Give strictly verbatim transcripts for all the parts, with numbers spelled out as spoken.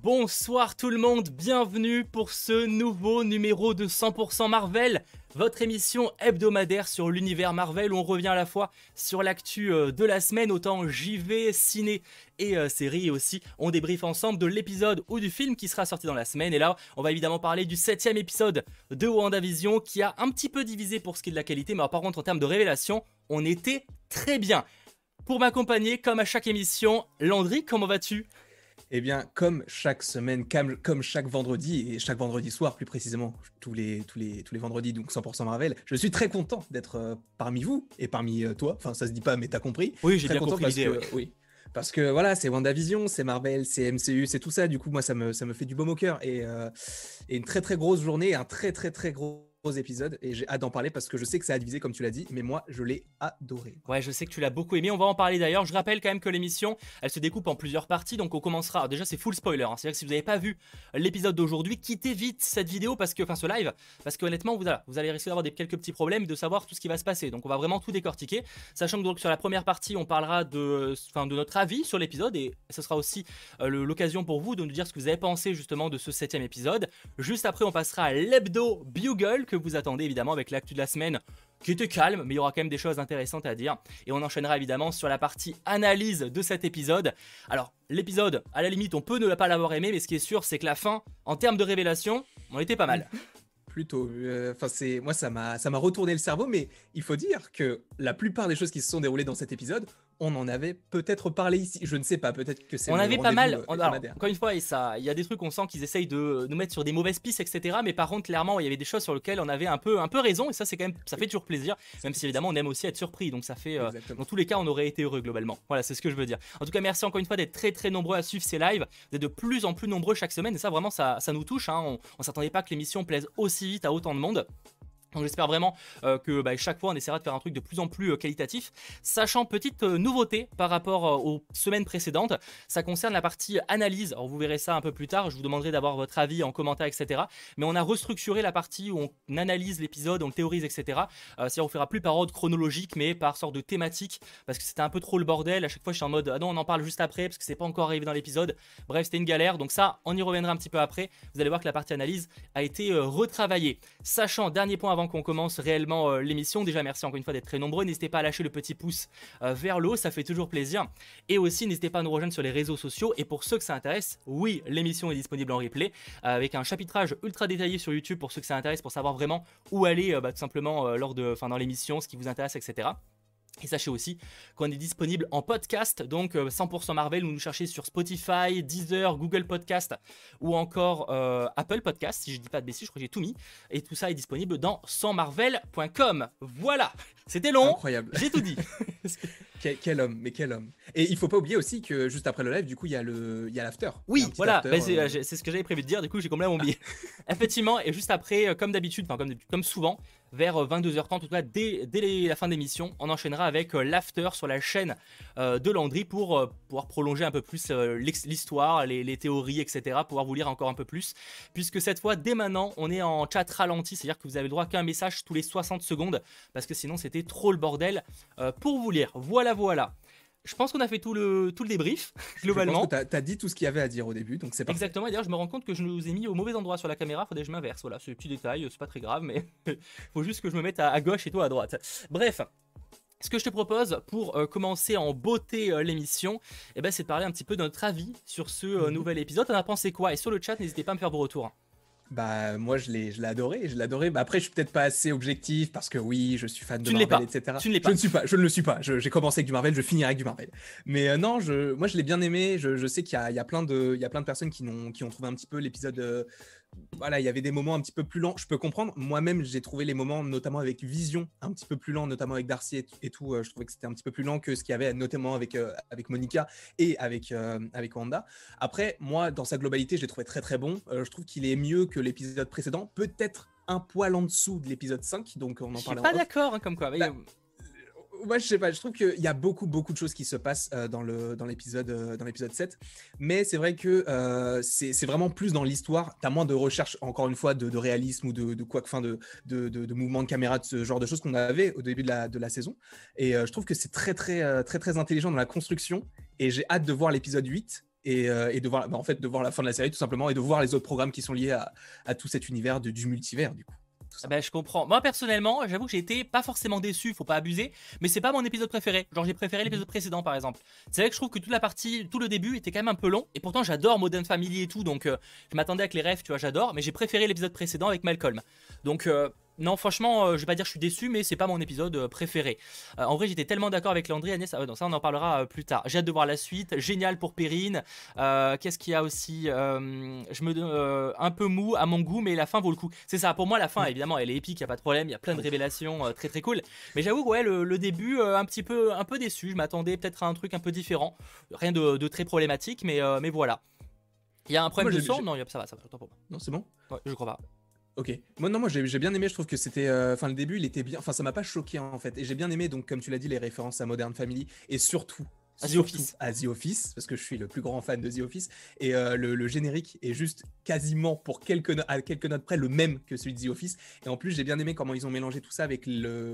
Bonsoir tout le monde, bienvenue pour ce nouveau numéro de cent pour cent Marvel, votre émission hebdomadaire sur l'univers Marvel où on revient à la fois sur l'actu de la semaine, autant J V, ciné et euh, séries, et aussi on débriefe ensemble de l'épisode ou du film qui sera sorti dans la semaine. Et là on va évidemment parler du septième épisode de WandaVision qui a un petit peu divisé pour ce qui est de la qualité, mais alors, par contre en termes de révélation, on était très bien. Pour m'accompagner, comme à chaque émission, Landry, comment vas-tu ? Eh bien, comme chaque semaine, comme, comme chaque vendredi, et chaque vendredi soir plus précisément, tous les, tous les, tous les vendredis, donc cent pour cent Marvel, je suis très content d'être euh, parmi vous et parmi euh, toi. Enfin, ça se dit pas, mais t'as compris. Oui, j'ai très bien content compris parce l'idée. que, Ouais. oui, parce que voilà, c'est WandaVision, c'est Marvel, c'est M C U, c'est tout ça. Du coup, moi, ça me, ça me fait du baume au cœur. Et, euh, et une très très grosse journée, un très très très gros épisode. Et j'ai hâte d'en parler parce que je sais que ça a divisé, comme tu l'as dit, mais moi, je l'ai adoré. Ouais, je sais que tu l'as beaucoup aimé, on va en parler d'ailleurs. Je rappelle quand même que l'émission, elle se découpe en plusieurs parties, donc on commencera. Alors déjà, c'est full spoiler, hein. C'est-à-dire que si vous n'avez pas vu l'épisode d'aujourd'hui, quittez vite cette vidéo, parce que, enfin ce live, parce que honnêtement, vous, vous allez risquer d'avoir des, quelques petits problèmes, de savoir tout ce qui va se passer. Donc on va vraiment tout décortiquer, sachant que donc sur la première partie, on parlera de, enfin, de notre avis sur l'épisode, et ce sera aussi euh, l'occasion pour vous de nous dire ce que vous avez pensé justement de ce septième épisode. Juste après, on passera à l'hebdo Bugle, que vous attendez évidemment avec l'actu de la semaine, qui était calme, mais il y aura quand même des choses intéressantes à dire. Et on enchaînera évidemment sur la partie analyse de cet épisode. Alors, l'épisode, à la limite, on peut ne pas l'avoir aimé, mais ce qui est sûr, c'est que la fin, en termes de révélation, on était pas mal. Plutôt, enfin euh, c'est moi ça m'a ça m'a retourné le cerveau, mais il faut dire que la plupart des choses qui se sont déroulées dans cet épisode, on en avait peut-être parlé ici. Je ne sais pas, peut-être que c'est on le avait pas mal. Euh, Alors, encore une fois, et ça, il y a des trucs on sent qu'ils essayent de nous mettre sur des mauvaises pistes, et cetera. Mais par contre, clairement, il y avait des choses sur lesquelles on avait un peu, un peu raison, et ça, c'est quand même, ça fait toujours plaisir. Même si évidemment, on aime aussi être surpris. Donc ça fait, euh, dans tous les cas, on aurait été heureux globalement. Voilà, c'est ce que je veux dire. En tout cas, merci encore une fois d'être très très nombreux à suivre ces lives. Vous êtes de plus en plus nombreux chaque semaine, et ça vraiment, ça, ça nous touche. Hein. On, on s'attendait pas que l'émission plaise aussi vite à autant de monde. Donc j'espère vraiment euh, que bah, chaque fois on essaiera de faire un truc de plus en plus euh, qualitatif. Sachant petite euh, nouveauté par rapport euh, aux semaines précédentes, ça concerne la partie analyse. Alors vous verrez ça un peu plus tard, je vous demanderai d'avoir votre avis en commentaire, et cetera. Mais on a restructuré la partie où on analyse l'épisode, on le théorise, et cetera. Euh, C'est-à-dire on fera plus par ordre chronologique, mais par sorte de thématique, parce que c'était un peu trop le bordel. À chaque fois je suis en mode ah non on en parle juste après parce que c'est pas encore arrivé dans l'épisode. Bref, c'était une galère. Donc ça on y reviendra un petit peu après. Vous allez voir que la partie analyse a été euh, retravaillée. Sachant, dernier point avant qu'on commence réellement euh, l'émission, déjà merci encore une fois d'être très nombreux, n'hésitez pas à lâcher le petit pouce euh, vers le haut, ça fait toujours plaisir, et aussi n'hésitez pas à nous rejoindre sur les réseaux sociaux, et pour ceux que ça intéresse, oui, l'émission est disponible en replay, euh, avec un chapitrage ultra détaillé sur YouTube pour ceux que ça intéresse, pour savoir vraiment où aller, euh, bah, tout simplement euh, lors de, enfin dans l'émission, ce qui vous intéresse, et cetera. Et sachez aussi qu'on est disponible en podcast, donc euh, cent pour cent Marvel, vous nous cherchez sur Spotify, Deezer, Google Podcast ou encore euh, Apple Podcast, si je dis pas de bêtises, je crois que j'ai tout mis. Et tout ça est disponible dans cent marvel point com. Voilà, c'était long, incroyable, j'ai tout dit. quel, quel homme, mais quel homme. Et il faut pas oublier aussi que juste après le live, du coup, il y a le, il y a l'after. Oui, voilà, after, bah, c'est, euh... c'est ce que j'avais prévu de dire, du coup j'ai complètement oublié. Effectivement, et juste après, comme d'habitude, enfin comme, comme souvent, vers vingt-deux heures trente, en tout cas dès, dès les, la fin de l'émission, on enchaînera avec euh, l'after sur la chaîne euh, de Landry pour euh, pouvoir prolonger un peu plus euh, l'histoire, les, les théories, et cetera, pouvoir vous lire encore un peu plus, puisque cette fois, dès maintenant, on est en chat ralenti, c'est-à-dire que vous avez le droit qu'à un message tous les soixante secondes, parce que sinon c'était trop le bordel euh, pour vous lire. Voilà, voilà. Je pense qu'on a fait tout le, tout le débrief, globalement. Je pense que tu as dit tout ce qu'il y avait à dire au début, donc c'est parfait. Exactement, et d'ailleurs je me rends compte que je nous ai mis au mauvais endroit sur la caméra, faudrait que je m'inverse, voilà, c'est un petit détail, c'est pas très grave, mais faut juste que je me mette à, à gauche et toi à droite. Bref, ce que je te propose pour euh, commencer en beauté euh, l'émission, eh ben, c'est de parler un petit peu de notre avis sur ce euh, nouvel épisode. T'en as pensé quoi? Et sur le chat, n'hésitez pas à me faire vos retours. Bah moi je l'ai je l'ai adoré, je l'ai adoré. Bah après je suis peut-être pas assez objectif parce que oui je suis fan de tu Marvel, pas. et cetera. Tu ne l'es pas. Je ne suis pas, je ne le suis pas. Je, j'ai commencé avec du Marvel, je finirai avec du Marvel. Mais euh, non, je, moi je l'ai bien aimé. Je, je sais qu'il y a, il y a plein de, il y a plein de personnes qui ont, qui ont trouvé un petit peu l'épisode. Euh, voilà, il y avait des moments un petit peu plus lents. Je peux comprendre. Moi-même j'ai trouvé les moments, notamment avec Vision, un petit peu plus lents, notamment avec Darcy et, et tout. Euh, je trouvais que c'était un petit peu plus lent que ce qu'il y avait, notamment avec euh, avec Monica et avec euh, avec Wanda. Après, moi dans sa globalité, je l'ai trouvé très très bon. Euh, je trouve qu'il est mieux que l'épisode précédent. Peut-être un poil en dessous de l'épisode cinq, donc on en Je parlait suis pas en off. d'accord, hein, comme quoi. Mais... Bah, moi je sais pas, je trouve qu'il y a beaucoup beaucoup de choses qui se passent euh, dans le dans l'épisode euh, dans l'épisode sept, mais c'est vrai que euh, c'est c'est vraiment plus dans l'histoire. T'as moins de recherche, encore une fois, de, de réalisme ou de, de quoi que fin de de, de de mouvement de caméra, de ce genre de choses qu'on avait au début de la de la saison. Et euh, je trouve que c'est très très très très très intelligent dans la construction. Et j'ai hâte de voir l'épisode huit et, euh, et de voir, bah, en fait, de voir la fin de la série tout simplement et de voir les autres programmes qui sont liés à, à tout cet univers de, du multivers du coup. Bah, je comprends. Moi personnellement, j'avoue que j'ai été pas forcément déçu, faut pas abuser, mais c'est pas mon épisode préféré. Genre j'ai préféré l'épisode précédent par exemple. C'est vrai que je trouve que toute la partie, tout le début était quand même un peu long, et pourtant j'adore Modern Family et tout, donc euh, je m'attendais avec les rêves, tu vois, j'adore, mais j'ai préféré l'épisode précédent avec Malcolm. Donc euh, non, franchement, euh, je vais pas dire que je suis déçu, mais c'est pas mon épisode euh, préféré. Euh, en vrai, j'étais tellement d'accord avec Landry, Agnès. Ah ouais, non, ça, on en parlera euh, plus tard. J'ai hâte de voir la suite. Génial pour Perrine. Euh, Qu'est-ce qu'il y a aussi euh, Je me euh, un peu mou à mon goût, mais la fin vaut le coup. C'est ça. Pour moi, la fin, évidemment, elle est épique, y a pas de problème. Il y a plein de révélations euh, très très cool. Mais j'avoue, ouais, le, le début, euh, un petit peu, un peu déçu. Je m'attendais peut-être à un truc un peu différent. Rien de, de très problématique, mais euh, mais voilà. Il y a un problème Moi, de son? Non, y a, ça va, ça va. Attends pour moi. Non, c'est bon. Ouais, je crois pas. Ok. Moi non, moi j'ai bien aimé. Je trouve que c'était, enfin euh, le début, il était bien. Enfin ça m'a pas choqué en fait. Et j'ai bien aimé donc comme tu l'as dit les références à Modern Family et surtout. À The surtout Office. à The Office, parce que je suis le plus grand fan de The Office, et euh, le, le générique est juste quasiment pour quelques, no à quelques notes près le même que celui de The Office, et en plus j'ai bien aimé comment ils ont mélangé tout ça avec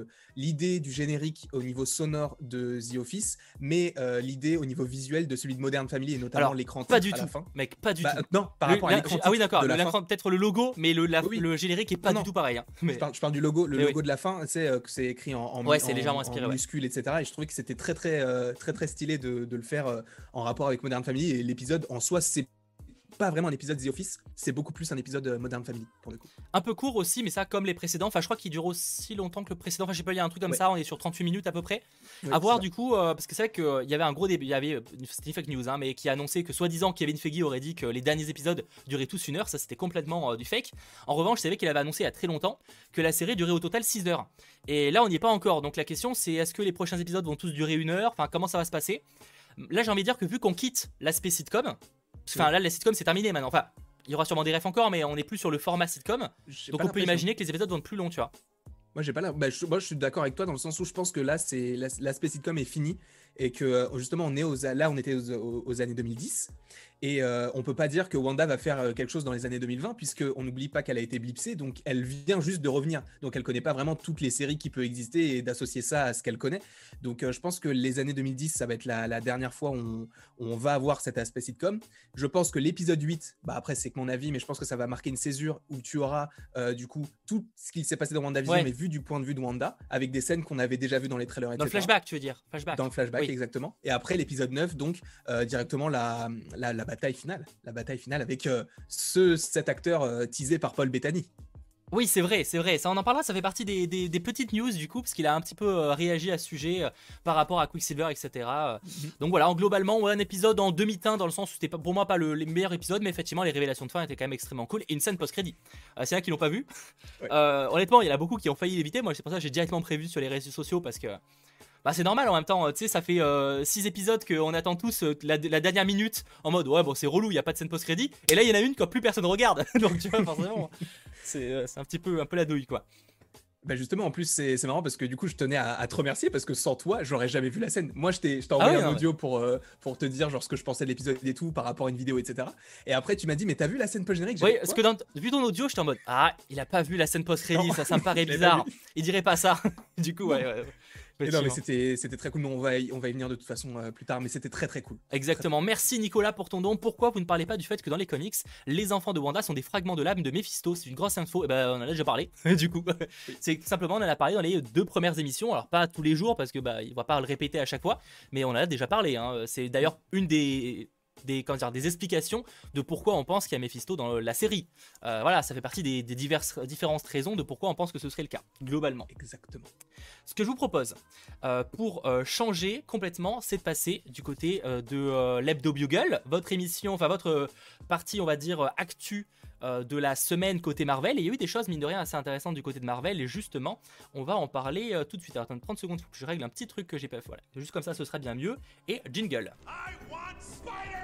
l'idée du générique au niveau sonore de The Office, mais euh, l'idée au niveau visuel de celui de Modern Family, et notamment l'écran titre pas du à tout, la fin. Mec, pas du bah, tout. Non, par le, rapport à l'écran titre. Ah oui d'accord, peut-être le logo, mais le, la, oui. le générique est pas non, du tout pareil. Hein. Mais... Je, parle, je parle du logo, le mais logo oui. de la fin, c'est euh, c'est écrit en, en, ouais, c'est en, légèrement inspiré, en minuscule, ouais. et cetera. Et je trouvais que c'était très très, euh, très très stylé de, de le faire euh, en rapport avec Modern Family, et l'épisode en soi, c'est pas vraiment un épisode The Office, c'est beaucoup plus un épisode Modern Family pour le coup. Un peu court aussi, mais ça comme les précédents, enfin je crois qu'il dure aussi longtemps que le précédent, enfin je sais pas, il y a un truc comme ouais. ça, on est sur trente-huit minutes à peu près. Ouais, à voir du coup, euh, parce que c'est vrai qu'il euh, y avait un gros début, il y avait, c'était une fake news, hein, mais qui a annoncé que soi-disant Kevin Feige aurait dit que les derniers épisodes duraient tous une heure, ça c'était complètement euh, du fake. En revanche, je savais qu'il avait annoncé il y a très longtemps que la série durait au total six heures. Et là on n'y est pas encore, donc la question c'est est-ce que les prochains épisodes vont tous durer une heure, enfin comment ça va se passer. Là j'ai envie de dire que vu qu'on quitte l'aspect sitcom, enfin oui. là la sitcom c'est terminé maintenant, enfin il y aura sûrement des refs encore, mais on n'est plus sur le format sitcom, donc on peut imaginer que les épisodes vont être plus longs, tu vois. Moi j'ai pas la... bah, je, moi je suis d'accord avec toi dans le sens où je pense que là c'est l'aspect sitcom est fini et que justement on est aux, là on était aux, aux, aux années deux mille dix et euh, on peut pas dire que Wanda va faire quelque chose dans les années deux mille vingt puisque on n'oublie pas qu'elle a été blipsée, donc elle vient juste de revenir, donc elle connaît pas vraiment toutes les séries qui peuvent exister et d'associer ça à ce qu'elle connaît, donc euh, je pense que les années deux mille dix ça va être la, la dernière fois où on, où on va avoir cet aspect sitcom. Je pense que l'épisode huit, bah après c'est que mon avis, mais je pense que ça va marquer une césure où tu auras euh, du coup tout ce qui s'est passé dans WandaVision ouais. mais vu du point de vue de Wanda avec des scènes qu'on avait déjà vues dans les trailers, et cetera. Dans le flashback tu veux dire flashback. Dans le flashback oui. exactement, et après l'épisode neuf donc euh, directement la, la, la bataille finale la bataille finale avec euh, ce, cet acteur euh, teasé par Paul Bettany. Oui, c'est vrai, c'est vrai. Ça, on en parlera, ça fait partie des, des, des petites news du coup, parce qu'il a un petit peu euh, réagi à ce sujet euh, par rapport à Quicksilver, et cetera. Mm-hmm. Donc voilà, en, globalement, ouais, un épisode en demi-teint dans le sens où c'était pour moi pas le les meilleurs épisodes, mais effectivement, les révélations de fin étaient quand même extrêmement cool. Et une scène post-crédit. Euh, c'est un qui l'ont pas vu. Ouais. Euh, honnêtement, il y en a beaucoup qui ont failli l'éviter. Moi, c'est pour ça que j'ai directement prévu sur les réseaux sociaux parce que. Bah c'est normal en même temps, tu sais, ça fait six euh, épisodes qu'on attend tous euh, la, la dernière minute en mode ouais bon c'est relou, il n'y a pas de scène post-crédit, et là il y en a une quand plus personne regarde, donc tu vois forcément c'est euh, un petit peu un peu la douille quoi. Bah justement en plus c'est marrant parce que du coup je tenais à, à te remercier parce que sans toi j'aurais jamais vu la scène. Moi je t'ai envoyé ah oui, un audio ouais. pour, euh, pour te dire genre ce que je pensais de l'épisode et tout par rapport à une vidéo etc. Et après tu m'as dit mais t'as vu la scène post-générique? Oui parce que dans, vu ton audio j'étais en mode ah il a pas vu la scène post-crédit, ça, ça me paraît bizarre, il dirait pas ça. Du coup ouais, ouais. Et non mais c'était très cool, mais on va, y, on va y venir de toute façon euh, plus tard, mais c'était très très cool. Exactement, très... merci Nicolas pour ton don. Pourquoi vous ne parlez pas du fait que dans les comics, les enfants de Wanda sont des fragments de l'âme de Mephisto? C'est une grosse info, et ben on en a déjà parlé, du coup. Oui. C'est simplement, on en a parlé dans les deux premières émissions, alors pas tous les jours, parce que bah, il va pas le répéter à chaque fois, mais on en a déjà parlé, hein. C'est d'ailleurs une des... Des, comment dire, des explications de pourquoi on pense qu'il y a Mephisto dans la série. Euh, voilà, ça fait partie des, des diverses, différentes raisons de pourquoi on pense que ce serait le cas, globalement. Exactement. Ce que je vous propose, euh, pour euh, changer complètement, c'est de passer du côté euh, de euh, l'Hebdo Bugle, votre émission, enfin votre euh, partie, on va dire, actu euh, de la semaine côté Marvel. Et il y a eu des choses, mine de rien, assez intéressantes du côté de Marvel. Et justement, on va en parler euh, tout de suite. Alors, attends, trente secondes, il faut que je règle un petit truc que j'ai pas fait. Voilà, juste comme ça, ce sera bien mieux. Et jingle. I want Spider-Man.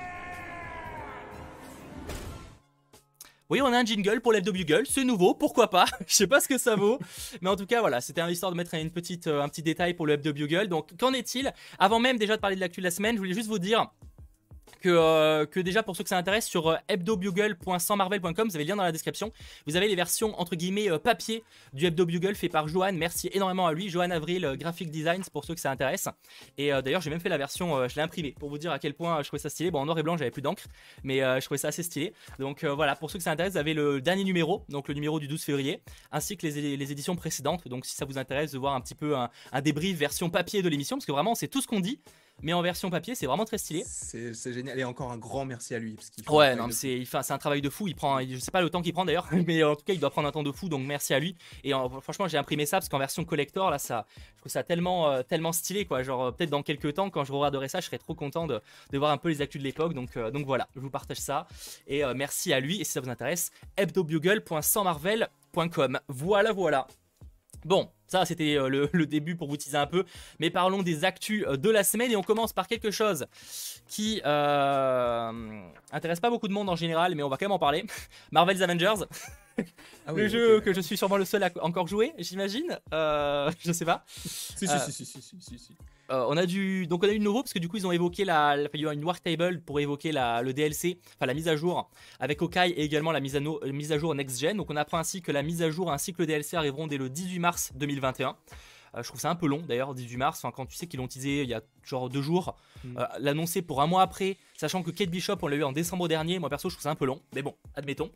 Oui, on a un jingle pour l'Hebdo Bugle, c'est nouveau, pourquoi pas. Je sais pas ce que ça vaut, mais en tout cas voilà, c'était histoire de mettre une petite, euh, un petit détail pour le Hebdo Bugle. Donc qu'en est-il? Avant même déjà de parler de l'actu de la semaine, je voulais juste vous dire Que, euh, que déjà pour ceux que ça intéresse sur euh, hebdobugle point cent marvel point com, vous avez le lien dans la description, vous avez les versions entre guillemets euh, papier du Hebdo Bugle fait par Johan, merci énormément à lui, Johan Avril, euh, Graphic Designs pour ceux que ça intéresse. Et euh, d'ailleurs j'ai même fait la version, euh, je l'ai imprimée pour vous dire à quel point euh, je trouvais ça stylé. Bon en noir et blanc j'avais plus d'encre, mais euh, je trouvais ça assez stylé. Donc euh, voilà, pour ceux que ça intéresse, vous avez le dernier numéro, donc le numéro du douze février, ainsi que les, les éditions précédentes. Donc si ça vous intéresse de voir un petit peu un, un débrief version papier de l'émission, parce que vraiment c'est tout ce qu'on dit, mais en version papier, c'est vraiment très stylé. C'est génial, et encore un grand merci à lui. Parce qu'il ouais, non, c'est un travail de fou. Il prend, je sais pas le temps qu'il prend d'ailleurs, mais en tout cas, il doit prendre un temps de fou, donc merci à lui. Et euh, franchement, j'ai imprimé ça parce qu'en version collector, là, ça, je trouve ça tellement, euh, tellement stylé, quoi. Genre, euh, peut-être dans quelques temps, quand je regarderai ça, je serai trop content de, de voir un peu les actus de l'époque. Donc, euh, donc voilà, je vous partage ça. Et euh, merci à lui. Et si ça vous intéresse, hebdobugle point cent marvel point com. Voilà, voilà. Bon, ça c'était euh, le, le début pour vous teaser un peu, mais parlons des actus euh, de la semaine et on commence par quelque chose qui euh, intéresse pas beaucoup de monde en général, mais on va quand même en parler. Marvel's Avengers, ah oui, le jeu okay. que je suis sûrement le seul à encore jouer, j'imagine, euh, je sais pas. Si, euh, si, si, si, si, si, si. Euh, on a du donc on a eu de nouveau parce que du coup ils ont évoqué la, la il y a une work table pour évoquer la, le D L C, enfin la mise à jour avec Hawkeye et également la mise à, no, mise à jour next gen. Donc on apprend ainsi que la mise à jour ainsi que le D L C arriveront dès le dix-huit mars deux mille vingt et un. Euh, je trouve ça un peu long d'ailleurs, dix-huit mars, quand tu sais qu'ils l'ont teasé il y a genre deux jours, mm. euh, l'annoncer pour un mois après, sachant que Kate Bishop on l'a eu en décembre dernier. Moi perso je trouve ça un peu long, mais bon, admettons.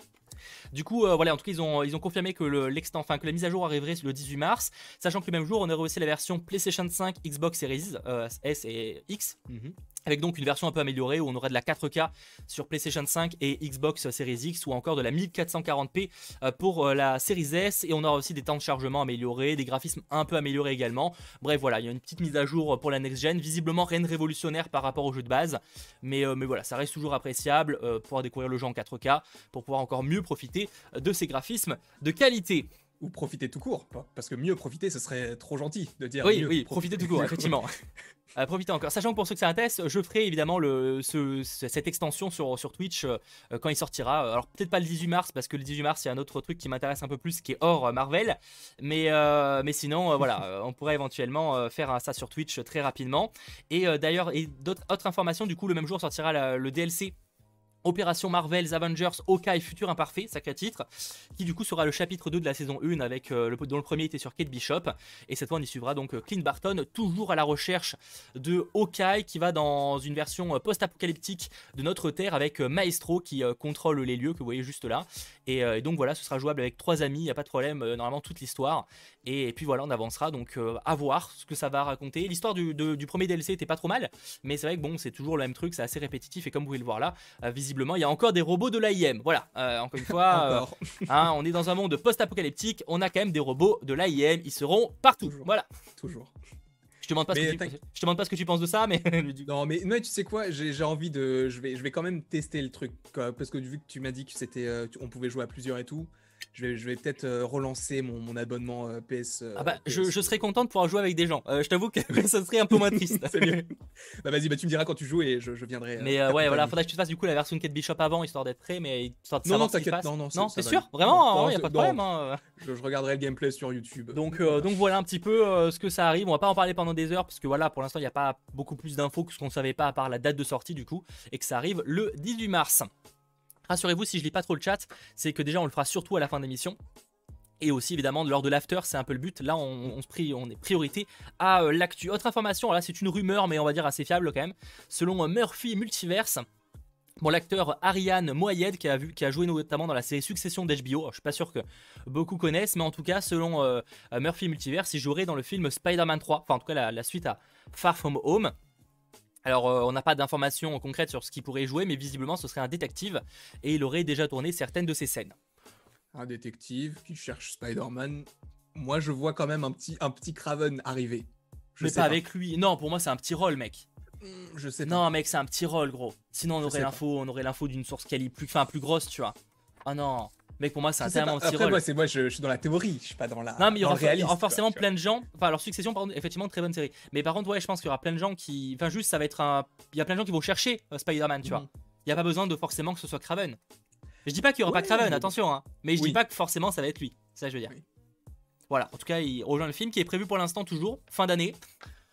Du coup, euh, voilà, en tout cas, ils ont, ils ont confirmé que, le, enfin, que la mise à jour arriverait le dix-huit mars, sachant que le même jour, on aurait aussi la version PlayStation cinq, Xbox Series euh, S et X, mm-hmm. avec donc une version un peu améliorée où on aurait de la quatre K sur PlayStation cinq et Xbox Series X, ou encore de la mille quatre cent quarante p euh, pour euh, la Series S, et on aura aussi des temps de chargement améliorés, des graphismes un peu améliorés également. Bref, voilà, il y a une petite mise à jour pour la next-gen, visiblement rien de révolutionnaire par rapport au jeu de base, mais, euh, mais voilà, ça reste toujours appréciable, euh, pouvoir découvrir le jeu en quatre K, pour pouvoir encore mieux profiter de ces graphismes de qualité. Ou profiter tout court, parce que mieux profiter, ce serait trop gentil de dire. Oui, mieux oui, profiter tout court, effectivement. euh, profiter encore. Sachant que pour ceux que ça intéresse, je ferai évidemment le, ce, cette extension sur, sur Twitch euh, quand il sortira. Alors peut-être pas le dix-huit mars, parce que le dix-huit mars, il y a un autre truc qui m'intéresse un peu plus, qui est hors euh, Marvel. Mais, euh, mais sinon, euh, voilà, euh, on pourrait éventuellement euh, faire ça sur Twitch très rapidement. Et euh, d'ailleurs, et d'autres autres informations, du coup, le même jour sortira la, le D L C. Opération Marvel's Avengers Hawkeye Futur Imparfait, sacré titre, qui du coup sera le chapitre deux de la saison un, avec, euh, le, dont le premier était sur Kate Bishop, et cette fois on y suivra donc Clint Barton, toujours à la recherche de Hawkeye, qui va dans une version post-apocalyptique de notre Terre, avec euh, Maestro qui euh, contrôle les lieux que vous voyez juste là, et, euh, et donc voilà, ce sera jouable avec trois amis, il n'y a pas de problème, euh, normalement toute l'histoire, et, et puis voilà, on avancera, donc euh, à voir ce que ça va raconter. L'histoire du, du premier D L C était pas trop mal, mais c'est vrai que bon, c'est toujours le même truc, c'est assez répétitif, et comme vous pouvez le voir là, euh, visiblement il y a encore des robots de l'A I M. Voilà, euh, encore une fois, euh, hein, on est dans un monde post-apocalyptique, on a quand même des robots de l'A I M, ils seront partout. Toujours. Voilà. Toujours. Je te demande pas ce que tu... je te demande pas ce que tu penses de ça, mais non, mais non, tu sais quoi, j'ai envie de, je vais, je vais quand même tester le truc, quoi, parce que vu que tu m'as dit que c'était, euh, on pouvait jouer à plusieurs et tout. Je vais, je vais peut-être euh, relancer mon, mon abonnement euh, P S. Euh, ah bah, P S. Je, je serais content de pouvoir jouer avec des gens. Euh, je t'avoue que ça serait un peu moins triste. C'est mieux. Bah vas-y, bah tu me diras quand tu joues et je, je viendrai. Mais euh, ouais, voilà, faudrait que tu fasses du coup la version de Kate Bishop avant, histoire d'être prêt, mais histoire de non, savoir non, t'inquiète, non, non, non, c'est sûr, vraiment, il hein, y a pas de non, problème. Hein. Je, je regarderai le gameplay sur YouTube. Donc, euh, donc voilà un petit peu euh, ce que ça arrive. On va pas en parler pendant des heures parce que voilà, pour l'instant, il n'y a pas beaucoup plus d'infos que ce qu'on savait pas à part la date de sortie du coup, et que ça arrive le dix-huit mars. Rassurez-vous, si je lis pas trop le chat, c'est que déjà on le fera surtout à la fin de l'émission. Et aussi évidemment lors de l'after, c'est un peu le but. Là on, on, se prie, on est priorité à euh, l'actu. Autre information, là c'est une rumeur mais on va dire assez fiable quand même. Selon euh, Murphy Multiverse, bon, l'acteur Ariane Moayed qui a, vu, qui a joué notamment dans la série Succession d'H B O, je suis pas sûr que beaucoup connaissent, mais en tout cas selon euh, Murphy Multiverse, il jouerait dans le film Spider-Man trois, enfin en tout cas la, la suite à Far From Home. Alors euh, on n'a pas d'informations concrètes sur ce qu'il pourrait jouer, mais visiblement ce serait un détective et il aurait déjà tourné certaines de ses scènes. Un détective qui cherche Spider-Man. Moi, je vois quand même un petit, un petit Kraven arriver. Je mais sais pas, pas avec lui. Non, pour moi, c'est un petit rôle, mec. Mmh, je sais pas. Non, mec, c'est un petit rôle, gros. Sinon, on aurait l'info, on aurait l'info d'une source quali plus, enfin, plus grosse, tu vois. Ah non, mec, pour moi, c'est un tellement petit Après, rôle. Moi, c'est moi, je, je suis dans la théorie, je suis pas dans la. Non, mais il y aura, réalisme, il y aura forcément quoi, plein de gens. Enfin, alors Succession, pardon, effectivement, très bonne série. Mais par contre, ouais, je pense qu'il y aura plein de gens qui, enfin, juste, ça va être un. Il y a plein de gens qui vont chercher euh, Spider-Man, tu mmh. vois. Il y a pas besoin de forcément que ce soit Kraven. Je dis pas qu'il y aura ouais, pas Kraven, mais... attention, hein. Mais je oui. dis pas que forcément ça va être lui. C'est ça que je veux dire. Oui. Voilà, en tout cas, il rejoint le film qui est prévu pour l'instant toujours, fin d'année.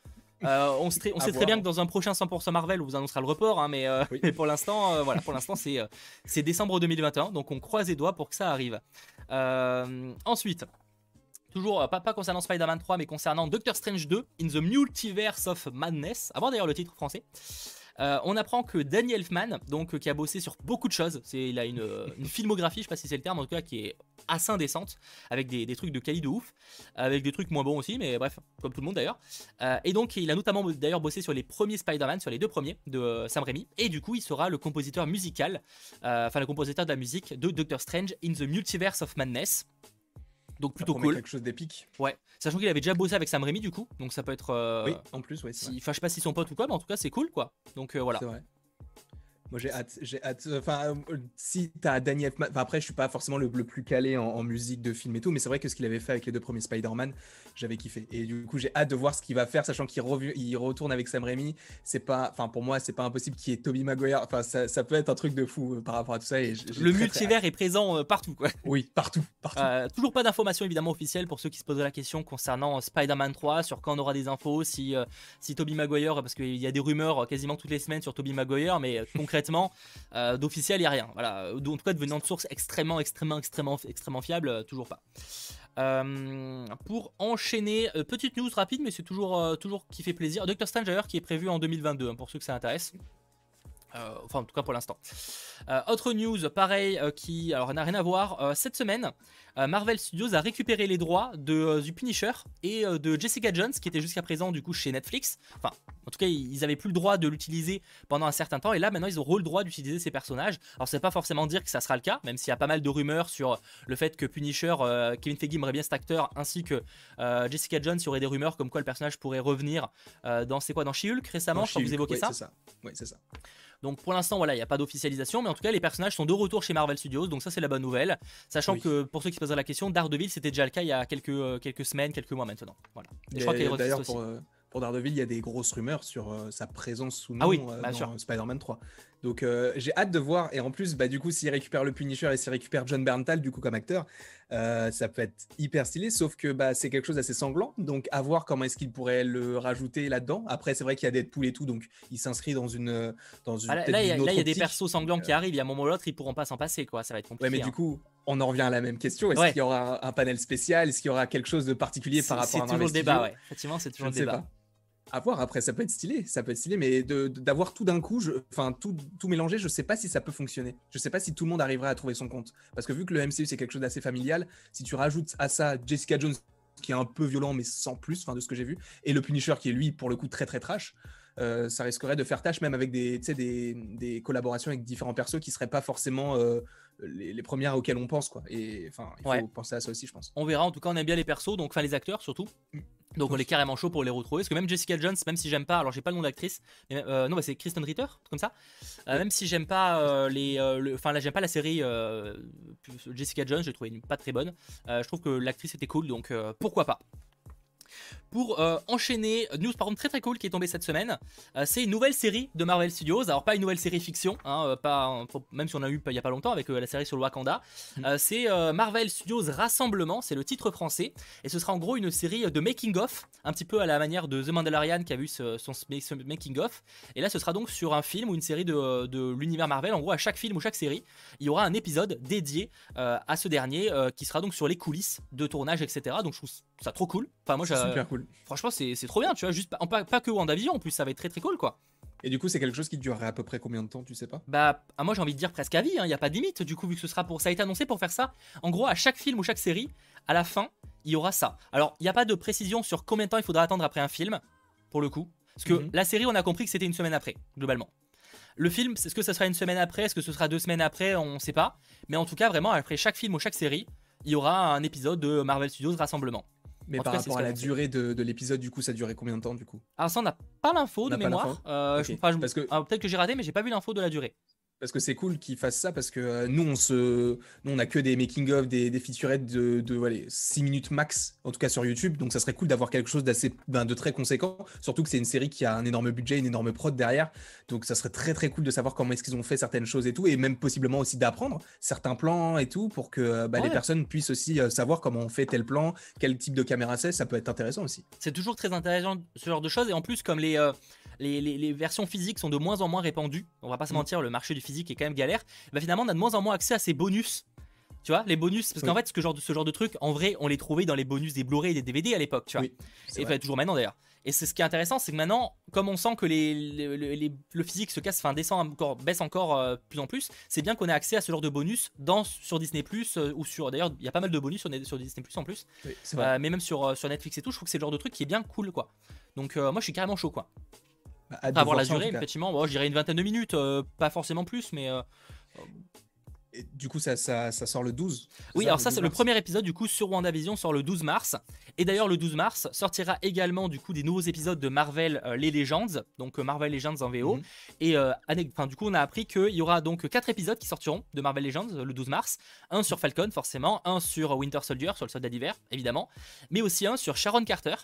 Euh, on sait, on sait très bien que dans un prochain cent pour cent Marvel, on vous annoncera le report, hein, mais, euh, oui. mais pour l'instant, euh, voilà, pour l'instant, c'est, euh, c'est décembre deux mille vingt et un, donc on croise les doigts pour que ça arrive. Euh, ensuite. Toujours, pas, pas concernant Spider-Man trois, mais concernant Doctor Strange deux, In the Multiverse of Madness, avant d'ailleurs le titre français, euh, on apprend que Danny Elfman, donc, qui a bossé sur beaucoup de choses, c'est, il a une, une filmographie, je sais pas si c'est le terme, en tout cas, qui est assez indécente, avec des, des trucs de quali de ouf, avec des trucs moins bons aussi, mais bref, comme tout le monde d'ailleurs. Euh, et donc, il a notamment d'ailleurs bossé sur les premiers Spider-Man, sur les deux premiers de euh, Sam Raimi, et du coup, il sera le compositeur musical, euh, enfin le compositeur de la musique de Doctor Strange In the Multiverse of Madness. Donc plutôt cool. Quelque chose d'épique. Ouais, sachant qu'il avait déjà bossé avec Sam Raimi du coup, donc ça peut être. Euh, oui, en plus, oui. Si, enfin, je sais pas si son pote ou quoi, mais en tout cas, c'est cool quoi. Donc euh, voilà. C'est vrai. Moi j'ai hâte, j'ai hâte. Enfin, euh, si t'as Danny Elfman, enfin, après je suis pas forcément le, le plus calé en, en musique de film et tout, mais c'est vrai que ce qu'il avait fait avec les deux premiers Spider-Man, j'avais kiffé. Et du coup j'ai hâte de voir ce qu'il va faire, sachant qu'il revu, il retourne avec Sam Raimi. C'est pas, enfin pour moi c'est pas impossible qu'il y ait Tobey Maguire. Enfin ça, ça peut être un truc de fou euh, par rapport à tout ça. Et j'ai, j'ai le très, multivers très est présent euh, partout quoi. Oui, partout, partout. Euh, toujours pas d'informations évidemment officielles pour ceux qui se poseraient la question concernant Spider-Man trois, sur quand on aura des infos, si euh, si Tobey Maguire, parce qu'il y a des rumeurs quasiment toutes les semaines sur Tobey Maguire, mais euh, concrètement. Euh, d'officiel, il n'y a rien. Voilà. En tout cas, devenant de sources extrêmement, extrêmement, extrêmement, extrêmement fiables, euh, toujours pas. Euh, pour enchaîner, euh, petite news rapide, mais c'est toujours, euh, toujours qui fait plaisir. Doctor Strange d'ailleurs, qui est prévu en deux mille vingt-deux, hein, pour ceux que ça intéresse. Euh, enfin, en tout cas pour l'instant. Euh, autre news, pareil, euh, qui alors n'a rien à voir. Euh, cette semaine, euh, Marvel Studios a récupéré les droits de euh, du Punisher et euh, de Jessica Jones, qui était jusqu'à présent du coup chez Netflix. Enfin, en tout cas, ils avaient plus le droit de l'utiliser pendant un certain temps, et là maintenant ils auront le droit d'utiliser ces personnages. Alors, ça veut pas forcément dire que ça sera le cas, même s'il y a pas mal de rumeurs sur le fait que Punisher, euh, Kevin Feige aimerait bien cet acteur, ainsi que euh, Jessica Jones. Il y aurait des rumeurs comme quoi le personnage pourrait revenir euh, dans c'est quoi, dans She-Hulk récemment. Dans je crois que vous évoquez ouais, ça. C'est ça. Oui, c'est ça. Donc pour l'instant, voilà, il n'y a pas d'officialisation, mais en tout cas, les personnages sont de retour chez Marvel Studios, donc ça c'est la bonne nouvelle. Sachant oui. que pour ceux qui se poseraient la question, Daredevil c'était déjà le cas il y a quelques, euh, quelques semaines, quelques mois maintenant. Voilà. Et et je crois qu'il d'ailleurs pour, euh, pour Daredevil, il y a des grosses rumeurs sur euh, sa présence ou non ah oui, euh, bah, dans sûr. Spider-Man trois. Donc euh, j'ai hâte de voir, et en plus, bah, du coup, s'il récupère le Punisher et s'il récupère John Bernthal du coup comme acteur, euh, ça peut être hyper stylé, sauf que bah, c'est quelque chose d'assez sanglant, donc à voir comment est-ce qu'il pourrait le rajouter là-dedans. Après, c'est vrai qu'il y a Deadpool et tout, donc il s'inscrit dans une... Dans une ah, là, il y, y a des persos sanglants qui arrivent, il y a un moment ou l'autre, ils pourront pas s'en passer, quoi. Ça va être compliqué. Ouais, mais hein. du coup, on en revient à la même question. Est-ce ouais. qu'il y aura un, un panel spécial? Est-ce qu'il y aura quelque chose de particulier par rapport à Marvel Studios? C'est toujours le débat, ouais. Effectivement, c'est toujours je le débat. Pas. À voir, après ça peut être stylé, ça peut être stylé, mais de, de, d'avoir tout d'un coup, je, enfin tout, tout mélangé, je sais pas si ça peut fonctionner. Je sais pas si tout le monde arriverait à trouver son compte. Parce que vu que le M C U c'est quelque chose d'assez familial, si tu rajoutes à ça Jessica Jones qui est un peu violent mais sans plus, enfin de ce que j'ai vu, et le Punisher qui est lui pour le coup très très trash, euh, ça risquerait de faire tâche même avec des, des, des collaborations avec différents persos qui seraient pas forcément euh, les, les premières auxquelles on pense quoi. Et enfin il faut ouais. penser à ça aussi je pense. On verra, en tout cas on aime bien les persos, donc enfin les acteurs surtout. Mm. Donc on est carrément chaud pour les retrouver, parce que même Jessica Jones, même si j'aime pas, alors j'ai pas le nom d'actrice, mais euh, non bah c'est Kristen Ritter, comme ça. Euh, ouais. Même si j'aime pas euh, les, enfin euh, là j'aime pas la série euh, Jessica Jones, j'ai trouvé pas très bonne. Euh, je trouve que l'actrice était cool, donc euh, pourquoi pas. Pour euh, enchaîner, news par contre très très cool qui est tombée cette semaine, euh, c'est une nouvelle série de Marvel Studios. Alors pas une nouvelle série fiction, hein, euh, pas, même si on a eu il y a pas longtemps avec euh, la série sur le Wakanda. Mm. Euh, c'est euh, Marvel Studios Rassemblement, c'est le titre français, et ce sera en gros une série de making of, un petit peu à la manière de The Mandalorian qui a vu ce, son ce making of. Et là ce sera donc sur un film ou une série de, de l'univers Marvel. En gros à chaque film ou chaque série, il y aura un épisode dédié euh, à ce dernier euh, qui sera donc sur les coulisses de tournage, et cetera. Donc je trouve ça trop cool. Enfin moi c'est super cool. Franchement, c'est, c'est trop bien, tu vois, juste pas, pas que WandaVision, en plus, ça va être très très cool, quoi. Et du coup, c'est quelque chose qui durerait à peu près combien de temps, tu sais pas? Bah, moi j'ai envie de dire presque à vie, il hein, n'y a pas de limite, du coup, vu que ce sera pour. Ça a été annoncé pour faire ça. En gros, à chaque film ou chaque série, à la fin, il y aura ça. Alors, il n'y a pas de précision sur combien de temps il faudra attendre après un film, pour le coup. Parce que mm-hmm. la série, on a compris que c'était une semaine après, globalement. Le film, est-ce que ça sera une semaine après? Est-ce que ce sera deux semaines après? On ne sait pas. Mais en tout cas, vraiment, après chaque film ou chaque série, il y aura un épisode de Marvel Studios Rassemblement. Mais en par cas, rapport à la durée de, de l'épisode, du coup, ça durait combien de temps, du coup? Alors ça, on n'a pas l'info de mémoire. Euh, okay. je, je, Parce que... alors, peut-être que j'ai raté, mais j'ai pas vu l'info de la durée. Parce que c'est cool qu'ils fassent ça, parce que euh, nous, on se, nous, on a que des making-of, des, des featurettes de, de voilà, six minutes max, en tout cas sur YouTube. Donc, ça serait cool d'avoir quelque chose d'assez, ben, de très conséquent. Surtout que c'est une série qui a un énorme budget, une énorme prod derrière. Donc, ça serait très, très cool de savoir comment est-ce qu'ils ont fait certaines choses et tout. Et même possiblement aussi d'apprendre certains plans et tout pour que bah, ouais. les personnes puissent aussi euh, savoir comment on fait tel plan, quel type de caméra c'est. Ça peut être intéressant aussi. C'est toujours très intéressant, ce genre de choses. Et en plus, comme les. Euh... Les, les, les versions physiques sont de moins en moins répandues, on va pas se mmh. mentir, le marché du physique est quand même galère. Bah finalement, on a de moins en moins accès à ces bonus. Tu vois, les bonus, parce oui. qu'en fait, ce genre, de, ce genre de trucs, en vrai, on les trouvait dans les bonus des Blu-ray et des D V D à l'époque, tu vois. Oui, et enfin, toujours maintenant d'ailleurs. Et c'est ce qui est intéressant, c'est que maintenant, comme on sent que les, les, les, les, le physique se casse, enfin descend encore, baisse encore euh, plus en plus, c'est bien qu'on ait accès à ce genre de bonus dans, sur Disney plus, euh, ou sur. D'ailleurs, il y a pas mal de bonus sur, sur Disney plus en plus. Oui, euh, mais même sur, euh, sur Netflix et tout, je trouve que c'est le genre de truc qui est bien cool, quoi. Donc, euh, moi, je suis carrément chaud, quoi. Après avoir la durée, effectivement, bon, je dirais une vingtaine de minutes, euh, pas forcément plus, mais. Euh... Et du coup, ça, ça, ça sort le douze. Oui, ça, alors ça, c'est le premier épisode du coup sur WandaVision sort le douze mars. Et d'ailleurs, le douze mars sortira également du coup des nouveaux épisodes de Marvel euh, les Legends, donc euh, Marvel Legends en V O. Mm-hmm. Et euh, enfin, du coup, on a appris qu'il y aura donc quatre épisodes qui sortiront de Marvel Legends le douze mars. Un sur Falcon, forcément, un sur Winter Soldier, sur le soldat d'hiver, évidemment, mais aussi un sur Sharon Carter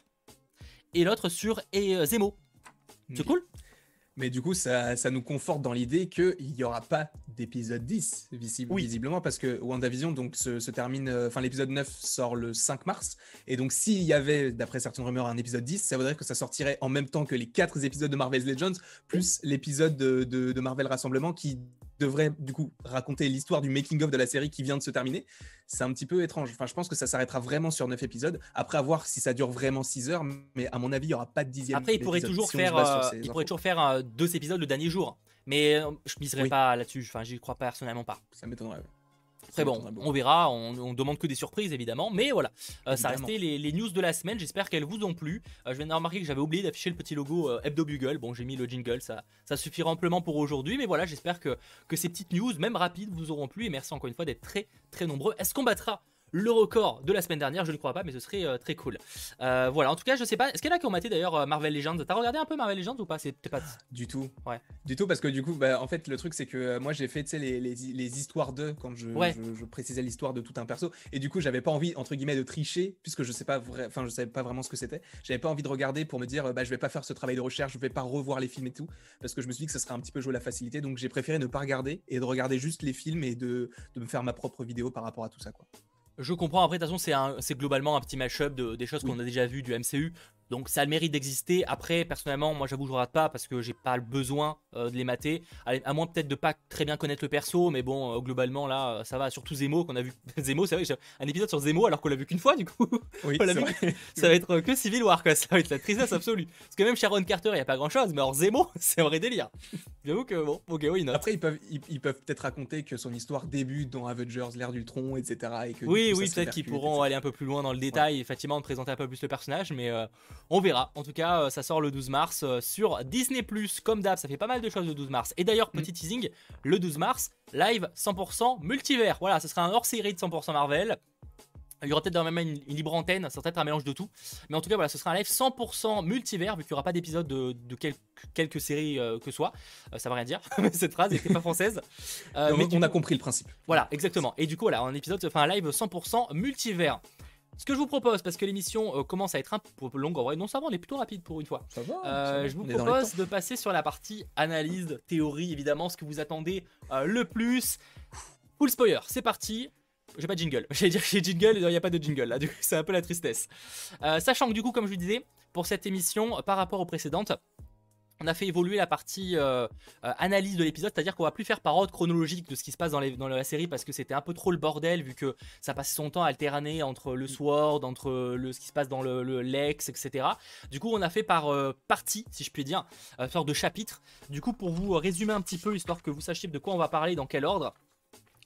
et l'autre sur et, euh, Zemo. C'est cool. Mais du coup, ça, ça nous conforte dans l'idée qu'il n'y aura pas d'épisode dix, visible, oui. visiblement, parce que WandaVision donc, se, se termine, enfin l'épisode neuf sort le cinq mars, et donc s'il y avait, d'après certaines rumeurs, un épisode dix, ça voudrait que ça sortirait en même temps que les quatre épisodes de Marvel's Legends, plus l'épisode de, de, de Marvel Rassemblement, qui devrait du coup raconter l'histoire du making-of de la série qui vient de se terminer. C'est un petit peu étrange. Enfin, je pense que ça s'arrêtera vraiment sur neuf épisodes. Après, à voir si ça dure vraiment six heures, mais à mon avis, il n'y aura pas de dixième. Après, il pourrait toujours si faire, euh, il pourrait toujours faire euh, deux épisodes le dernier jour. Mais euh, je ne miserai oui. pas là-dessus. Enfin, j'y crois personnellement pas. Ça m'étonnerait. Après bon, on verra, on, on demande que des surprises évidemment, mais voilà, euh, ça restait les, les news de la semaine, j'espère qu'elles vous ont plu. Euh, je viens de remarquer que j'avais oublié d'afficher le petit logo euh, Hebdo Bugle, bon j'ai mis le jingle, ça, ça suffira amplement pour aujourd'hui, mais voilà, j'espère que, que ces petites news, même rapides, vous auront plu et merci encore une fois d'être très très nombreux. Est-ce qu'on battra le record de la semaine dernière? Je ne crois pas, mais ce serait euh, très cool. Euh, voilà, en tout cas, je sais pas. Est-ce qu'il y en a qui ont maté d'ailleurs Marvel Legends? T'as regardé un peu Marvel Legends ou pas? C'est pas du tout. Ouais. Du tout, parce que du coup, bah, en fait, le truc c'est que euh, moi j'ai fait, tu sais, les, les, les histoires d'eux quand je, ouais. je, je précisais l'histoire de tout un perso, et du coup, j'avais pas envie entre guillemets de tricher, puisque je sais pas, vrai... enfin, je savais pas vraiment ce que c'était. J'avais pas envie de regarder pour me dire, bah, je vais pas faire ce travail de recherche, je vais pas revoir les films et tout, parce que je me suis dit que ça serait un petit peu jouer la facilité, donc j'ai préféré ne pas regarder et de regarder juste les films et de, de me faire ma propre vidéo par rapport à tout ça, quoi. Je comprends, après de toute façon c'est globalement un petit mash-up de, des choses oui. qu'on a déjà vues du M C U. Donc ça a le mérite d'exister. Après personnellement moi j'avoue je ne regarde pas parce que j'ai pas le besoin euh, de les mater. À, à moins peut-être de pas très bien connaître le perso. Mais bon euh, globalement là ça va. Surtout Zemo qu'on a vu. Zemo c'est vrai un épisode sur Zemo alors qu'on l'a vu qu'une fois du coup. Oui, vu. Ça va être que Civil War quoi. Ça va être la tristesse absolue. Parce que même Sharon Carter il n'y a pas grand chose. Mais alors Zemo c'est un vrai délire. J'avoue que bon ok oui. Not. Après ils peuvent, ils, ils peuvent peut-être raconter que son histoire débute dans Avengers l'ère d'Ultron et cetera. Et que, oui coup, oui peut-être qu'ils pourront et cetera aller un peu plus loin dans le détail. Ouais. Effectivement de présenter un peu plus le personnage. Mais euh, on verra. En tout cas ça sort le douze mars sur Disney plus, comme d'hab, ça fait pas mal de choses le douze mars. Et d'ailleurs, petit mmh. teasing, le douze mars, live cent pour cent multivers. Voilà, ce sera un hors-série de cent pour cent Marvel. Il y aura peut-être même une, une libre antenne, ça sera peut-être un mélange de tout. Mais en tout cas, voilà, ce sera un live cent pour cent multivers, vu qu'il n'y aura pas d'épisode de, de quelques, quelques séries euh, que soit. Euh, ça veut rien dire, cette phrase n'était pas française. Euh, non, mais on coup, a compris le principe. Voilà, exactement. Et du coup, voilà, un épisode, enfin un live cent pour cent multivers. Ce que je vous propose, parce que l'émission euh, commence à être un peu longue en vrai, non ça va, on est plutôt rapide pour une fois. Ça va, euh, ça va. Je vous propose de passer sur la partie analyse, théorie, évidemment, ce que vous attendez euh, le plus. Full spoiler, c'est parti. J'ai pas de jingle, j'allais dire que j'ai jingle, il n'y a pas de jingle là, du coup c'est un peu la tristesse. Euh, sachant que du coup, comme je vous disais, pour cette émission, par rapport aux précédentes, on a fait évoluer la partie euh, euh, analyse de l'épisode, c'est-à-dire qu'on va plus faire par ordre chronologique de ce qui se passe dans, les, dans la série parce que c'était un peu trop le bordel vu que ça passait son temps à alterner entre le Sword, entre le, ce qui se passe dans le, le Lex, et cetera. Du coup, on a fait par euh, partie, si je puis dire, euh, sorte de chapitre. Du coup, pour vous résumer un petit peu, histoire que vous sachiez de quoi on va parler, dans quel ordre.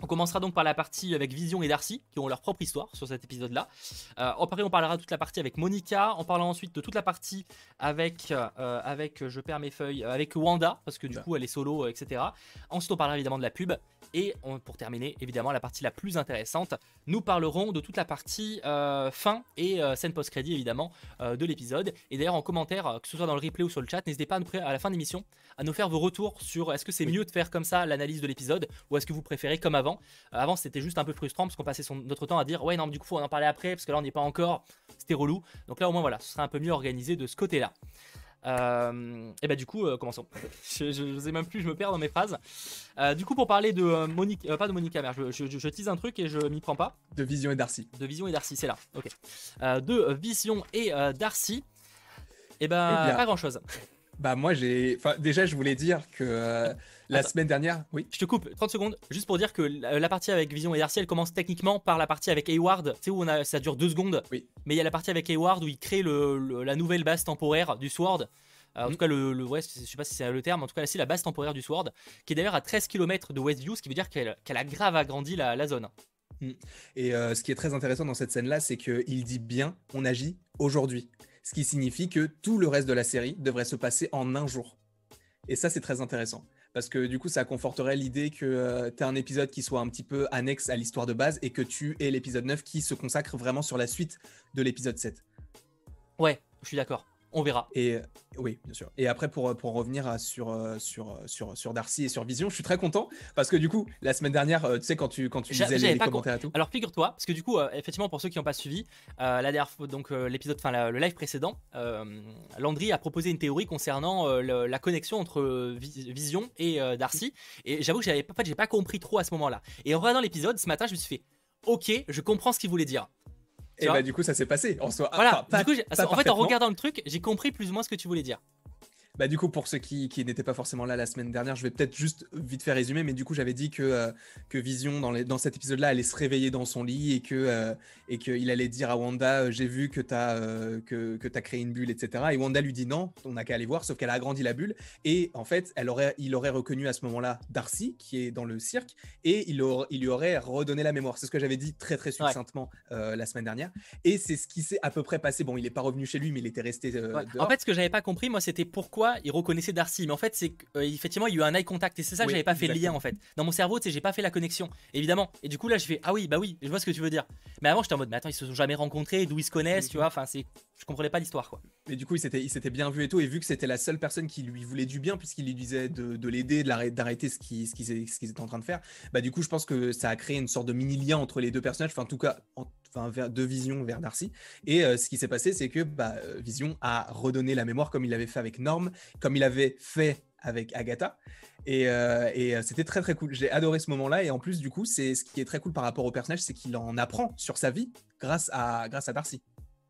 On commencera donc par la partie avec Vision et Darcy qui ont leur propre histoire sur cet épisode-là. Euh, après, on parlera de toute la partie avec Monica. On parlera ensuite de toute la partie avec, euh, avec je perds mes feuilles, avec Wanda parce que du coup elle est solo, et cetera. Ensuite, on parlera évidemment de la pub. Et on, pour terminer, évidemment, la partie la plus intéressante, nous parlerons de toute la partie euh, fin et euh, scène post-crédit évidemment euh, de l'épisode. Et d'ailleurs en commentaire, que ce soit dans le replay ou sur le chat, n'hésitez pas à, nous, à la fin de l'émission à nous faire vos retours sur est-ce que c'est mieux de faire comme ça l'analyse de l'épisode ou est-ce que vous préférez comme avant. Euh, avant c'était juste un peu frustrant parce qu'on passait son, notre temps à dire ouais non mais du coup faut en parler après parce que là on n'y est pas encore, c'était relou. Donc là au moins voilà, ce sera un peu mieux organisé de ce côté-là. Euh, et bah du coup euh, commençons. je, je, je sais même plus, je me perds dans mes phrases. Euh, du coup pour parler de euh, Monique, euh, pas de Monica, merde, je, je, je tease un truc et je m'y prends pas. De Vision et Darcy. De Vision et Darcy, c'est là. Ok. Euh, de Vision et euh, Darcy. Et bah eh bien, pas grand chose. Bah moi j'ai, enfin déjà je voulais dire que euh, la Attends. semaine dernière, oui. Je te coupe trente secondes juste pour dire que la, la partie avec Vision et Darcy elle commence techniquement par la partie avec Hayward, tu sais où on a, ça dure deux secondes. Oui. Mais il y a la partie avec Hayward où il crée le, le, la nouvelle base temporaire du Sword. Euh, en mmh. tout cas, le, le ouais, je sais pas si c'est le terme, en tout cas, c'est la base temporaire du Sword, qui est d'ailleurs à treize kilomètres de Westview, ce qui veut dire qu'elle qu'elle a grave agrandi la, la zone. Mmh. Et euh, ce qui est très intéressant dans cette scène-là, c'est qu'il dit bien, on agit aujourd'hui. Ce qui signifie que tout le reste de la série devrait se passer en un jour. Et ça, c'est très intéressant. Parce que du coup, ça conforterait l'idée que euh, tu as un épisode qui soit un petit peu annexe à l'histoire de base et que tu aies l'épisode neuf qui se consacre vraiment sur la suite de l'épisode sept. Ouais, je suis d'accord. On verra. Et euh, oui, bien sûr. Et après, pour, pour revenir à, sur, sur, sur, sur Darcy et sur Vision, je suis très content parce que du coup, la semaine dernière, euh, tu sais, quand tu, quand tu lisais les, les commentaires et tout. Alors, figure-toi, parce que du coup, euh, effectivement, pour ceux qui n'ont pas suivi, euh, la dernière fois, donc euh, l'épisode, enfin le live précédent, euh, Landry a proposé une théorie concernant euh, le, la connexion entre Vision et euh, Darcy. Et j'avoue que j'avais, en fait, j'ai pas compris trop à ce moment-là. Et en regardant l'épisode, ce matin, je me suis fait, ok, je comprends ce qu'il voulait dire. Et bah du coup ça s'est passé en soi. Voilà, enfin, pas, du coup, en fait en regardant le truc, j'ai compris plus ou moins ce que tu voulais dire. Bah du coup pour ceux qui, qui n'étaient pas forcément là la semaine dernière, je vais peut-être juste vite fait résumer, mais du coup j'avais dit que, euh, que Vision dans, les, dans cet épisode-là allait se réveiller dans son lit et que euh, et qu'il allait dire à Wanda euh, j'ai vu que t'as euh, que, que t'as créé une bulle, et cetera. Et Wanda lui dit non, on n'a qu'à aller voir, sauf qu'elle a agrandi la bulle et en fait elle aurait, il aurait reconnu à ce moment-là Darcy qui est dans le cirque et il, aurait, il lui aurait redonné la mémoire. C'est ce que j'avais dit très très succinctement ouais. euh, la semaine dernière et c'est ce qui s'est à peu près passé. Bon il est pas revenu chez lui mais il était resté euh, ouais. dehors. En fait ce que j'avais pas compris moi c'était pourquoi il reconnaissait Darcy, mais en fait c'est qu'effectivement euh, il y a eu un eye contact et c'est ça que oui, j'avais pas exactement. fait le lien en fait dans mon cerveau, tu sais, j'ai pas fait la connexion évidemment et du coup là j'ai fait ah oui bah oui je vois ce que tu veux dire, mais avant j'étais en mode mais attends ils se sont jamais rencontrés, d'où ils se connaissent, mmh. tu vois, enfin c'est je comprenais pas l'histoire quoi. Mais du coup il s'était il s'était bien vu et tout, et vu que c'était la seule personne qui lui voulait du bien puisqu'il lui disait de, de l'aider, de d'arrêter ce qu'ils ce qu'ils ce qu'ils étaient en train de faire, bah du coup je pense que ça a créé une sorte de mini lien entre les deux personnages, enfin en tout cas en, enfin vers de Vision vers Darcy. Et euh, ce qui s'est passé c'est que bah Vision a redonné la mémoire comme il l'avait fait avec Norm, comme il avait fait avec Agatha, et, euh, et c'était très très cool. J'ai adoré ce moment-là, et en plus du coup c'est ce qui est très cool par rapport au personnage, c'est qu'il en apprend sur sa vie grâce à grâce à Darcy.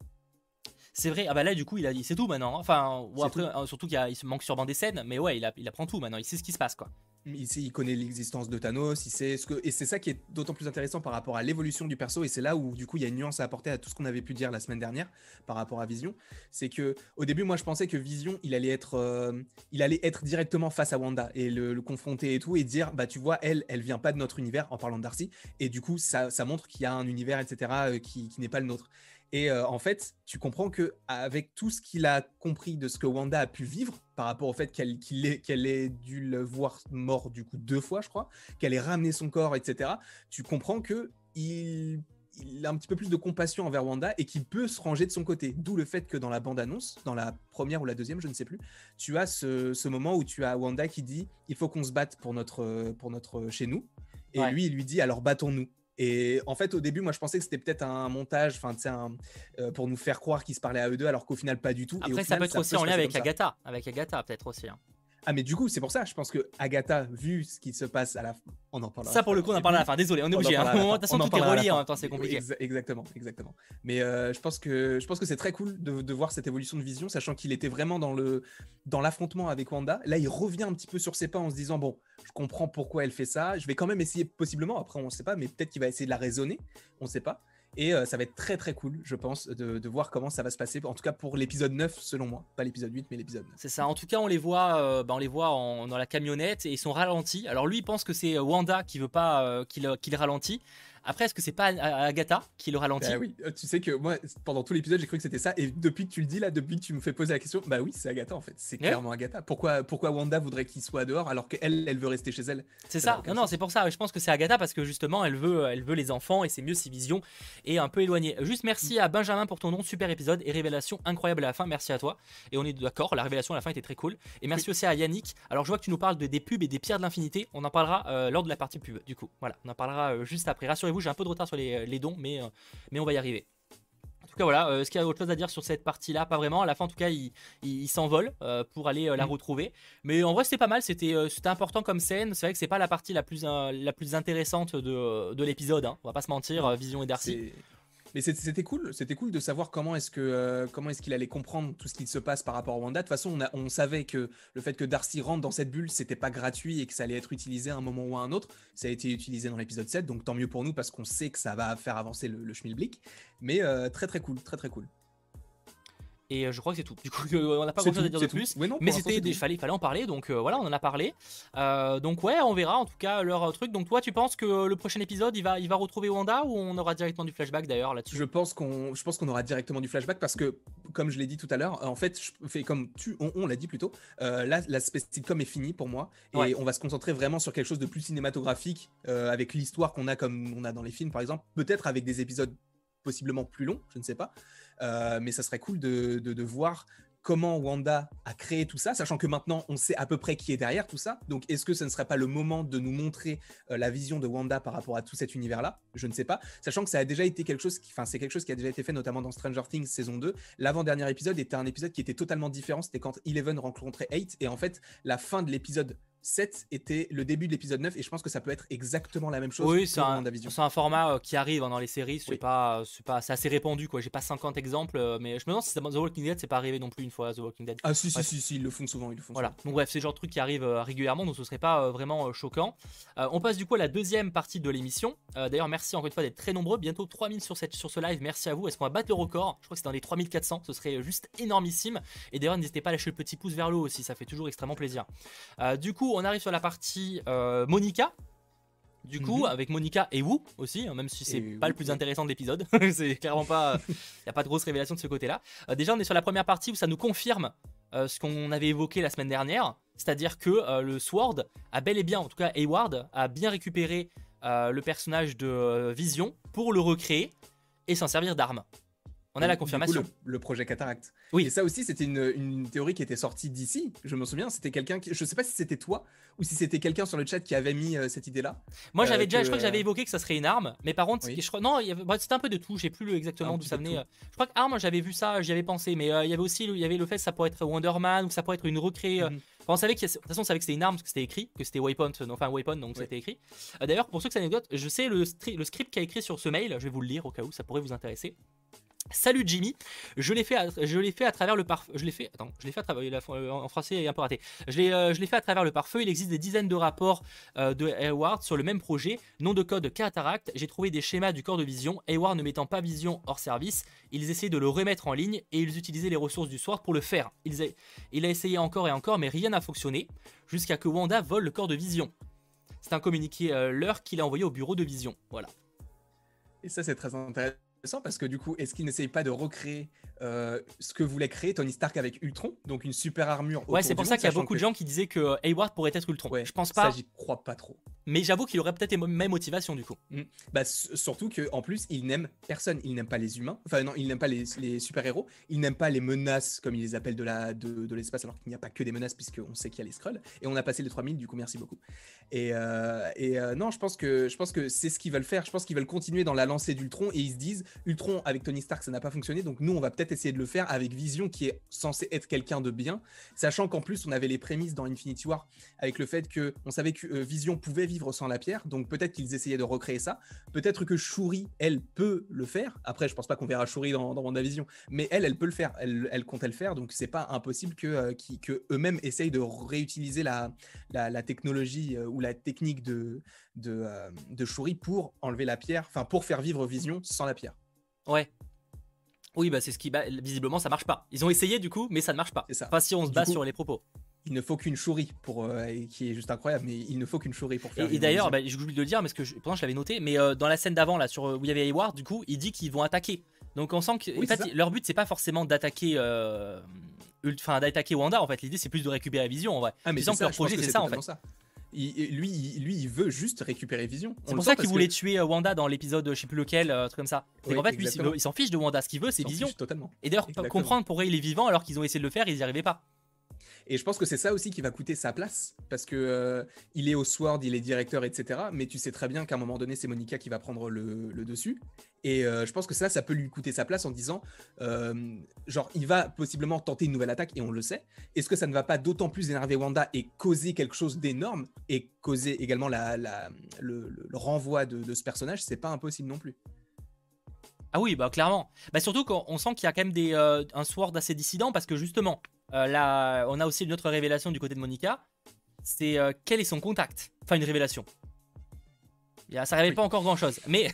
C'est vrai, ah bah là du coup il a dit c'est tout maintenant, enfin ou après tout. Surtout qu'il il se manque sûrement des scènes, mais ouais il, a, il apprend tout maintenant, il sait ce qui se passe quoi. Il, sait, il connaît l'existence de Thanos, il sait ce que, et c'est ça qui est d'autant plus intéressant par rapport à l'évolution du perso, et c'est là où du coup il y a une nuance à apporter à tout ce qu'on avait pu dire la semaine dernière par rapport à Vision. C'est que au début moi je pensais que Vision il allait être, euh, il allait être directement face à Wanda et le, le confronter et tout, et dire bah tu vois elle, elle vient pas de notre univers en parlant de Darcy, et du coup ça, ça montre qu'il y a un univers et cetera euh, qui, qui n'est pas le nôtre. Et euh, en fait, tu comprends que avec tout ce qu'il a compris de ce que Wanda a pu vivre, par rapport au fait qu'elle qu'il ait, qu'elle ait dû le voir mort du coup deux fois, je crois, qu'elle ait ramené son corps, et cetera, tu comprends que il, il a un petit peu plus de compassion envers Wanda et qu'il peut se ranger de son côté. D'où le fait que dans la bande-annonce, dans la première ou la deuxième, je ne sais plus, tu as ce, ce moment où tu as Wanda qui dit « Il faut qu'on se batte pour notre, pour notre chez nous ». Et ouais. lui, il lui dit « Alors battons-nous ». Et en fait, au début, moi, je pensais que c'était peut-être un montage, enfin, tu sais, euh, pour nous faire croire qu'ils se parlaient à eux deux, alors qu'au final, pas du tout. Après, et au ça final, peut être ça aussi peut en lien avec ça. Agatha, avec Agatha peut-être aussi. Hein. Ah, mais du coup, c'est pour ça, je pense que Agatha, vu ce qui se passe à la fin, on en parlera. Ça, pour le coup, on en parlera à la fin. Désolé, on est obligé. À un moment, de toute façon, tout est relié en même temps, c'est compliqué. Exa exactement, exactement. Mais euh, je pense que je pense que c'est très cool de, de voir cette évolution de Vision, sachant qu'il était vraiment dans le dans l'affrontement avec Wanda. Là, il revient un petit peu sur ses pas en se disant bon, je comprends pourquoi elle fait ça. Je vais quand même essayer possiblement. Après, on ne sait pas, mais peut-être qu'il va essayer de la raisonner. On ne sait pas. Et euh, ça va être très très cool, je pense, de, de voir comment ça va se passer. En tout cas pour l'épisode neuf, selon moi. Pas l'épisode huit, mais l'épisode neuf. C'est ça. En tout cas, on les voit, euh, bah, on les voit en- dans la camionnette et ils sont ralentis. Alors lui, il pense que c'est Wanda qui veut pas euh, qu'il qu'il ralentit. Après, est-ce que c'est pas A- Agatha qui le ralentit? Bah oui, euh, tu sais que moi, pendant tout l'épisode, j'ai cru que c'était ça. Et depuis que tu le dis là, depuis que tu me fais poser la question, bah oui, c'est Agatha en fait. C'est Ouais. clairement Agatha. Pourquoi, pourquoi Wanda voudrait qu'il soit dehors alors qu'elle, elle veut rester chez elle? C'est Ça n'a ça. aucun Non, non, sens. c'est pour ça. Je pense que c'est Agatha parce que justement, elle veut, elle veut les enfants et c'est mieux si Vision est un peu éloignée. Juste merci à Benjamin pour ton nom, super épisode et révélation incroyable à la fin. Merci à toi. Et on est d'accord, la révélation à la fin était très cool. Et merci aussi à Yannick. Alors, je vois que tu nous parles de, des pubs et des pierres de l'infinité. On en parlera euh, lors de la partie pub. Du coup, voilà, on en parlera euh, juste après. Rassurez-vous, j'ai un peu de retard sur les, les dons, mais, euh, mais on va y arriver. En tout cas, voilà. Euh, Est-ce qu'il y a autre chose à dire sur cette partie-là? Pas vraiment. À la fin, en tout cas, il, il, il s'envole euh, pour aller euh, la Mm. retrouver. Mais en vrai, c'était pas mal. C'était euh, c'était important comme scène. C'est vrai que c'est pas la partie la plus, euh, la plus intéressante de, de l'épisode. Hein. On va pas se mentir. euh, Vision et Darcy. C'est- Mais c'est- c'était cool, c'était cool de savoir comment est-ce que euh, comment est-ce qu'il allait comprendre tout ce qui se passe par rapport à Wanda. De toute façon, on, a- on savait que le fait que Darcy rentre dans cette bulle, c'était pas gratuit et que ça allait être utilisé à un moment ou à un autre. Ça a été utilisé dans l'épisode sept, donc tant mieux pour nous parce qu'on sait que ça va faire avancer le, le schmilblick. Mais euh, très très cool, très très cool. Et euh, je crois que c'est tout. Du coup, euh, on n'a pas C'est grand chose à tout, dire de c'est tout. plus. Ouais, non, pour Mais l'instant, c'était c'est des- tout. fallait, fallait en parler. Donc euh, voilà, on en a parlé. Euh, donc ouais, on verra en tout cas leur euh, truc. Donc toi, tu penses que le prochain épisode, il va, il va retrouver Wanda ou on aura directement du flashback d'ailleurs là-dessus? Je pense qu'on, je pense qu'on aura directement du flashback parce que, comme je l'ai dit tout à l'heure, en fait, je fais comme tu, on, on l'a dit plutôt. Euh, là, l'aspect sitcom est fini pour moi et Ouais. on va se concentrer vraiment sur quelque chose de plus cinématographique euh, avec l'histoire qu'on a comme on a dans les films, par exemple, peut-être avec des épisodes possiblement plus longs, je ne sais pas. Euh, mais ça serait cool de, de, de voir comment Wanda a créé tout ça, sachant que maintenant on sait à peu près qui est derrière tout ça. Donc est-ce que ce ne serait pas le moment de nous montrer euh, la vision de Wanda par rapport à tout cet univers-là? Je ne sais pas, sachant que ça a déjà été quelque chose, qui, enfin c'est quelque chose qui a déjà été fait notamment dans Stranger Things saison deux. L'avant-dernier épisode était un épisode qui était totalement différent, c'était quand Eleven rencontrait Eight, et en fait la fin de l'épisode sept était le début de l'épisode neuf, et je pense que ça peut être exactement la même chose Oui, c'est pour un, WandaVision. c'est un format euh, qui arrive hein, dans les séries. C'est Oui. pas, c'est pas, c'est assez répandu quoi. J'ai pas cinquante exemples, euh, mais je me demande si dans The Walking Dead c'est pas arrivé non plus une fois The Walking Dead. Ah si, si, Bref. si, si, ils le font souvent, ils le font Voilà, souvent. donc bref, c'est le genre de truc qui arrive euh, régulièrement, donc ce serait pas euh, vraiment euh, choquant. Euh, on passe du coup à la deuxième partie de l'émission. Euh, D'ailleurs, merci encore une fois d'être très nombreux, bientôt trois mille sur, cette, sur ce live, merci à vous. Est-ce qu'on va battre le record? Je crois que c'est dans les trois mille quatre cents, ce serait juste énormissime. Et d'ailleurs, n'hésitez pas à lâcher le petit pouce vers le haut aussi, ça fait toujours extrêmement plaisir. Euh, du coup, on arrive sur la partie euh, Monica. Du coup, Mhm. avec Monica et Wu aussi, hein, même si c'est Et pas Wu, le plus oui. intéressant de l'épisode, c'est clairement pas, il n'y a pas de grosse révélation de ce côté-là. Euh, déjà, on est sur la première partie où ça nous confirme euh, ce qu'on avait évoqué la semaine dernière, c'est-à-dire que euh, le Sword a bel et bien, en tout cas Hayward, a bien récupéré euh, le personnage de euh, Vision pour le recréer et s'en servir d'arme. On a Et la du coup, confirmation. le, le projet Cataract. Oui. Et ça aussi, c'était une, une théorie qui était sortie d'ici. Je me souviens, c'était quelqu'un qui. Je sais pas si c'était toi ou si c'était quelqu'un sur le chat qui avait mis euh, cette idée-là. Moi, j'avais euh, déjà, que, je crois que j'avais euh, évoqué que ça serait une arme, mais par contre, Oui. je crois, non, il y avait- bah, c'était un peu de tout. J'ai plus le- exactement Un d'où petit ça peu de venait. tout. euh. Je crois que arme, j'avais vu ça, j'y avais pensé, mais euh, il y avait aussi, le- il y avait le fait que ça pourrait être Wonder Man ou que ça pourrait être une recrée. euh. Mhm. Enfin, on savait qu'il y a- de toute façon, on savait que c'était une arme parce que c'était écrit, que c'était Waypoint, euh, enfin Waypoint, donc Oui. c'était écrit. Euh, D'ailleurs, pour ceux que ça anecdote, je sais le, stri- le script qui a écrit sur ce mail. Je vais vous le lire au cas où ça pourrait vous intéresser. Salut Jimmy, je l'ai fait, à, je l'ai fait à travers le pare-feu. Je l'ai fait, attends, je l'ai fait à travers. la- En français, il est un peu raté. Je l'ai, euh, je l'ai fait à travers le pare-feu. Il existe des dizaines de rapports euh, de Hayward sur le même projet. Nom de code Cataract. J'ai trouvé des schémas du corps de Vision. Hayward ne mettant pas Vision hors service, ils essayaient de le remettre en ligne et ils utilisaient les ressources du Sword pour le faire. Ils a, il a essayé encore et encore, mais rien n'a fonctionné jusqu'à que Wanda vole le corps de Vision. C'est un communiqué euh, leur qu'il a envoyé au bureau de Vision. Voilà. Et ça, c'est très intéressant parce que du coup, est-ce qu'il n'essaye pas de recréer euh, ce que voulait créer Tony Stark avec Ultron, donc une super armure autour Ouais, c'est pour du ça monde, qu'il y a sachant beaucoup de que- gens qui disaient que Hayward pourrait être Ultron. Ouais, Je pense ça, pas, j'y crois pas trop. mais j'avoue qu'il aurait peut-être les mêmes motivations du coup. Mm. Bah, s- surtout qu'en plus, il n'aime personne. Il n'aime pas les humains. Enfin, non, il n'aime pas les, les super-héros. Il n'aime pas les menaces, comme il les appelle, de la- de, de l'espace, alors qu'il n'y a pas que des menaces, puisqu'on sait qu'il y a les Skrulls. Et on a passé les trois mille, du coup, merci beaucoup. Et, euh, et euh, non, je pense que, je pense que c'est ce qu'ils veulent faire. Je pense qu'ils veulent continuer dans la lancée d'Ultron. Et ils se disent, Ultron, avec Tony Stark, ça n'a pas fonctionné. Donc nous, on va peut-être essayer de le faire avec Vision, qui est censé être quelqu'un de bien. Sachant qu'en plus, on avait les prémices dans Infinity War, avec le fait qu'on savait que euh, Vision pouvait vivre sans la pierre. Donc peut-être qu'ils essayaient de recréer ça. Peut-être que Shuri, elle, peut le faire. Après, je pense pas qu'on verra Shuri dans, dans WandaVision, mais elle, elle peut le faire. Elle, elle compte le faire, donc c'est pas impossible que, euh, qui- que eux-mêmes essayent de réutiliser la, la, la technologie euh, ou la technique de, de, euh, de Shuri pour enlever la pierre, enfin pour faire vivre Vision sans la pierre. Ouais. Oui, bah c'est ce qui. Bah, visiblement, ça marche pas. Ils ont essayé du coup, mais ça ne marche pas. C'est ça. Pas si on se Du base coup, sur les propos. il ne faut qu'une chourie pour, euh, et qui est juste incroyable, mais il ne faut qu'une chourie pour faire. Et, et d'ailleurs, bah, j'ai oublié de le dire, parce que je, pourtant je l'avais noté, mais euh, dans la scène d'avant, là, sur où il y avait Hayward, du coup, il dit qu'ils vont attaquer. Donc on sent que Oui, en fait, leur but, c'est pas forcément d'attaquer. Euh, Enfin, d'attaquer Wanda. En fait, l'idée, c'est plus de récupérer Vision. En vrai. Ah, mais tu sens ça, que leur projet, c'est ça, en fait. Ça. Il, lui, il, lui, il veut juste récupérer Vision. C'est pour ça qu'il voulait que... tuer Wanda dans l'épisode, je sais plus lequel, euh, truc comme ça. C'est oui, qu'en fait, lui, il s'en fiche de Wanda. Ce qu'il veut, c'est Vision. Totalement. Et d'ailleurs, comprendre pourquoi il est vivant alors qu'ils ont essayé de le faire, ils n'y arrivaient pas. Et je pense que c'est ça aussi qui va coûter sa place, parce que euh, il est au Sword, il est directeur, et cetera. Mais tu sais très bien qu'à un moment donné, c'est Monica qui va prendre le, le dessus. Et euh, je pense que ça, ça peut lui coûter sa place en disant, euh, genre, il va possiblement tenter une nouvelle attaque, et on le sait. Est-ce que ça ne va pas d'autant plus énerver Wanda et causer quelque chose d'énorme, et causer également la, la, le, le, le renvoi de, de ce personnage? C'est pas impossible non plus. Ah oui, bah clairement. Bah surtout qu'on sent qu'il y a quand même des, euh, un Sword assez dissident, parce que justement, euh, là, on a aussi une autre révélation du côté de Monica. C'est euh, quel est son contact? Enfin, une révélation. Ça révèle oui. pas encore grand chose, mais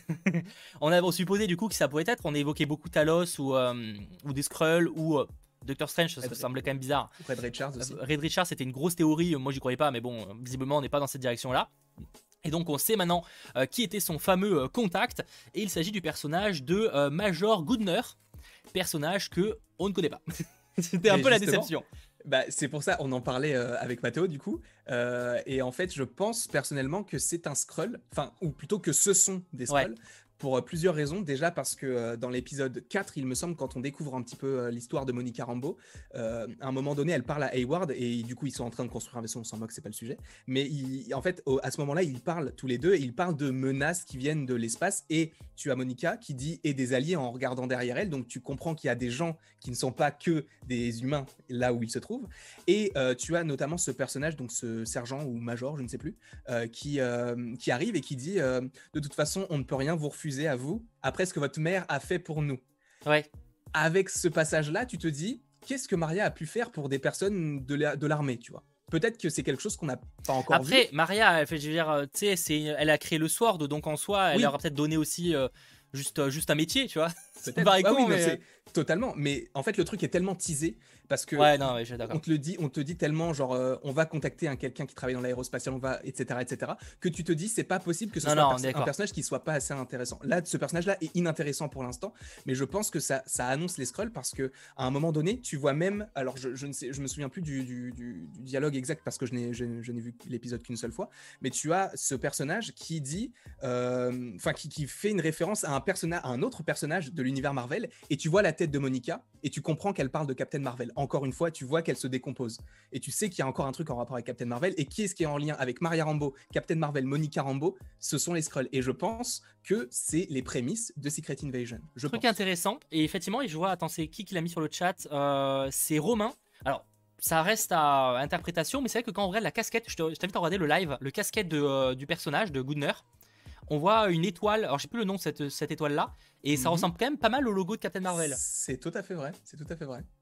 on avait supposé du coup que ça pouvait être. On a évoqué beaucoup Talos ou, euh, ou des Skrulls ou euh, Doctor Strange, ça, ça semblait quand même bizarre. Red Richards aussi. Red Richards, c'était une grosse théorie, moi j'y croyais pas, mais bon, visiblement on n'est pas dans cette direction-là. Et donc on sait maintenant euh, qui était son fameux euh, contact, et il s'agit du personnage de euh, Major Goodner, personnage que on ne connaît pas. C'était un mais peu la déception. Bah, c'est pour ça, on en parlait euh, avec Mathéo du coup, euh, et en fait je pense personnellement que c'est un Skrull, enfin, ou plutôt que ce sont des Skrulls, ouais. Pour euh, plusieurs raisons. Déjà parce que euh, dans l'épisode quatre, il me semble, quand on découvre un petit peu euh, l'histoire de Monica Rambeau, euh, à un moment donné elle parle à Hayward, et du coup ils sont en train de construire un vaisseau, on s'en moque, c'est pas le sujet, mais il, en fait au, à ce moment-là ils parlent tous les deux, et ils parlent de menaces qui viennent de l'espace, et tu as Monica qui dit « et des alliés » en regardant derrière elle, donc tu comprends qu'il y a des gens qui ne sont pas que des humains là où ils se trouvent, et euh, tu as notamment ce personnage, donc ce sergent ou major, je ne sais plus, euh, qui, euh, qui arrive et qui dit euh, « de toute façon on ne peut rien vous refuser à vous après ce que votre mère a fait pour nous. » Ouais. Avec ce passage-là, tu te dis « qu'est-ce que Maria a pu faire pour des personnes de l'armée ?» tu vois. Peut-être que c'est quelque chose qu'on n'a pas encore Après, vu. Après, Maria, je veux dire, tu sais, elle a créé le Sword, donc en soi, elle oui. leur a peut-être donné aussi euh, juste, juste un métier, tu vois. C'est ah, con, oui, mais... Totalement, mais en fait le truc est tellement teasé parce que ouais, non, ouais, on te le dit, on te dit tellement genre euh, on va contacter un quelqu'un qui travaille dans l'aérospatial, on va etc etc que tu te dis c'est pas possible que ce non, soit non, un, un personnage qui soit pas assez intéressant. Là, ce personnage-là est inintéressant pour l'instant, mais je pense que ça, ça annonce les Skrulls parce que à un moment donné, tu vois même, alors je, je ne sais, je me souviens plus du, du, du, du dialogue exact parce que je n'ai je, je n'ai vu l'épisode qu'une seule fois, mais tu as ce personnage qui dit, enfin euh, qui, qui fait une référence à un personnage, à un autre personnage de l'univers Marvel, et tu vois la tête de Monica et tu comprends qu'elle parle de Captain Marvel. Encore une fois, tu vois qu'elle se décompose et tu sais qu'il y a encore un truc en rapport avec Captain Marvel. Et qui est-ce qui est en lien avec Maria Rambeau, Captain Marvel, Monica Rambeau? Ce sont les Skrulls, et je pense que c'est les prémices de Secret Invasion. Je truc pense. Intéressant, et effectivement, je vois, attends, c'est qui qui l'a mis sur le chat, euh, c'est Romain. Alors ça reste à interprétation, mais c'est vrai que quand on regarde la casquette, je t'invite à regarder le live, le casquette de, euh, du personnage de Goodner. On voit une étoile, alors je sais plus le nom de cette, cette étoile là, et ça mm-hmm. ressemble quand même pas mal au logo de Captain Marvel. C'est tout à fait vrai, c'est tout à fait vrai.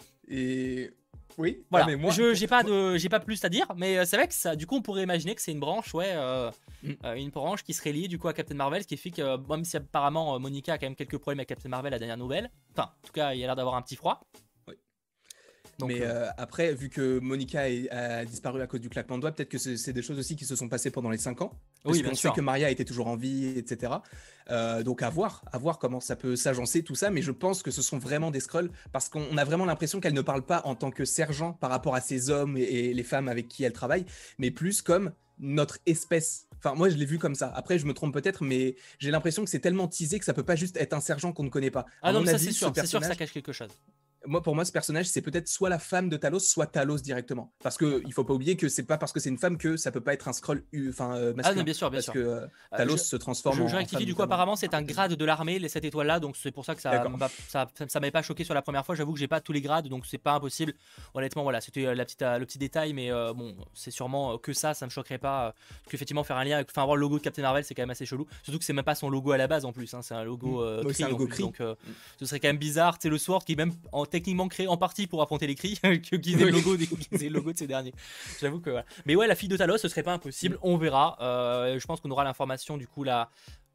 Et oui, voilà. Ah, mais moi, je j'ai pas de, j'ai pas plus à dire, mais c'est vrai que ça, du coup, on pourrait imaginer que c'est une branche, ouais, euh, mm. euh, une branche qui serait liée du coup à Captain Marvel, ce qui fait que euh, même si apparemment euh, Monica a quand même quelques problèmes avec Captain Marvel, la dernière nouvelle, enfin, en tout cas, il a l'air d'avoir un petit froid. Donc, mais euh, après, vu que Monica est, a disparu à cause du claquement de doigts, peut-être que c'est des choses aussi qui se sont passées pendant les cinq ans. Parce oui, bien qu'on sûr. sait que Maria était toujours en vie, et cetera. Euh, donc à voir, à voir comment ça peut s'agencer tout ça. Mais je pense que ce sont vraiment des Skrulls parce qu'on a vraiment l'impression qu'elle ne parle pas en tant que sergent par rapport à ces hommes et, et les femmes avec qui elle travaille, mais plus comme notre espèce. Enfin, moi, je l'ai vu comme ça. Après, je me trompe peut-être, mais j'ai l'impression que c'est tellement teasé que ça peut pas juste être un sergent qu'on ne connaît pas. Ah non, mais ça c'est sûr, c'est sûr que ça cache quelque chose. Moi, pour moi, ce personnage, c'est peut-être soit la femme de Talos, soit Talos directement. Parce que il faut pas oublier que c'est pas parce que c'est une femme que ça peut pas être un Skrull, enfin euh, masculin. Ah non, bien sûr, bien parce sûr. que euh, Talos euh, je, se transforme je, en. Je rectifie en du coup, apparemment, c'est un grade de l'armée, les cette étoile là, donc c'est pour ça que ça, bah, ça, ça, ça m'avait pas choqué sur la première fois. J'avoue que j'ai pas tous les grades, donc c'est pas impossible. Honnêtement, voilà, c'était la petite, le petit détail, mais euh, bon, c'est sûrement que ça, ça me choquerait pas. Parce qu'effectivement, faire un lien, avec, enfin avoir le logo de Captain Marvel, c'est quand même assez chelou. Surtout que c'est même pas son logo à la base en plus, hein, c'est un logo euh, oui, Kree, un logo plus, donc euh, mm. ce serait quand même bizarre. C'est le Sword qui est même en, techniquement créé en partie pour affronter les Kree. que qu'ils aient le logo des, qu'ils aient le logo de ces derniers. J'avoue que voilà. Mais ouais, la fille de Talos, ce serait pas impossible. On verra. Euh, je pense qu'on aura l'information du coup là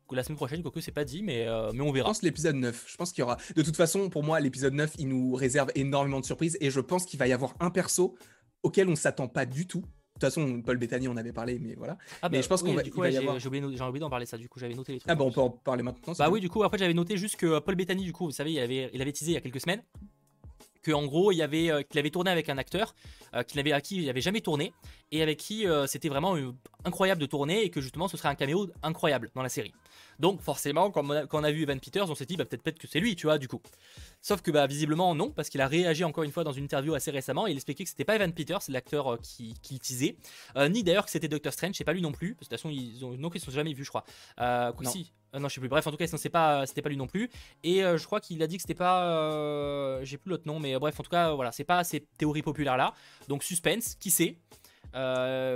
la semaine prochaine, quoique c'est pas dit, mais, euh, mais on Je verra. pense l'épisode neuf. Je pense qu'il y aura. De toute façon, pour moi, l'épisode neuf, il nous réserve énormément de surprises. Et je pense qu'il va y avoir un perso auquel on s'attend pas du tout. De toute façon, Paul Bettany, on avait parlé, mais voilà. Ah bah, mais je pense oui, qu'on va, du il coup, va ouais, y j'ai avoir. j'ai oublié, no- j'ai oublié d'en parler ça, du coup j'avais noté les trucs. Ah en bah, on plus. peut en parler maintenant. si Bah tu oui, veux. du coup, après j'avais noté juste que Paul Bettany, du coup, vous savez, il avait, il avait teasé il y a quelques semaines que en gros il y avait euh, qu'il avait tourné avec un acteur euh, qu'il avait à qui il avait jamais tourné et avec qui euh, c'était vraiment euh, incroyable de tourner et que justement ce serait un caméo incroyable dans la série. Donc forcément quand on a, quand on a vu Evan Peters, on s'est dit bah peut-être peut-être que c'est lui, tu vois, du coup. Sauf que bah visiblement non, parce qu'il a réagi encore une fois dans une interview assez récemment et il expliquait que c'était pas Evan Peters, l'acteur euh, qui, qui teasait, euh, ni d'ailleurs que c'était Doctor Strange, c'est pas lui non plus, parce que de toute façon ils ont non qu'ils se sont jamais vus je crois. Euh, quoi, Non. si. Euh, non je sais plus. Bref en tout cas c'est pas c'était pas lui non plus et euh, je crois qu'il a dit que c'était pas euh, j'ai plus l'autre nom mais euh, bref en tout cas euh, voilà c'est pas ces théories populaires là donc suspense qui sait euh,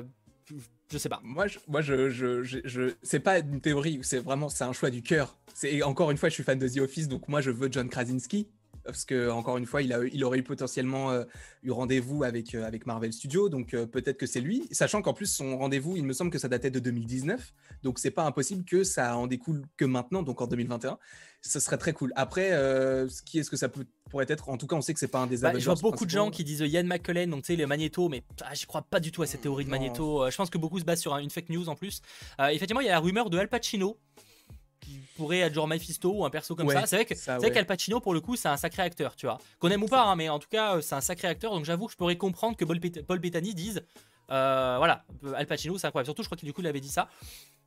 je sais pas. Moi, je, moi, je, je, je, je- c'est pas une théorie, c'est vraiment, c'est un choix du cœur. C'est encore une fois, je suis fan de The Office, donc moi, je veux John Krasinski parce que encore une fois, il a, il aurait eu potentiellement euh, eu rendez-vous avec euh, avec Marvel Studios, donc euh, peut-être que c'est lui. Sachant qu'en plus, son rendez-vous, il me semble que ça datait de deux mille dix-neuf, donc c'est pas impossible que ça en découle que maintenant, donc en deux mille vingt et un. Ce serait très cool. Après, euh, ce qui est-ce que ça peut, pourrait être? En tout cas, on sait que c'est pas un des Bah, Avengers je vois beaucoup de principaux. gens qui disent Ian McKellen, donc tu sais, le Magneto, mais ah, j'y crois pas du tout à cette théorie de Non. Magneto. Euh, je pense que beaucoup se basent sur un- une fake news en plus. Euh, effectivement, il y a la rumeur de Al Pacino qui pourrait être genre Mephisto ou un perso comme Ouais, ça. C'est vrai que ça, c'est vrai ouais. qu'Al Pacino, pour le coup, c'est un sacré acteur, tu vois. Qu'on aime ou pas, hein, mais en tout cas, euh, c'est un sacré acteur, donc j'avoue que je pourrais comprendre que Paul, Bet- Paul Bettany dise euh, voilà, Al Pacino, c'est incroyable. Surtout, je crois qu'il du coup, il avait dit ça.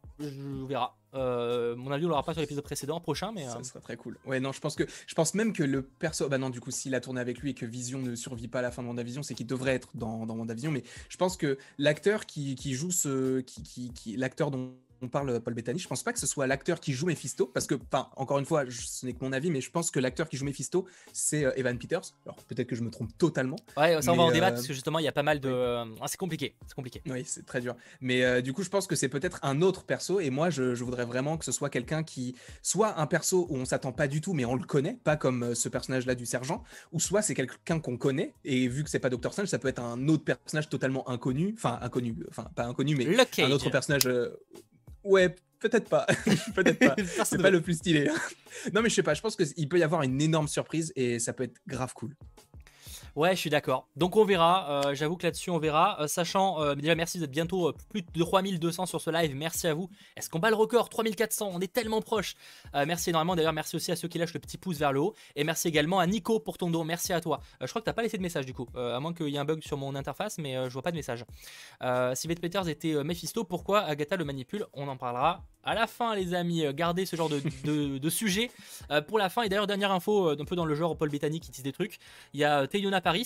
Je verra. Euh, mon avis, on l'aura pas sur l'épisode précédent, prochain, mais. euh, Ça serait très cool. Ouais, non, je pense que je pense même que le perso. Bah non, du coup, s'il a tourné avec lui et que Vision ne survit pas à la fin de WandaVision, c'est qu'il devrait être dans, dans WandaVision. Mais je pense que l'acteur qui, qui joue ce. Qui, qui, qui, l'acteur dont on parle, Paul Bettany, je pense pas que ce soit l'acteur qui joue Mephisto. Parce que, enfin, encore une fois, je- ce n'est que mon avis, mais je pense que l'acteur qui joue Mephisto, c'est euh, Evan Peters. Alors peut-être que je me trompe totalement. Ouais, ça on va Mais, en débattre euh, parce que justement il y a pas mal de. oui. euh, ah, c'est compliqué, c'est compliqué. Oui, c'est très dur. Mais euh, du coup, je pense que c'est peut-être un autre perso. Et moi, je, je voudrais vraiment que ce soit quelqu'un qui. Soit un perso où on s'attend pas du tout, mais on le connaît, pas comme euh, ce personnage-là du sergent. Ou soit c'est quelqu'un qu'on connaît. Et vu que c'est pas Doctor Strange, ça peut être un autre personnage totalement inconnu. Enfin, inconnu. Enfin, pas inconnu, mais Luke Cage. un autre personnage. euh, Ouais, peut-être pas. Peut-être pas. Personne C'est ne pas veut. le plus stylé. Non, mais je sais pas. Je pense qu'il peut y avoir une énorme surprise et ça peut être grave cool. Ouais, je suis d'accord. Donc on verra. Euh, J'avoue que là-dessus on verra. Euh, sachant, euh, déjà merci d'être bientôt euh, plus de trois mille deux cents sur ce live. Merci à vous. Est-ce qu'on bat le record trois mille quatre cents? On est tellement proche. Euh, merci énormément. D'ailleurs, merci aussi à ceux qui lâchent le petit pouce vers le haut. Et merci également à Nico pour ton don. Merci à toi. Euh, je crois que t'as pas laissé de message du coup. Euh, à moins qu'il y ait un bug sur mon interface, mais euh, je vois pas de message. Euh, si Beth Peters était euh, Mephisto, pourquoi Agatha le manipule? On en parlera à la fin, les amis. Euh, Gardez ce genre de, de, de sujet euh, pour la fin. Et d'ailleurs, dernière info, euh, un peu dans le genre Paul Bettany qui tisse des trucs. Il y a euh, Teyona Paris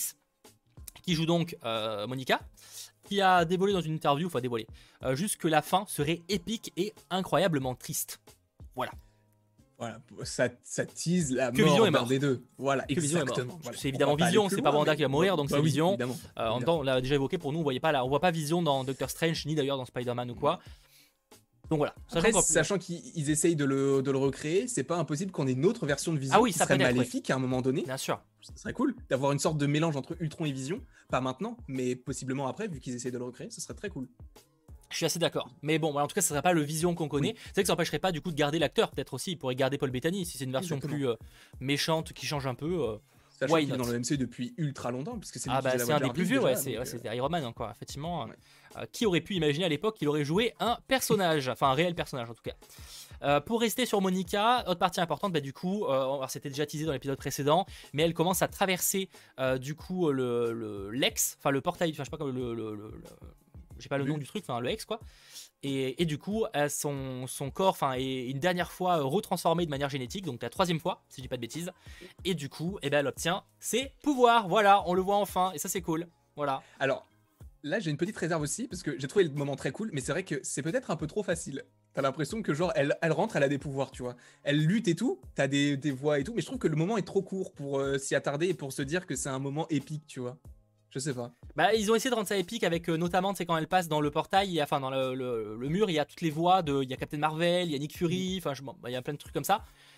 qui joue donc euh, Monica, qui a dévoilé dans une interview, enfin dévoilé, euh, juste que la fin serait épique et incroyablement triste. Voilà. Voilà, ça, ça tease la Que mort Vision est d'un mort. des deux. Voilà, Que Vision est mort. exactement. Voilà. C'est On évidemment va pas aller Vision, plus c'est pas loin, Wanda mais- qui va mourir, donc Bah c'est oui, Vision. évidemment, Euh, en même évidemment. temps, on l'a déjà évoqué, pour nous, on voyait pas là, on voit pas Vision dans Doctor Strange, ni d'ailleurs dans Spider-Man ou quoi. Donc voilà. Après, Sachant qu'en- sachant qu'ils essayent de le, de le recréer, c'est pas impossible qu'on ait une autre version de Vision Ah oui, qui ça serait peut-être, oui. maléfique à un moment donné. Bien sûr. Ce serait cool d'avoir une sorte de mélange entre Ultron et Vision. Pas maintenant, mais possiblement après, vu qu'ils essayent de le recréer, ce serait très cool. Je suis assez d'accord. Mais bon, en tout cas, ça serait pas le Vision qu'on connaît. C'est vrai que ça n'empêcherait pas du coup de garder l'acteur, peut-être aussi. Il pourrait garder Paul Bettany si c'est une version Exactement. plus euh, méchante qui change un peu. euh, Sachant Why qu'il est not? dans le M C U depuis ultra longtemps, puisque c'est lui Ah qui bah faisait la c'est voix un de des plus Jarvis vieux, ouais, déjà, c'est donc, ouais, euh, c'était Iron Man encore, effectivement. Ouais. Euh, qui aurait pu imaginer à l'époque qu'il aurait joué un personnage, enfin un réel personnage en tout cas. Euh, pour rester sur Monica, autre partie importante, bah, du coup, euh, alors, c'était déjà teasé dans l'épisode précédent, mais elle commence à traverser euh, du coup le, le l'ex, enfin le portail, enfin je sais pas comment le, le, le- le- j'ai pas le Oui. nom du truc, enfin le ex quoi. Et, et du coup, euh, son, son corps, enfin, est une dernière fois euh, retransformé de manière génétique, donc la troisième fois, si je dis pas de bêtises. Et du coup, eh ben, elle obtient ses pouvoirs. Voilà, on le voit enfin, et ça c'est cool. Voilà. Alors, là, j'ai une petite réserve aussi, parce que j'ai trouvé le moment très cool, mais c'est vrai que c'est peut-être un peu trop facile. T'as l'impression que, genre, elle, elle rentre, elle a des pouvoirs, tu vois. Elle lutte et tout, t'as des, des voix et tout, mais je trouve que le moment est trop court pour euh, s'y attarder et pour se dire que c'est un moment épique, tu vois. Je sais pas. Bah, ils ont essayé de rendre ça épique avec euh, notamment, c'est quand elle passe dans le portail, il y a- enfin dans le, le- le mur, il y a toutes les voix de, il y a Captain Marvel, il y a Nick Fury, enfin je- bon, bah, il y a plein de trucs comme ça.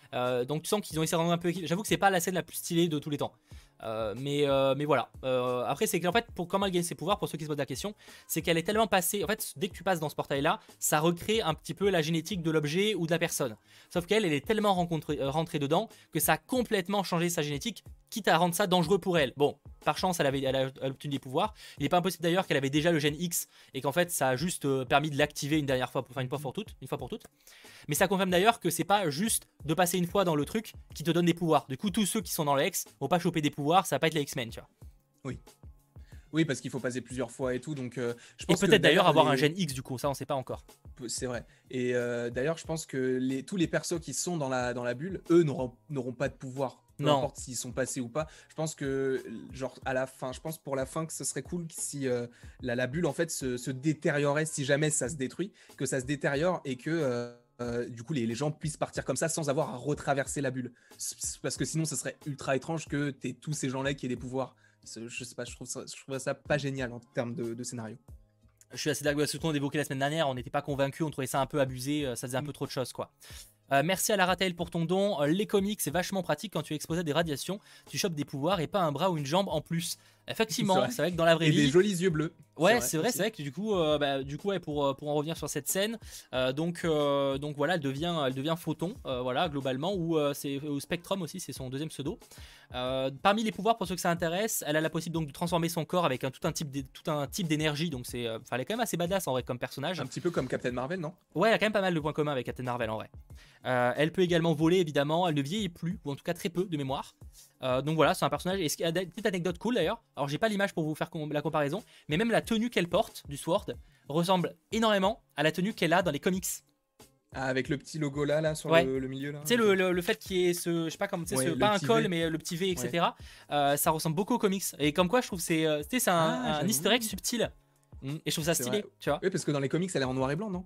Euh, donc tu sens qu'ils ont essayé de rendre un peu. J'avoue que c'est pas la scène la plus stylée de tous les temps. Euh, mais, euh, mais voilà. Euh, après, c'est qu'en fait, pour comment elle gagne ses pouvoirs, pour ceux qui se posent la question, c'est qu'elle est tellement passée. En fait, dès que tu passes dans ce portail-là, ça recrée un petit peu la génétique de l'objet ou de la personne. Sauf qu'elle, elle est tellement rencontrée, euh, rentrée dedans que ça a complètement changé sa génétique, quitte à rendre ça dangereux pour elle. Bon, par chance, elle, avait, elle, a, elle a obtenu des pouvoirs. Il n'est pas impossible d'ailleurs qu'elle avait déjà le gène X et qu'en fait, ça a juste euh, permis de l'activer une dernière fois, pour, enfin une fois pour toutes, une fois pour toutes. Mais ça confirme d'ailleurs que c'est pas juste de passer une fois dans le truc qui te donne des pouvoirs. Du coup, tous ceux qui sont dans le X vont pas choper des pouvoirs, ça va pas être les X-Men, tu vois. Oui. Oui, parce qu'il faut passer plusieurs fois et tout, donc euh, je Et pense que peut-être d'ailleurs avoir les... un gène X du coup, ça on sait pas encore. C'est vrai. Et euh, d'ailleurs, je pense que les, tous les persos qui sont dans la, dans la bulle, eux n'auront n'auront pas de pouvoir. Peu Non. importe s'ils sont passés ou pas. Je pense que, genre, à la fin, je pense pour la fin que ce serait cool si euh, la, la bulle en fait se, se détériorait, si jamais ça se détruit, que ça se détériore et que euh, euh, du coup les, les gens puissent partir comme ça sans avoir à retraverser la bulle. Parce que sinon, ce serait ultra étrange que t'aies tous ces gens-là qui aient des pouvoirs. Je sais pas, je trouve ça, je trouve ça pas génial en termes de, de scénario. Je suis assez d'accord avec ce qu'on évoquait la semaine dernière, on n'était pas convaincus, on trouvait ça un peu abusé, ça faisait un peu trop de choses quoi. Euh, merci à Laratel pour ton don. Euh, les comics, c'est vachement pratique quand tu es exposé à des radiations. Tu chopes des pouvoirs et pas un bras ou une jambe en plus. Effectivement, c'est vrai que dans la vraie et vie. Et des jolis yeux bleus. Ouais, c'est vrai, c'est vrai, vrai que du coup, euh, bah, du coup, ouais, pour pour en revenir sur cette scène, euh, donc euh, donc voilà, elle devient elle devient Photon, euh, voilà, globalement, ou euh, c'est ou Spectrum aussi, c'est son deuxième pseudo. Euh, parmi les pouvoirs, pour ceux que ça intéresse, elle a la possibilité donc de transformer son corps avec un tout un type de, tout un type d'énergie, donc c'est, euh, elle est quand même assez badass en vrai comme personnage. Un petit peu comme Captain Marvel, non? Ouais, elle a quand même pas mal de points communs avec Captain Marvel en vrai. Euh, elle peut également voler évidemment, elle ne vieillit plus, ou en tout cas très peu de mémoire. Euh, donc voilà, c'est un personnage. Et ce qui a une petite anecdote cool d'ailleurs. Alors j'ai pas l'image pour vous faire com la comparaison, mais même la tenue qu'elle porte du Sword ressemble énormément à la tenue qu'elle a dans les comics. Ah, avec le petit logo là, là sur ouais. le, le milieu là. Tu sais le, le, le fait qu'il y ait ce, je sais pas comment, tu sais, ouais, ce, pas un col v. mais le petit V, et cetera. Ouais. Euh, ça ressemble beaucoup aux comics. Et comme quoi, je trouve c'est, euh, c'est un, ah, un Easter egg subtil. Mmh. Et je trouve ça stylé, vrai. Tu vois. Oui, parce que dans les comics, elle est en noir et blanc, non?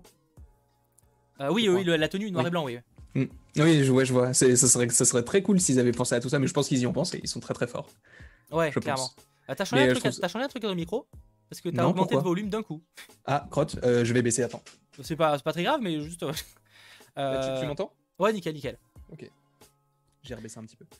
euh, Oui, oui, le, la tenue noir oui. et blanc, oui. Mmh. Oui, je, ouais, je vois. Ça serait, ça serait très cool s'ils avaient pensé à tout ça, mais je pense qu'ils y ont pensé. Ils sont très très forts. Ouais, je clairement. Euh, t'as changé, trouve... changé un truc dans le micro? Parce que t'as augmenté le volume d'un coup. Ah, crotte, euh, je vais baisser, attends. C'est pas, pas très grave, mais juste. euh... Tu, tu m'entends? Ouais, nickel, nickel. Ok. J'ai rebaissé un petit peu.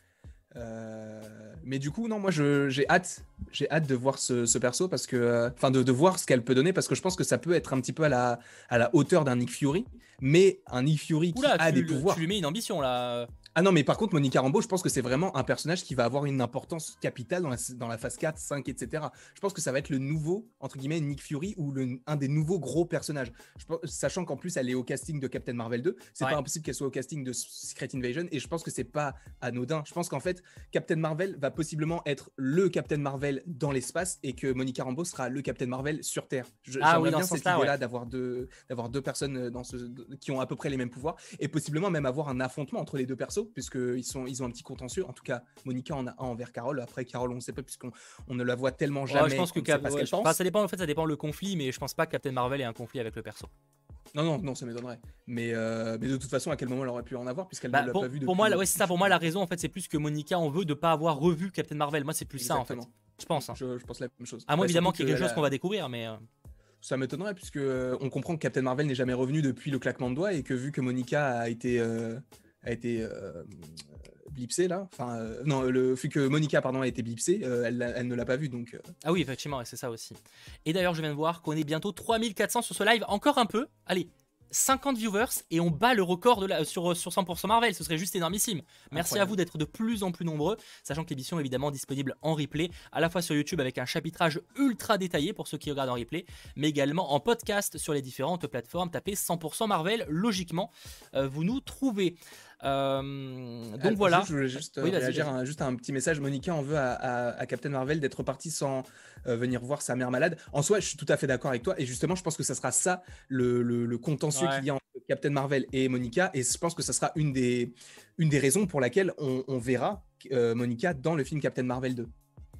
Euh... Mais du coup, non, moi j'ai hâte, j'ai hâte de voir ce, ce perso parce que, enfin, euh, de, de voir ce qu'elle peut donner parce que je pense que ça peut être un petit peu à la, à la hauteur d'un Nick Fury, mais un Nick Fury qui Oula, a tu, des pouvoirs. Tu lui mets une ambition là. Ah non, mais par contre, Monica Rambeau, je pense que c'est vraiment un personnage qui va avoir une importance capitale dans la, dans la phase quatre, cinq, et cetera. Je pense que ça va être le nouveau, entre guillemets, Nick Fury ou le, un des nouveaux gros personnages. Je pense, sachant qu'en plus, elle est au casting de Captain Marvel deux. C'est ouais. pas impossible qu'elle soit au casting de Secret Invasion et je pense que c'est pas anodin. Je pense qu'en fait, Captain Marvel va possiblement être le Captain Marvel dans l'espace et que Monica Rambeau sera le Captain Marvel sur Terre. Je, ah oui, bien dans cette idée-là ouais. d'avoir deux, d'avoir deux personnes dans ce, qui ont à peu près les mêmes pouvoirs et possiblement même avoir un affrontement entre les deux persos puisqu'ils sont ils ont un petit contentieux. En tout cas, Monica en a un envers Carole. Après, Carole, on ne sait pas puisqu'on on ne la voit tellement jamais. Ouais, je pense que Cap... ouais, pense. Enfin, ça dépend. En fait, ça dépend le conflit, mais je pense pas que Captain Marvel ait un conflit avec le perso. Non, non, non, ça m'étonnerait. Mais, euh, mais de toute façon, à quel moment elle aurait pu en avoir puisqu'elle bah, ne l'a pour, pas vu depuis. Pour moi, ouais, c'est ça. Pour moi, la raison, en fait, c'est plus que Monica en veut de pas avoir revu Captain Marvel. Moi, c'est plus Exactement. ça, en fait. Je pense. Hein. Je, je pense la même chose. À moins bah, évidemment qu'il y ait quelque chose a... qu'on va découvrir, mais. Euh... Ça m'étonnerait puisque euh, on comprend que Captain Marvel n'est jamais revenu depuis le claquement de doigts et que vu que Monica a été euh, a été euh, blipsée là, enfin euh, non, le vu que Monica pardon a été blipsée, euh, elle, elle ne l'a pas vu donc. Euh... Ah oui, effectivement, c'est ça aussi. Et d'ailleurs, je viens de voir qu'on est bientôt trois mille quatre cents sur ce live, encore un peu. Allez. cinquante viewers et on bat le record de la, sur, sur cent pour cent Marvel, ce serait juste énormissime. Merci Incroyable. À vous d'être de plus en plus nombreux, sachant que l'émission est évidemment disponible en replay, à la fois sur YouTube avec un chapitrage ultra détaillé pour ceux qui regardent en replay, mais également en podcast sur les différentes plateformes. Tapez cent pour cent Marvel, logiquement, euh, vous nous trouvez. Euh, donc Alors, voilà. Juste, je voulais juste oui, réagir à un, juste un petit message. Monica en veut à, à, à Captain Marvel d'être partie sans euh, venir voir sa mère malade. En soi, je suis tout à fait d'accord avec toi. Et justement, je pense que ça sera ça le, le, le contentieux ouais. qu'il y a entre Captain Marvel et Monica. Et je pense que ça sera une des, une des raisons pour laquelle on, on verra euh, Monica dans le film Captain Marvel deux.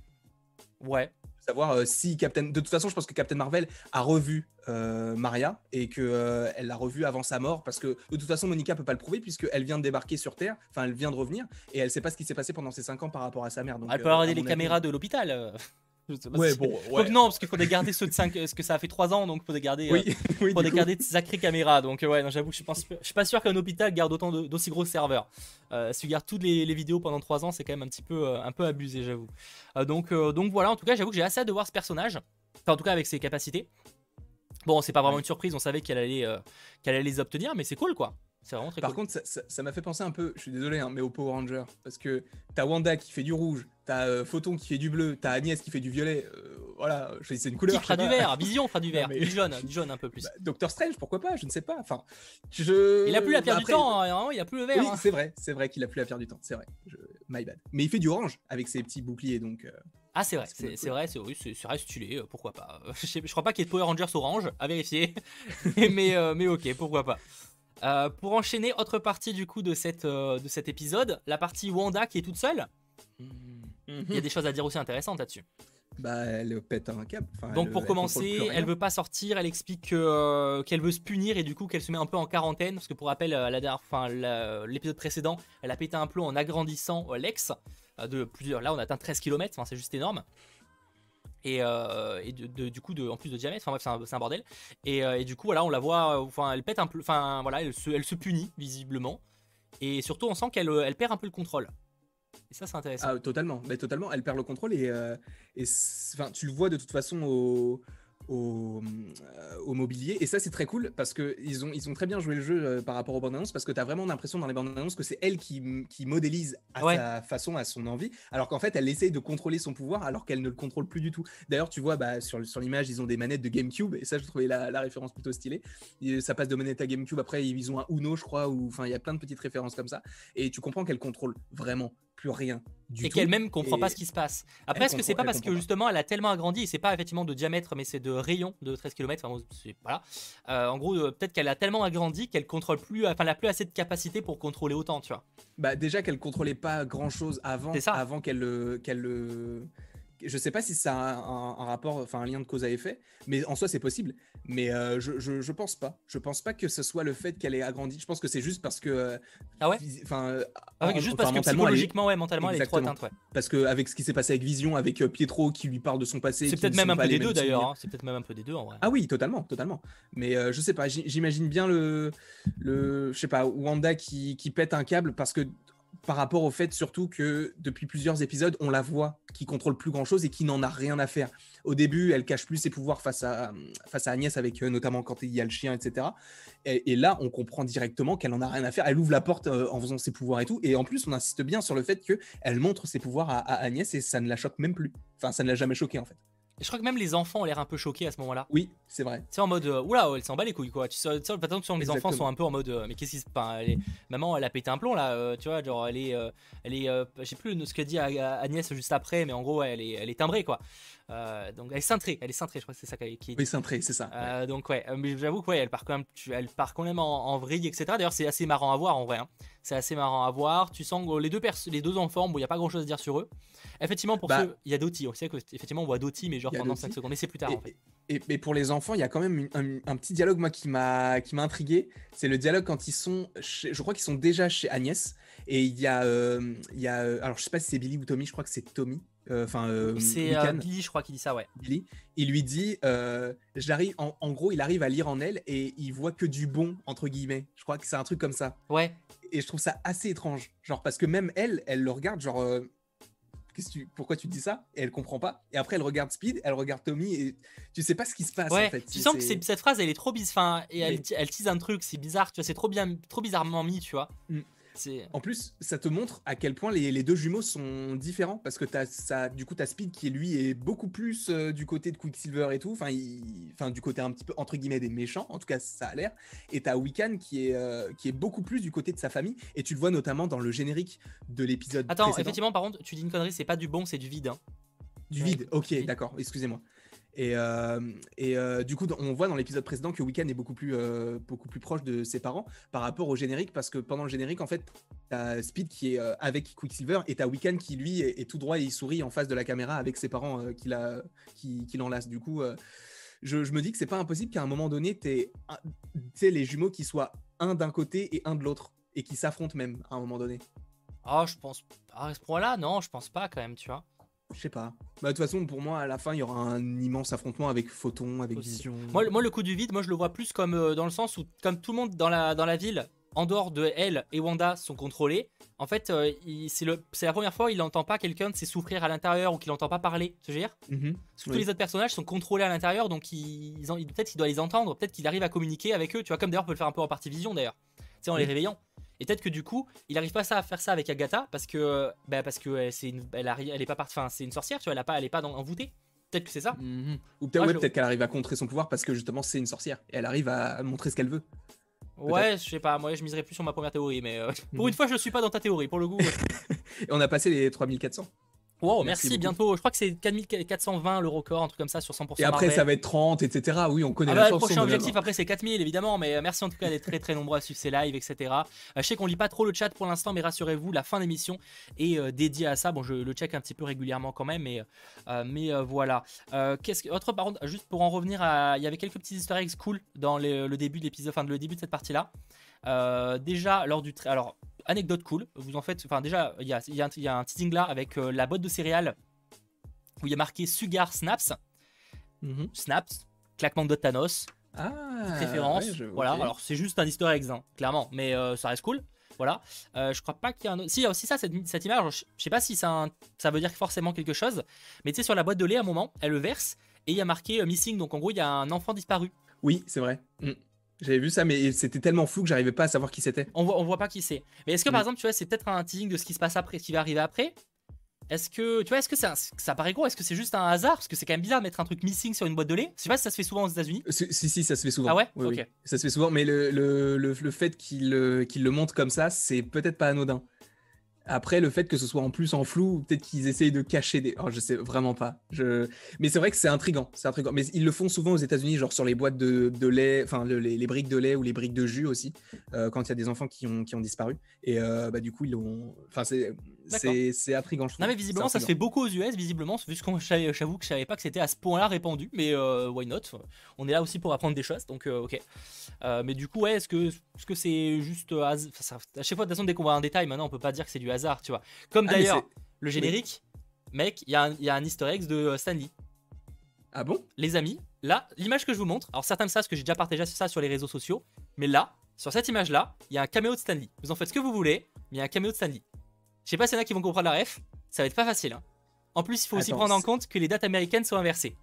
Ouais. Savoir euh, si Captain... De toute façon, je pense que Captain Marvel a revu euh, Maria et qu'elle euh, l'a revu avant sa mort parce que de toute façon, Monica peut pas le prouver puisqu'elle vient de débarquer sur Terre, enfin, elle vient de revenir et elle sait pas ce qui s'est passé pendant ces cinq ans par rapport à sa mère. Donc, elle peut euh, regarder les caméras avis... de l'hôpital. Ouais, bon, ouais. Donc non, parce qu'il faudrait garder ceux de cinq, parce que ça a fait trois ans, donc il faudrait garder, oui, euh, oui, faudrait garder de sacrées caméras. Donc euh, ouais, non, j'avoue que je pense, je suis pas sûr qu'un hôpital garde autant de, d'aussi gros serveurs. Euh, si tu gardes toutes les, les vidéos pendant trois ans, c'est quand même un petit peu, euh, un peu abusé, j'avoue. Euh, donc, euh, donc voilà, en tout cas, j'avoue que j'ai assez hâte de voir ce personnage. Enfin, en tout cas, avec ses capacités. Bon, c'est pas vraiment ouais. une surprise, on savait qu'elle allait, euh, qu'elle allait les obtenir, mais c'est cool quoi. C'est vraiment très Par cool. contre, ça, ça, ça m'a fait penser un peu, je suis désolé, hein, mais au Power Ranger. Parce que t'as Wanda qui fait du rouge, t'as euh, Photon qui fait du bleu, t'as Agnès qui fait du violet. Euh, voilà, c'est une couleur. Qui fera du vert? Vision fera du vert. mais... Du jaune, du jaune un peu plus. Bah, Doctor Strange, pourquoi pas? Je ne sais pas. Enfin, je... Il a plus la pierre bah, après... du temps, hein, il a plus le vert. Oui, hein. c'est vrai, c'est vrai qu'il a plus la pierre du temps, c'est vrai. Je... My bad. Mais il fait du orange avec ses petits boucliers, donc. Euh... Ah c'est vrai, c'est, c'est vrai, c'est oui, c'est, c'est vrai, stylé, euh, pourquoi pas. je, sais, je crois pas qu'il y ait de Power Rangers orange, à vérifier. mais, euh, mais ok, pourquoi pas. Euh, pour enchaîner, autre partie du coup de, cette, euh, de cet épisode, la partie Wanda qui est toute seule. Mm-hmm. Il y a des choses à dire aussi intéressantes là-dessus. Bah, elle pète un câble. Enfin, Donc elle, pour elle commencer, elle veut pas sortir, elle explique que, euh, qu'elle veut se punir et du coup qu'elle se met un peu en quarantaine parce que pour rappel, la dernière, enfin, la, l'épisode précédent, elle a pété un plomb en agrandissant euh, Lex euh, de plusieurs. Là, on atteint treize kilomètres, enfin, c'est juste énorme. Et, euh, et de, de, du coup, de, en plus de diamètre, enfin bref, c'est un, c'est un bordel. Et, euh, et du coup, voilà, on la voit, enfin, elle pète un peu, enfin voilà, elle se, elle se punit visiblement. Et surtout, on sent qu'elle, elle perd un peu le contrôle. Et ça, c'est intéressant. Ah, totalement, mais totalement. Elle perd le contrôle et, euh, et tu le vois de toute façon au, au, euh, au mobilier. Et ça, c'est très cool parce qu'ils ont, ils ont très bien joué le jeu euh, par rapport aux bandes annonces parce que tu as vraiment l'impression dans les bandes annonces que c'est elle qui, qui modélise à ouais. sa façon, à son envie, alors qu'en fait, elle essaye de contrôler son pouvoir alors qu'elle ne le contrôle plus du tout. D'ailleurs, tu vois, bah, sur, sur l'image, ils ont des manettes de GameCube et ça, je trouvais la, la référence plutôt stylée. Et ça passe de manette à GameCube. Après, ils ont un Uno, je crois, ou enfin, il y a plein de petites références comme ça. Et tu comprends qu'elle contrôle vraiment plus rien du et tout. qu'elle-même comprend et... pas ce qui se passe. Après, est-ce que c'est pas parce que justement elle a tellement agrandi et c'est pas effectivement de diamètre mais c'est de rayon de treize kilomètres, enfin, c'est, voilà. Euh, en gros, euh, peut-être qu'elle a tellement agrandi qu'elle contrôle plus, enfin, elle a plus assez de capacité pour contrôler autant, tu vois. Bah déjà qu'elle contrôlait pas grand-chose avant, c'est ça. avant qu'elle le, qu'elle le... Je sais pas si ça a un, un rapport, enfin un lien de cause à effet, mais en soi c'est possible. Mais euh, je, je, je pense pas. Je pense pas que ce soit le fait qu'elle ait agrandi. Je pense que c'est juste parce que. Ah ouais. Enfin. Ah ouais, juste parce que psychologiquement, ouais, mentalement, elle est trop atteinte, ouais. Parce que avec ce qui s'est passé avec Vision, avec Pietro qui lui parle de son passé. C'est peut-être même un peu des deux d'ailleurs. Hein. C'est peut-être même un peu des deux en vrai. Ah oui, totalement, totalement. Mais euh, je sais pas. J'imagine bien le, le, je sais pas, Wanda qui, qui pète un câble parce que. Par rapport au fait surtout que depuis plusieurs épisodes, on la voit qui contrôle plus grand chose et qui n'en a rien à faire. Au début, elle cache plus ses pouvoirs face à, face à Agnès, avec euh, notamment quand il y a le chien, et cetera. Et, et là, on comprend directement qu'elle en a rien à faire. Elle ouvre la porte euh, en faisant ses pouvoirs et tout. Et en plus, on insiste bien sur le fait qu'elle montre ses pouvoirs à, à Agnès et ça ne la choque même plus. Enfin, ça ne l'a jamais choquée en fait. Et je crois que même les enfants ont l'air un peu choqués à ce moment-là. Oui, c'est vrai. C'est en mode euh, oula, elle s'en bat les couilles quoi. Tu sais, tu sais, tu sens que les enfants sont un peu en mode euh, mais qu'est-ce qui se passe, maman, elle a pété un plomb là, euh, tu vois, genre elle est, euh, elle est, euh, je sais plus ce que dit Agnès juste après, mais en gros elle est, elle est timbrée quoi. Euh, donc elle est cintrée, elle est cintrée, je crois que c'est ça qui est. Oui, cintrée, c'est ça. Ouais. Euh, donc ouais, mais j'avoue que ouais, elle part quand même, elle part quand même en, en vrille, et cetera. D'ailleurs, c'est assez marrant à voir en vrai. Hein. C'est assez marrant à voir. Tu sens que les deux pers- les deux enfants, bon, il y a pas grand chose à dire sur eux. Effectivement, pour bah, ceux, il y a Dottie. On sait que effectivement on voit Dottie, mais genre pendant cinq secondes. Mais c'est plus tard et, en fait. Et, et pour les enfants, il y a quand même une, un, un petit dialogue moi qui m'a qui m'a intrigué. C'est le dialogue quand ils sont, chez, je crois qu'ils sont déjà chez Agnès. Et il y a, euh, il y a, alors je sais pas si c'est Billy ou Tommy. Je crois que c'est Tommy. Enfin, euh, c'est euh, Billy, je crois qu'il dit ça, ouais. Billy, il lui dit, euh, j'arrive, en, en gros, il arrive à lire en elle et il voit que du bon entre guillemets. Je crois que c'est un truc comme ça. Ouais. Et je trouve ça assez étrange, genre parce que même elle, elle le regarde, genre, euh, qu'est-ce que tu, pourquoi tu dis ça? Et elle comprend pas. Et après, elle regarde Speed, elle regarde Tommy et tu sais pas ce qui se passe ouais, en fait. Tu sens que c'est, cette phrase, elle est trop bizarre. Enfin, et elle, oui. elle tease un truc, c'est bizarre, tu vois, c'est trop bien, trop bizarrement mis, tu vois. Mm. C'est... En plus, ça te montre à quel point les, les deux jumeaux sont différents parce que t'as, ça, du coup, t'as Speed qui lui est beaucoup plus euh, du côté de Quicksilver et tout, enfin, enfin, du côté un petit peu entre guillemets des méchants, en tout cas ça a l'air. Et t'as Wiccan qui est euh, qui est beaucoup plus du côté de sa famille et tu le vois notamment dans le générique de l'épisode. Attends, précédent. Effectivement, par contre, tu dis une connerie, c'est pas du bon, c'est du vide. Hein. Du vide, ok, du vide. D'accord, excusez-moi. Et, euh, et euh, du coup, on voit dans l'épisode précédent que Wiccan est beaucoup plus, euh, beaucoup plus proche de ses parents par rapport au générique, parce que pendant le générique, en fait, t'as Speed qui est euh, avec Quicksilver et t'as Wiccan qui, lui, est, est tout droit et il sourit en face de la caméra avec ses parents euh, qui, la, qui, qui l'enlacent. Du coup, euh, je, je me dis que c'est pas impossible qu'à un moment donné, t'aies, t'aies les jumeaux qui soient un d'un côté et un de l'autre et qui s'affrontent même à un moment donné. Ah, oh, je pense. À ce point-là, non, je pense pas quand même, tu vois. Je sais pas. Bah, de toute façon, pour moi, à la fin, il y aura un immense affrontement avec Photon, avec Aussi. Vision. Moi, moi, le coup du vide, moi je le vois plus comme euh, dans le sens où, comme tout le monde dans la, dans la ville, en dehors de elle et Wanda, sont contrôlés. En fait, euh, il- c'est le- c'est la première fois où il n'entend pas quelqu'un de ses souffrir à l'intérieur ou qu'il n'entend pas parler. Tu veux dire? Mhm. Parce que Oui. tous les autres personnages sont contrôlés à l'intérieur, donc ils, ils en- ils- peut-être qu'il doit les entendre, peut-être qu'il arrive à communiquer avec eux. Tu vois, comme d'ailleurs on peut le faire un peu en partie vision d'ailleurs. Tu sais, en les Oui. réveillant. Et peut-être que du coup, il arrive pas ça à faire ça avec Agatha parce que, bah, parce que elle, c'est une, elle, arri- elle est pas partie, enfin, c'est une sorcière, tu vois, elle a pas, elle est pas dans, envoûtée. Peut-être que c'est ça. Mhm. Ou peut-être Moi, ouais, je- peut-être qu'elle arrive à contrer son pouvoir parce que justement, c'est une sorcière. Et elle arrive à à montrer ce qu'elle veut. Ouais, je sais pas, moi je miserais plus sur ma première théorie, mais euh, pour Mhm. une fois je suis pas dans ta théorie, pour le coup. Et on a passé les trois mille quatre cents. Wow, Merci merci, beaucoup. bientôt, je crois que c'est quatre mille quatre cent vingt le record, un truc comme ça sur cent pour cent Et après, Marvel. ça va être trente, et cetera. Oui, on connaît Ah la bah, le chanson. prochain de objectif là-bas. après c'est quatre mille évidemment, mais euh, merci en tout cas d'être très très nombreux à suivre ces lives, et cetera. Euh, je sais qu'on lit pas trop le chat pour l'instant, mais rassurez-vous, la fin d'émission est euh, dédiée à ça. Bon, je le check un petit peu régulièrement quand même, mais, euh, mais euh, voilà. Euh, qu'est-ce que, autre par contre, juste pour en revenir à, il y avait quelques petits Easter eggs cool dans les- le début de l'épisode, enfin le début de cette partie-là. Euh, déjà lors du, tra- alors anecdote cool, vous en faites, enfin déjà il y a, il y a un- il y a un teasing là avec euh, la boîte de céréales où il y a marqué Sugar Snaps, Mhm. Snaps, claquement de doigts de Thanos. Ah, Référence, ouais, je- voilà. ok. Alors c'est juste un Easter egg, hein, clairement, mais euh, ça reste cool. Voilà. Euh, je crois pas qu'il y a un autre. Si, il y a aussi ça, cette, cette image. Je, je sais pas si ça, a un- ça veut dire forcément quelque chose, mais tu sais, sur la boîte de lait, à un moment, elle le verse et il y a marqué euh, missing. Donc en gros, il y a un enfant disparu. Oui, c'est vrai. Mm. J'avais vu ça, mais c'était tellement flou que j'arrivais pas à savoir qui c'était. On voit, on voit pas qui c'est. Mais est-ce que par Mm. exemple, tu vois, c'est peut-être un teasing de ce qui se passe après, ce qui va arriver après? Est-ce que, tu vois, est-ce que ça, ça paraît gros? Est-ce que c'est juste un hasard? Parce que c'est quand même bizarre de mettre un truc missing sur une boîte de lait. Je sais pas si ça se fait souvent aux États-Unis. Si, si, si, ça se fait souvent. Ah ouais? Oui, Ok. oui. Ça se fait souvent, mais le, le, le, le fait qu'il euh, qu'il le montre comme ça, c'est peut-être pas anodin. Après, le fait que ce soit en plus en flou, peut-être qu'ils essayent de cacher des. Oh, je sais vraiment pas. Je... Mais c'est vrai que c'est intriguant. C'est intriguant. Mais ils le font souvent aux États-Unis, genre sur les boîtes de, de lait, enfin le- les, les briques de lait ou les briques de jus aussi, euh, quand il y a des enfants qui ont, qui ont disparu. Et euh, bah, du coup, ils l'ont. Enfin, c'est c'est c'est intriguant, je trouve. Non mais visiblement C'est ça se fait intriguant. beaucoup aux U S visiblement, vu que j'avoue que je savais pas que c'était à ce point-là répandu, mais euh, why not? On est là aussi pour apprendre des choses, donc euh, ok. Euh, mais du coup ouais, est-ce que est-ce que c'est juste euh, has- enfin, ça- à chaque fois de toute façon dès qu'on voit un détail maintenant on peut pas dire que c'est du hasard, tu vois. Comme Ah, mais d'ailleurs c'est- le générique, mec, il y, a un- il y a un Easter egg de euh, Stan Lee. Ah bon? Les amis, là l'image que je vous montre, alors certains le savent parce que j'ai déjà partagé ça sur les réseaux sociaux, mais là sur cette image là, il y a un caméo de Stan Lee. Vous en faites ce que vous voulez, mais il y a un caméo de Stan Lee. Je sais pas s'il y en a qui vont comprendre la ref, ça va être pas facile. Hein. En plus, il faut aussi Attends, prendre en c'est- compte que les dates américaines sont inversées.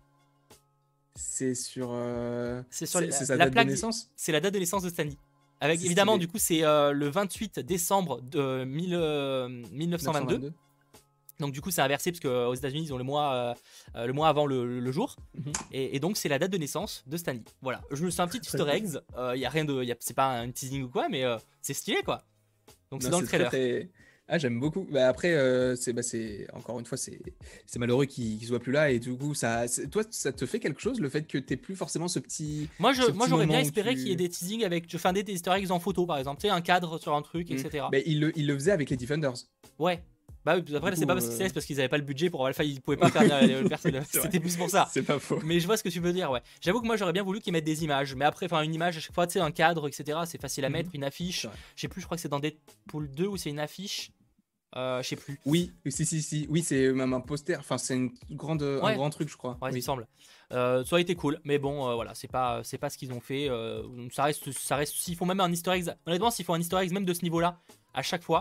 C'est sur. euh, C'est sur la- c'est sa la date plaque- de naissance? C'est la date de naissance de Stan Lee. Avec C'est évidemment, stylé. du coup, c'est euh, le vingt-huit décembre de mille, euh, mille neuf cent vingt-deux. neuf cent vingt-deux. Donc du coup, c'est inversé parce qu'aux États-Unis, ils ont le mois, euh, euh, le mois avant le, le jour. Mhm. Et, et donc, c'est la date de naissance de Stan Lee. Voilà. Je c'est un petit Très Easter cool. eggs. Il y a rien de, y a- c'est pas un teasing ou quoi, mais euh, c'est stylé quoi. Donc c'est Non, dans le très, trailer. très- Ah, j'aime beaucoup. Bah, après, euh, c'est bah, c'est- encore une fois, c'est c'est malheureux qu'il qu'il soit plus là. Et du coup, ça, c'est- toi, ça te fait quelque chose le fait que t'aies plus forcément ce petit. Moi, je, ce moi petit j'aurais bien moment où espéré tu- qu'il y ait des teasings avec, enfin des, des Easter eggs en photo par exemple, tu sais, un cadre sur un truc, Mm. et cetera. Mais il le, il le faisait avec les Defenders. Ouais. Bah oui, après, Du c'est coup, pas parce que euh, c'est parce qu'ils avaient pas le budget pour Alpha, ils pouvaient pas faire le le personnage. C'est vrai. C'était plus pour ça. C'est pas faux. Mais je vois ce que tu veux dire, ouais. J'avoue que moi j'aurais bien voulu qu'ils mettent des images, mais après, enfin une image à chaque fois, tu sais, un cadre, et cetera. C'est facile à Mhm. mettre, une affiche. C'est vrai. Je sais plus, je crois que c'est dans Deadpool deux où c'est une affiche. Euh, je sais plus. Oui, si, si, si. Oui, c'est même un poster. Enfin, c'est une grande, Ouais. un grand truc, je crois. Ouais, il Oui. me semble. Euh, ça aurait été cool, mais bon, euh, voilà, c'est pas, c'est pas ce qu'ils ont fait. euh, ça reste, ça reste. S'ils font même un Easter egg, honnêtement, s'ils font un Easter egg même de ce niveau-là à chaque fois,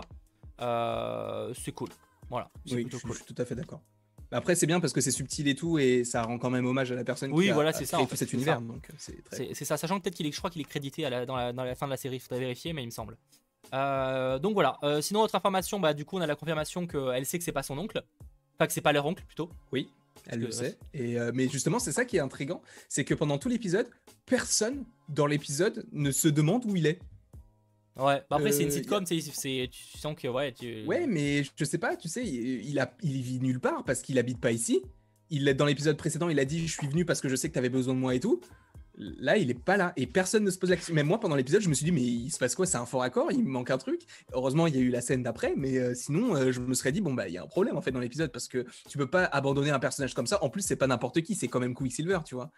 euh, c'est cool. Voilà, c'est Oui, plutôt je, cool. je suis tout à fait d'accord. Après, c'est bien parce que c'est subtil et tout, et ça rend quand même hommage à la personne Oui, qui a, voilà, a c'est ça, créé en tout fait, cet c'est univers. ça. Donc, c'est très. C'est c'est ça, sachant que peut-être qu'il est, je crois qu'il est crédité à la- dans, la, dans la fin de la série, il faudrait vérifier, mais il me semble. Euh, donc voilà. Euh, sinon, autre information, bah du coup, on a la confirmation qu'elle sait que c'est pas son oncle, enfin que c'est pas leur oncle plutôt. Oui, elle que- le sait. Et euh, mais justement, c'est ça qui est intriguant, c'est que pendant tout l'épisode, personne dans l'épisode ne se demande où il est. Ouais. Bah après, c'est une Euh, sitcom, tu sais, c'est, tu sens que ouais, tu. Ouais, mais je sais pas, tu sais, il, il a, il vit nulle part parce qu'il habite pas ici. Il, dans l'épisode précédent, il a dit je suis venu parce que je sais que t'avais besoin de moi et tout. Là, il est pas là et personne ne se pose la question. Même moi, pendant l'épisode, je me suis dit mais il se passe quoi? C'est un fort accord? Il me manque un truc. Heureusement, il y a eu la scène d'après, mais euh, sinon, euh, je me serais dit bon bah il y a un problème en fait dans l'épisode parce que tu peux pas abandonner un personnage comme ça. En plus, c'est pas n'importe qui, c'est quand même Quicksilver, tu vois.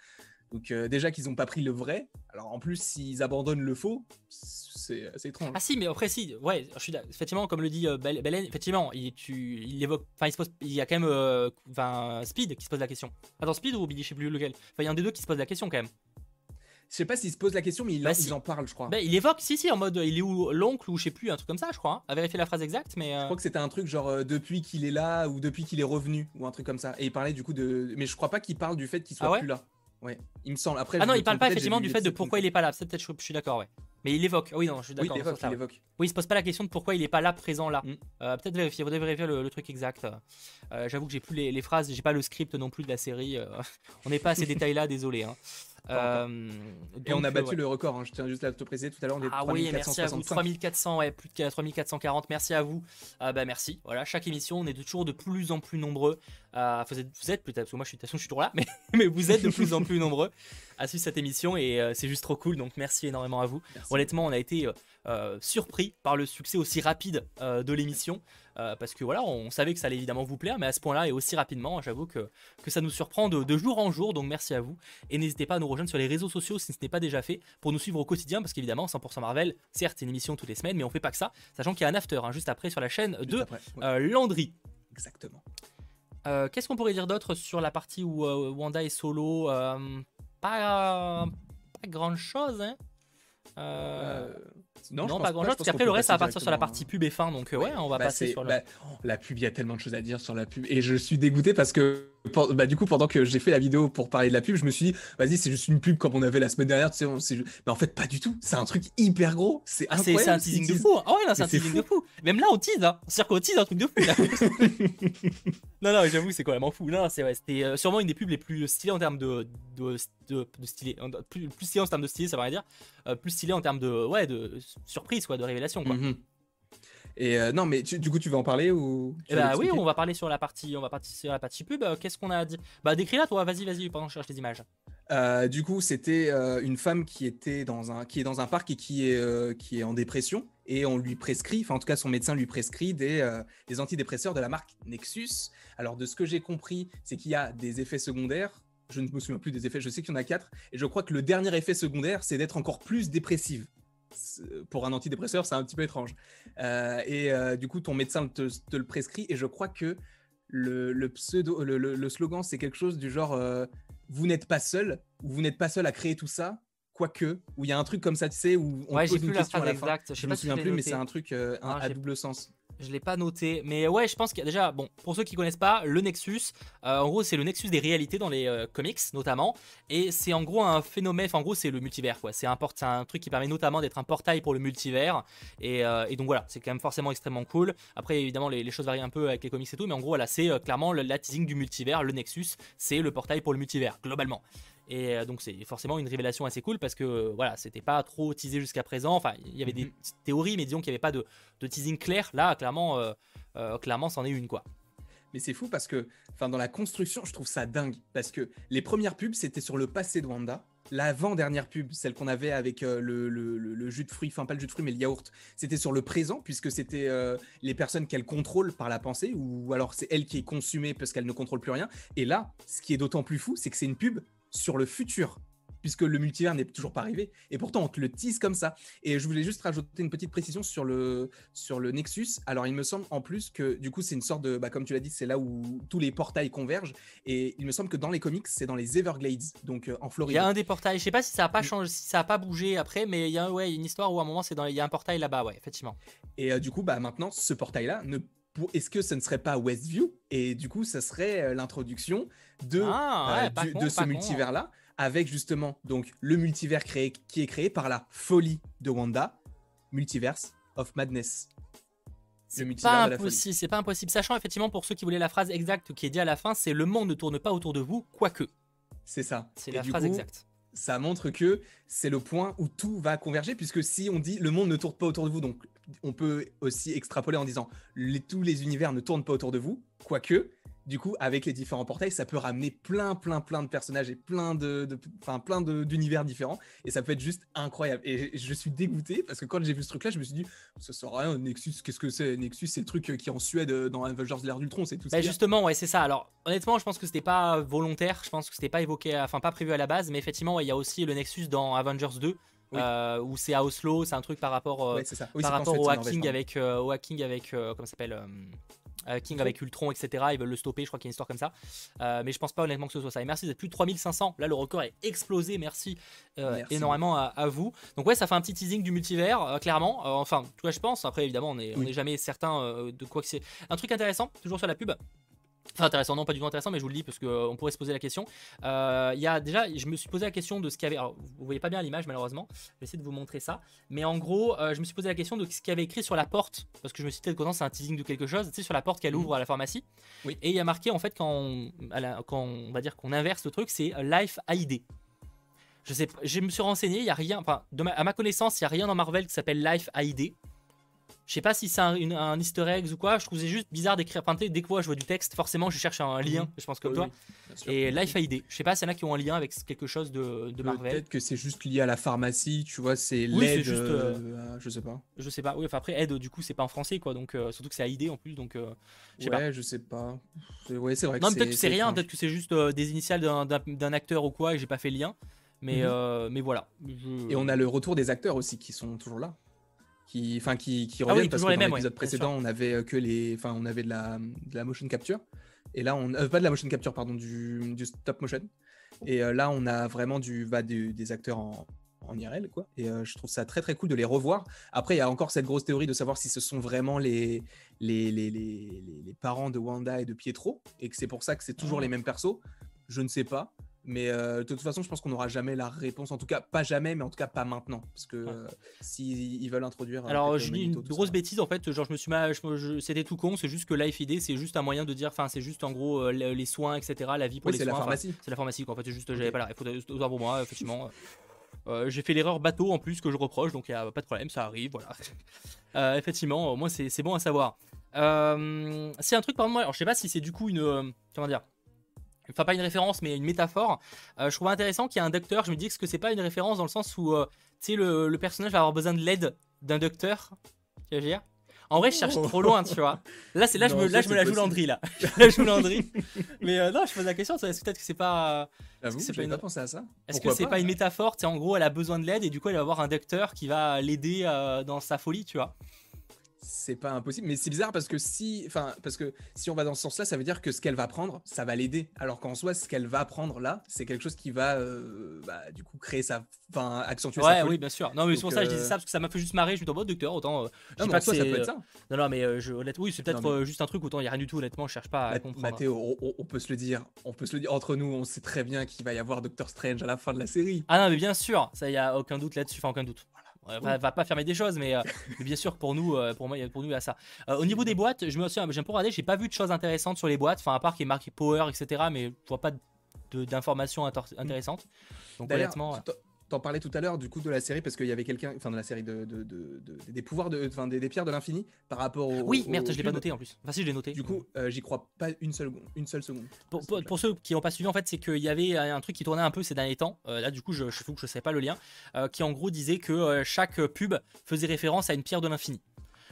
Donc euh, déjà qu'ils n'ont pas pris le vrai, alors en plus s'ils abandonnent le faux, c'est assez étrange. Ah si, mais après si, ouais, je suis effectivement comme le dit euh, Belen, effectivement, il, tu, il évoque, enfin il se pose, il y a quand même, enfin euh, Speed qui se pose la question. Attends, Speed ou Billy, je sais plus lequel. Enfin il y a un des deux qui se pose la question quand même. Je sais pas s'il se pose la question, mais il, bah, en, si. ils en parlent, je crois. Bah, il évoque, si, si, en mode, il est où l'oncle ou je sais plus, un truc comme ça, je crois. Hein, à vérifier la phrase exacte, mais. Euh... Je crois que c'était un truc genre euh, depuis qu'il est là ou depuis qu'il est revenu ou un truc comme ça. Et il parlait du coup de. Mais je crois pas qu'il parle du fait qu'il soit ah ouais plus là. Ouais, il me semble. Après, ah je non, me il parle trompe, pas peut-être, effectivement j'ai vu du fait de l'épisode pourquoi il est pas là. Peut-être, je, je suis d'accord, ouais. Mais il évoque. Oui, non, je suis Oui, d'accord. il évoque, ça, il ouais. évoque. Oui, il se pose pas la question de pourquoi il est pas là, présent là. Mm. Euh, peut-être vérifier, vous devez vérifier le, le truc exact. Euh, J'avoue que j'ai plus les, les phrases, j'ai pas le script non plus de la série. Euh, on n'est pas à ces détails là, désolé. Hein. Euh, donc, et on a battu euh, ouais. le record, hein. Je tiens juste à te préciser tout à l'heure, on est ah oui, merci à vous, trois mille quatre cents, ouais, plus de trois mille quatre cent quarante, merci à vous. Ah bah merci, voilà, chaque émission, on est toujours de plus en plus nombreux. Euh, vous êtes, vous êtes peut-être, parce que moi je suis, de toute façon, je suis toujours là, mais, mais vous êtes de plus en plus nombreux à suivre cette émission et euh, c'est juste trop cool, donc merci énormément à vous. Merci. Honnêtement, on a été euh, surpris par le succès aussi rapide euh, de l'émission. Euh, parce que voilà, on savait que ça allait évidemment vous plaire, mais à ce point-là et aussi rapidement, j'avoue que, que ça nous surprend de, de jour en jour, donc merci à vous. Et n'hésitez pas à nous rejoindre sur les réseaux sociaux si ce n'est pas déjà fait, pour nous suivre au quotidien, parce qu'évidemment, cent pour cent Marvel, certes, c'est une émission toutes les semaines, mais on fait pas que ça, sachant qu'il y a un after, hein, juste après sur la chaîne juste de après, ouais. euh, Landry. Exactement. Euh, Qu'est-ce qu'on pourrait dire d'autre sur la partie où euh, Wanda est solo euh, Pas, pas grand-chose, hein. Euh... Euh... Non, non pas grand chose, parce qu'après le reste ça va partir sur la partie pub et fin, donc ouais, ouais on va bah passer sur le... bah, oh, la pub, il y a tellement de choses à dire sur la pub, et je suis dégoûté parce que bah, du coup pendant que j'ai fait la vidéo pour parler de la pub, je me suis dit, vas-y c'est juste une pub comme on avait la semaine dernière, tu sais, on, mais en fait pas du tout, c'est un truc hyper gros, c'est ah, incroyable. C'est un teasing de fou, ah ouais non, c'est un teasing fou. de fou, même là on tease, hein. C'est-à-dire qu'on tease un truc de fou là. Non non, j'avoue c'est complètement fou, non, c'est ouais, c'était euh, sûrement une des pubs les plus stylées en termes de, de, de, de stylé, plus, plus stylé en termes de stylé, ça va dire, euh, plus stylé en termes de, ouais, de surprise quoi, de révélation quoi. Mm-hmm. Et euh, non mais tu, du coup tu veux en parler ou eh bah oui, on va parler sur la partie, on va partir sur la partie pub. Euh, Qu'est-ce qu'on a dit? Bah décris-la toi, vas-y vas-y pendant que je cherche les images. Euh, du coup, c'était euh, une femme qui était dans un qui est dans un parc et qui est euh, qui est en dépression, et on lui prescrit, enfin en tout cas son médecin lui prescrit des euh, des antidépresseurs de la marque Nexus. Alors de ce que j'ai compris, c'est qu'il y a des effets secondaires. Je ne me souviens plus des effets, je sais qu'il y en a quatre, et je crois que le dernier effet secondaire, c'est d'être encore plus dépressive. Pour un antidépresseur, c'est un petit peu étrange. Euh, et euh, du coup, ton médecin te, te le prescrit, et je crois que le, le pseudo, le, le, le slogan, c'est quelque chose du genre euh, vous n'êtes pas seul, ou vous n'êtes pas seul à créer tout ça, quoique, où il y a un truc comme ça, tu sais, où on ouais, pose une plus question la à la exacte. fin. Je, je me souviens plus, mais c'est un truc euh, un, ah, à double sens. Je l'ai pas noté, mais ouais, je pense qu'il y a déjà, bon, pour ceux qui connaissent pas, le Nexus, euh, en gros, c'est le Nexus des réalités dans les euh, comics notamment, et c'est en gros un phénomène, enfin, en gros, c'est le multivers, quoi. C'est un, un truc qui permet notamment d'être un portail pour le multivers, et, euh, et donc voilà, c'est quand même forcément extrêmement cool. Après, évidemment, les, les choses varient un peu avec les comics et tout, mais en gros, voilà, c'est euh, clairement le, la teasing du multivers, le Nexus, c'est le portail pour le multivers, globalement. Et euh, donc c'est forcément une révélation assez cool parce que euh, voilà, c'était pas trop teasé jusqu'à présent. Enfin, il y avait des mm-hmm. théories, mais disons qu'il n'y avait pas de, de teasing clair. Là, clairement, euh, euh, clairement, c'en est une quoi. Mais c'est fou parce que, enfin, dans la construction, je trouve ça dingue parce que les premières pubs c'était sur le passé de Wanda. L'avant-dernière pub, celle qu'on avait avec euh, le, le, le, le jus de fruits, enfin pas le jus de fruits mais le yaourt, c'était sur le présent puisque c'était euh, les personnes qu'elle contrôle par la pensée, ou alors c'est elle qui est consumée parce qu'elle ne contrôle plus rien. Et là, ce qui est d'autant plus fou, c'est que c'est une pub sur le futur, puisque le multivers n'est toujours pas arrivé, et pourtant on te le tease comme ça. Et je voulais juste rajouter une petite précision sur le, sur le Nexus. Alors il me semble en plus que du coup c'est une sorte de, bah, comme tu l'as dit, c'est là où tous les portails convergent, et il me semble que dans les comics c'est dans les Everglades, donc euh, en Floride. Il y a un des portails, je sais pas si ça a pas changé, si ça a pas bougé après, mais il y a ouais, une histoire où à un moment c'est dans, il y a un portail là-bas, ouais, effectivement. Et euh, du coup bah maintenant ce portail là ne est-ce que ce ne serait pas Westview? Et du coup, ça serait euh, l'introduction de, ah, ouais, euh, du, con, de ce multivers-là, avec justement donc, le multivers créé, qui est créé par la folie de Wanda, Multiverse of Madness. C'est pas impossible, c'est pas impossible. Sachant effectivement, pour ceux qui voulaient la phrase exacte qui est dit à la fin, c'est le monde ne tourne pas autour de vous, quoique. C'est ça. C'est la phrase coup, exacte. Ça montre que c'est le point où tout va converger, puisque si on dit le monde ne tourne pas autour de vous, donc on peut aussi extrapoler en disant les, tous les univers ne tournent pas autour de vous, quoique, Du coup, avec les différents portails, ça peut ramener plein, plein, plein de personnages et plein de, de, enfin, plein de, d'univers différents. Et ça peut être juste incroyable. Et je suis dégoûté parce que quand j'ai vu ce truc-là, je me suis dit, ça sert à rien, Nexus, qu'est-ce que c'est? Nexus, c'est le truc qui est en Suède dans Avengers l'ère d'Ultron, c'est tout ce Bah qu'il y a. justement, ouais, c'est ça. Alors, honnêtement, je pense que c'était pas volontaire. Je pense que c'était pas évoqué, enfin, pas prévu à la base. Mais effectivement, il ouais, y a aussi le Nexus dans Avengers deux. Oui. Euh, où c'est à Oslo, c'est un truc par rapport, euh, ouais, oui, par rapport au hacking, avec, euh, au hacking avec, euh, comment ça s'appelle euh, Hacking avec Ultron, et cetera. Ils veulent le stopper, je crois qu'il y a une histoire comme ça. Euh, mais je pense pas honnêtement que ce soit ça. Et merci, vous êtes plus de trois mille cinq cents. Là, le record est explosé. Merci, euh, merci. énormément à, à vous. Donc, ouais, ça fait un petit teasing du multivers, euh, clairement. Euh, enfin, tout cas, je pense. Après, évidemment, on n'est oui. jamais certain euh, de quoi que c'est. Un truc intéressant, toujours sur la pub. Enfin intéressant, non pas du tout intéressant, mais je vous le dis parce qu'on euh, pourrait se poser la question. Il euh, y a déjà, je me suis posé la question de ce qu'il y avait. Alors, vous voyez pas bien l'image malheureusement. Je vais essayer de vous montrer ça. Mais en gros, euh, je me suis posé la question de ce qu'il y avait écrit sur la porte, parce que je me suis dit peut-être que c'est un teasing de quelque chose. Tu sais, sur la porte qu'elle ouvre à la pharmacie. Oui. Et il y a marqué en fait quand on, la, quand on va dire qu'on inverse le truc, c'est Life I D. Je sais, je me suis renseigné, il y a rien. Enfin, de ma, à ma connaissance, il y a rien dans Marvel qui s'appelle Life I D. Je sais pas si c'est un, une, un easter egg ou quoi, je trouve c'est juste bizarre d'écrire. Enfin, dès que moi je vois du texte, forcément je cherche un lien, mmh. je pense comme oui, toi. Oui, et Life I D, je sais pas s'il y en a qui ont un lien avec quelque chose de, de Marvel. Peut-être que c'est juste lié à la pharmacie, tu vois, c'est oui, l'aide, juste, euh, euh, je sais pas. Je sais pas, oui, enfin après aide du coup c'est pas en français quoi, donc euh, surtout que c'est I D en plus, donc euh, je sais ouais, pas. je sais pas. Ouais, c'est vrai que non, peut-être que c'est rien, peut-être que c'est juste euh, des initiales d'un acteur ou quoi et j'ai pas fait le lien, mais, mmh. euh, mais voilà. Je... Et on a le retour des acteurs aussi qui sont toujours là. Qui, enfin, qui, qui reviennent ah oui, parce que dans l'épisode ouais, précédent, on avait que les, enfin, on avait de la, de la motion capture, et là, on, euh, pas de la motion capture, pardon, du, du stop motion, et euh, là, on a vraiment du, bah, du, des acteurs en, en I R L, quoi. Et euh, je trouve ça très très cool de les revoir. Après, il y a encore cette grosse théorie de savoir si ce sont vraiment les, les, les, les, les, les parents de Wanda et de Pietro, et que c'est pour ça que c'est toujours oh. les mêmes persos. Je ne sais pas. Mais euh, de toute façon, je pense qu'on n'aura jamais la réponse. En tout cas, pas jamais, mais en tout cas pas maintenant. Parce que ouais. euh, s'ils ils veulent introduire. Alors, je dis une grosse ça. bêtise en fait. Genre, je me suis mal. C'était tout con. C'est juste que Life I D, c'est juste un moyen de dire. Enfin, c'est juste en gros euh, les soins, et cetera. La vie pour oui, les soins. C'est la pharmacie. C'est la pharmacie quoi. En fait, c'est juste. Okay. J'avais pas la réponse. Autant pour moi, effectivement. Euh, j'ai fait l'erreur bateau en plus que je reproche. Donc, il n'y a pas de problème. Ça arrive. Voilà. euh, effectivement, au moins, c'est bon à savoir. Euh, c'est un truc, par exemple, alors je sais pas si c'est du coup une. Euh, comment dire Enfin, pas une référence, mais une métaphore. Euh, je trouve intéressant qu'il y a un docteur. Je me dis que c'est pas une référence dans le sens où, euh, tu sais, le, le personnage va avoir besoin de l'aide d'un docteur. Tu veux dire? En vrai, je cherche trop loin, tu vois. Là, c'est là, non, je me, là, je me la joue Landry, là. là, je joue Landry. Mais euh, non, je pose la question. Est-ce que peut-être que c'est pas. Est-ce que c'est pas une. Pas pensé à ça. Est-ce que c'est pas, pas une métaphore? Tu sais, en gros, elle a besoin de l'aide et du coup, elle va avoir un docteur qui va l'aider euh, dans sa folie, tu vois. C'est pas impossible, mais c'est bizarre parce que si, enfin, parce que si on va dans ce sens-là, ça veut dire que ce qu'elle va prendre, ça va l'aider. Alors qu'en soi, ce qu'elle va prendre là, c'est quelque chose qui va, euh, bah, du coup, créer sa, enfin, accentuer ouais, sa folie. Oui, bien sûr. Non, mais c'est pour ça que je disais ça parce que ça m'a fait juste marrer. Je me dis, bon, docteur, autant. Euh, je non, mais pas toi, ça peut être ça. Non, non, mais euh, je, honnêtement, oui, c'est peut-être euh, juste un truc. Autant il y a rien du tout. Honnêtement, je cherche pas à bah, comprendre. Mathéo, on, on peut se le dire, on peut se le dire entre nous. On sait très bien qu'il va y avoir Doctor Strange à la fin de la série. Ah non, mais bien sûr, ça y a aucun doute là-dessus. Enfin, aucun doute. Va, va pas fermer des choses, mais, euh, mais bien sûr pour nous, euh, pour moi, pour nous, il y a ça. Euh, au niveau des boîtes, je me suis, j'aime pas regarder, j'ai pas vu de choses intéressantes sur les boîtes, enfin à part qu'il y ait marqué Power, et cetera. Mais je vois pas d'informations intéressantes. Donc honnêtement. T'en parlais tout à l'heure du coup de la série parce qu'il y avait quelqu'un, enfin de la série de, de, de, de des pouvoirs de, enfin des, des pierres de l'infini par rapport au. Oui, merde, au je l'ai pas noté en plus. Enfin si, je l'ai noté. Du coup, euh, j'y crois pas une seule une seule seconde. Pour, pour, pour ceux qui n'ont pas suivi, en fait, c'est qu'il y avait un truc qui tournait un peu ces derniers temps. Euh, là, du coup, je je ne sais pas le lien, euh, qui en gros disait que euh, chaque pub faisait référence à une pierre de l'infini.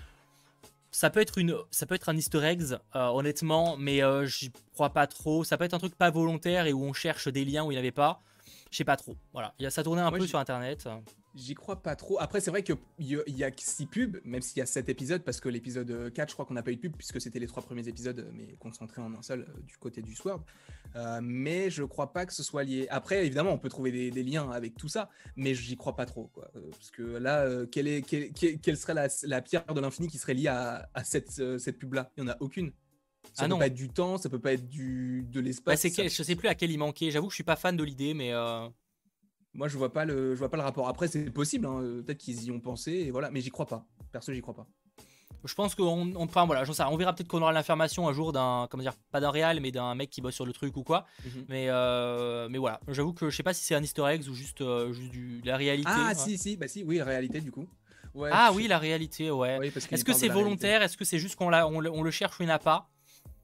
Ça peut être une, ça peut être un Easter egg, euh, honnêtement, mais euh, j'y crois pas trop. Ça peut être un truc pas volontaire et où on cherche des liens où il n'y avait pas. Je sais pas trop. Voilà, ça tournait un Moi, peu sur internet. J'y crois pas trop. Après, c'est vrai qu'il y, y a six pubs, même s'il y a sept épisodes, parce que l'épisode quatre, je crois qu'on n'a pas eu de pub, puisque c'était les trois premiers épisodes, mais concentrés en un seul euh, du côté du Sword. Euh, mais je crois pas que ce soit lié. Après, évidemment, on peut trouver des, des liens avec tout ça, mais j'y crois pas trop, quoi. Euh, parce que là, euh, quelle, est, quelle, quelle, quelle serait la, la pierre de l'infini qui serait liée à, à cette, euh, cette pub-là? Il n'y en a aucune. Ça ah peut non. pas être du temps, ça peut pas être du, de l'espace. Bah je sais plus à quel il manquait. J'avoue que je suis pas fan de l'idée, mais. Euh... Moi, je vois pas le, je vois pas le rapport. Après, c'est possible, hein. Peut-être qu'ils y ont pensé, et voilà. Mais j'y crois pas. Perso, j'y crois pas. Je pense qu'on, on, enfin voilà, on verra peut-être qu'on aura l'information un jour d'un, comment dire, pas d'un réal, mais d'un mec qui bosse sur le truc ou quoi. Mm-hmm. Mais, euh, mais voilà. J'avoue que je sais pas si c'est un Easter egg ou juste, euh, juste du, la réalité. Ah ouais. si, si, bah si, oui, réalité du coup. Ouais, ah oui, la réalité, ouais. Oui, est-ce que c'est volontaire? Est-ce que c'est juste qu'on l'a, on le, on le cherche ou il n'y en a pas?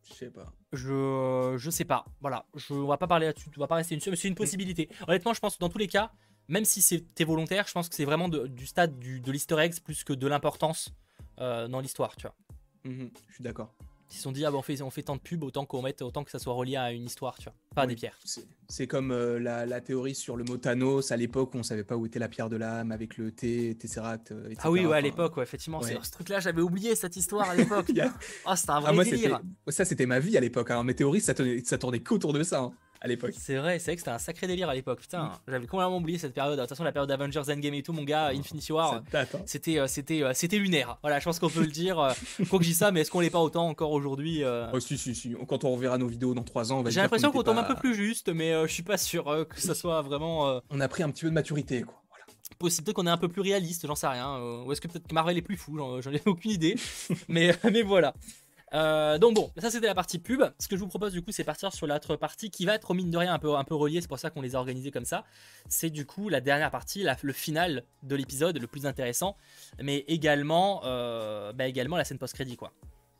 Je sais pas. Je, je sais pas. Voilà. Je, on va pas parler là-dessus. On va pas rester dessus. Mais c'est une possibilité. Honnêtement, je pense que dans tous les cas, même si c'était volontaire, je pense que c'est vraiment de, du stade du, de l'easter eggs plus que de l'importance euh, dans l'histoire, tu vois. Mmh, je suis d'accord. Ils se sont dit, ah bah on fait, on fait tant de pubs, autant qu'on mette, autant que ça soit relié à une histoire, tu vois. Pas à oui, des pierres. C'est comme euh, la, la théorie sur le mot Thanos à l'époque où on savait pas où était la pierre de l'âme avec le T, Tesseract, et cetera. Ah oui, ouais, à enfin, l'époque, ouais, effectivement. ouais. Ce truc-là, j'avais oublié cette histoire à l'époque. a... Oh, c'était un vrai ah, moi, délire. Ça, c'était ma vie à l'époque. Hein. Mes théories, ça tournait, ça tournait qu'autour de ça. Hein. À l'époque. C'est vrai, c'est vrai que c'était un sacré délire à l'époque. Putain, mm. j'avais complètement oublié cette période. De toute façon, la période Avengers Endgame et tout, mon gars, oh, Infinity War, hein. c'était, euh, c'était, euh, c'était lunaire. Voilà, je pense qu'on peut le dire. Euh, quoi que je dise ça, mais est-ce qu'on l'est pas autant encore aujourd'hui euh... oh, si, si, si. Quand on reverra nos vidéos dans trois ans, on va J'ai l'impression qu'on, qu'on tombe pas... un peu plus juste, mais euh, je suis pas sûr euh, que ça soit vraiment. Euh... On a pris un petit peu de maturité, quoi. Voilà. Possible peut-être qu'on est un peu plus réaliste, j'en sais rien. Euh, ou est-ce que peut-être que Marvel est plus fou, j'en, j'en ai aucune idée. mais, mais voilà. Euh, donc bon, ça c'était la partie pub. Ce que je vous propose du coup, c'est partir sur l'autre partie qui va être mine de rien un peu, un peu reliée. C'est pour ça qu'on les a organisés comme ça. C'est du coup la dernière partie, la, le final de l'épisode, le plus intéressant, mais également, euh, bah également la scène post-crédit quoi.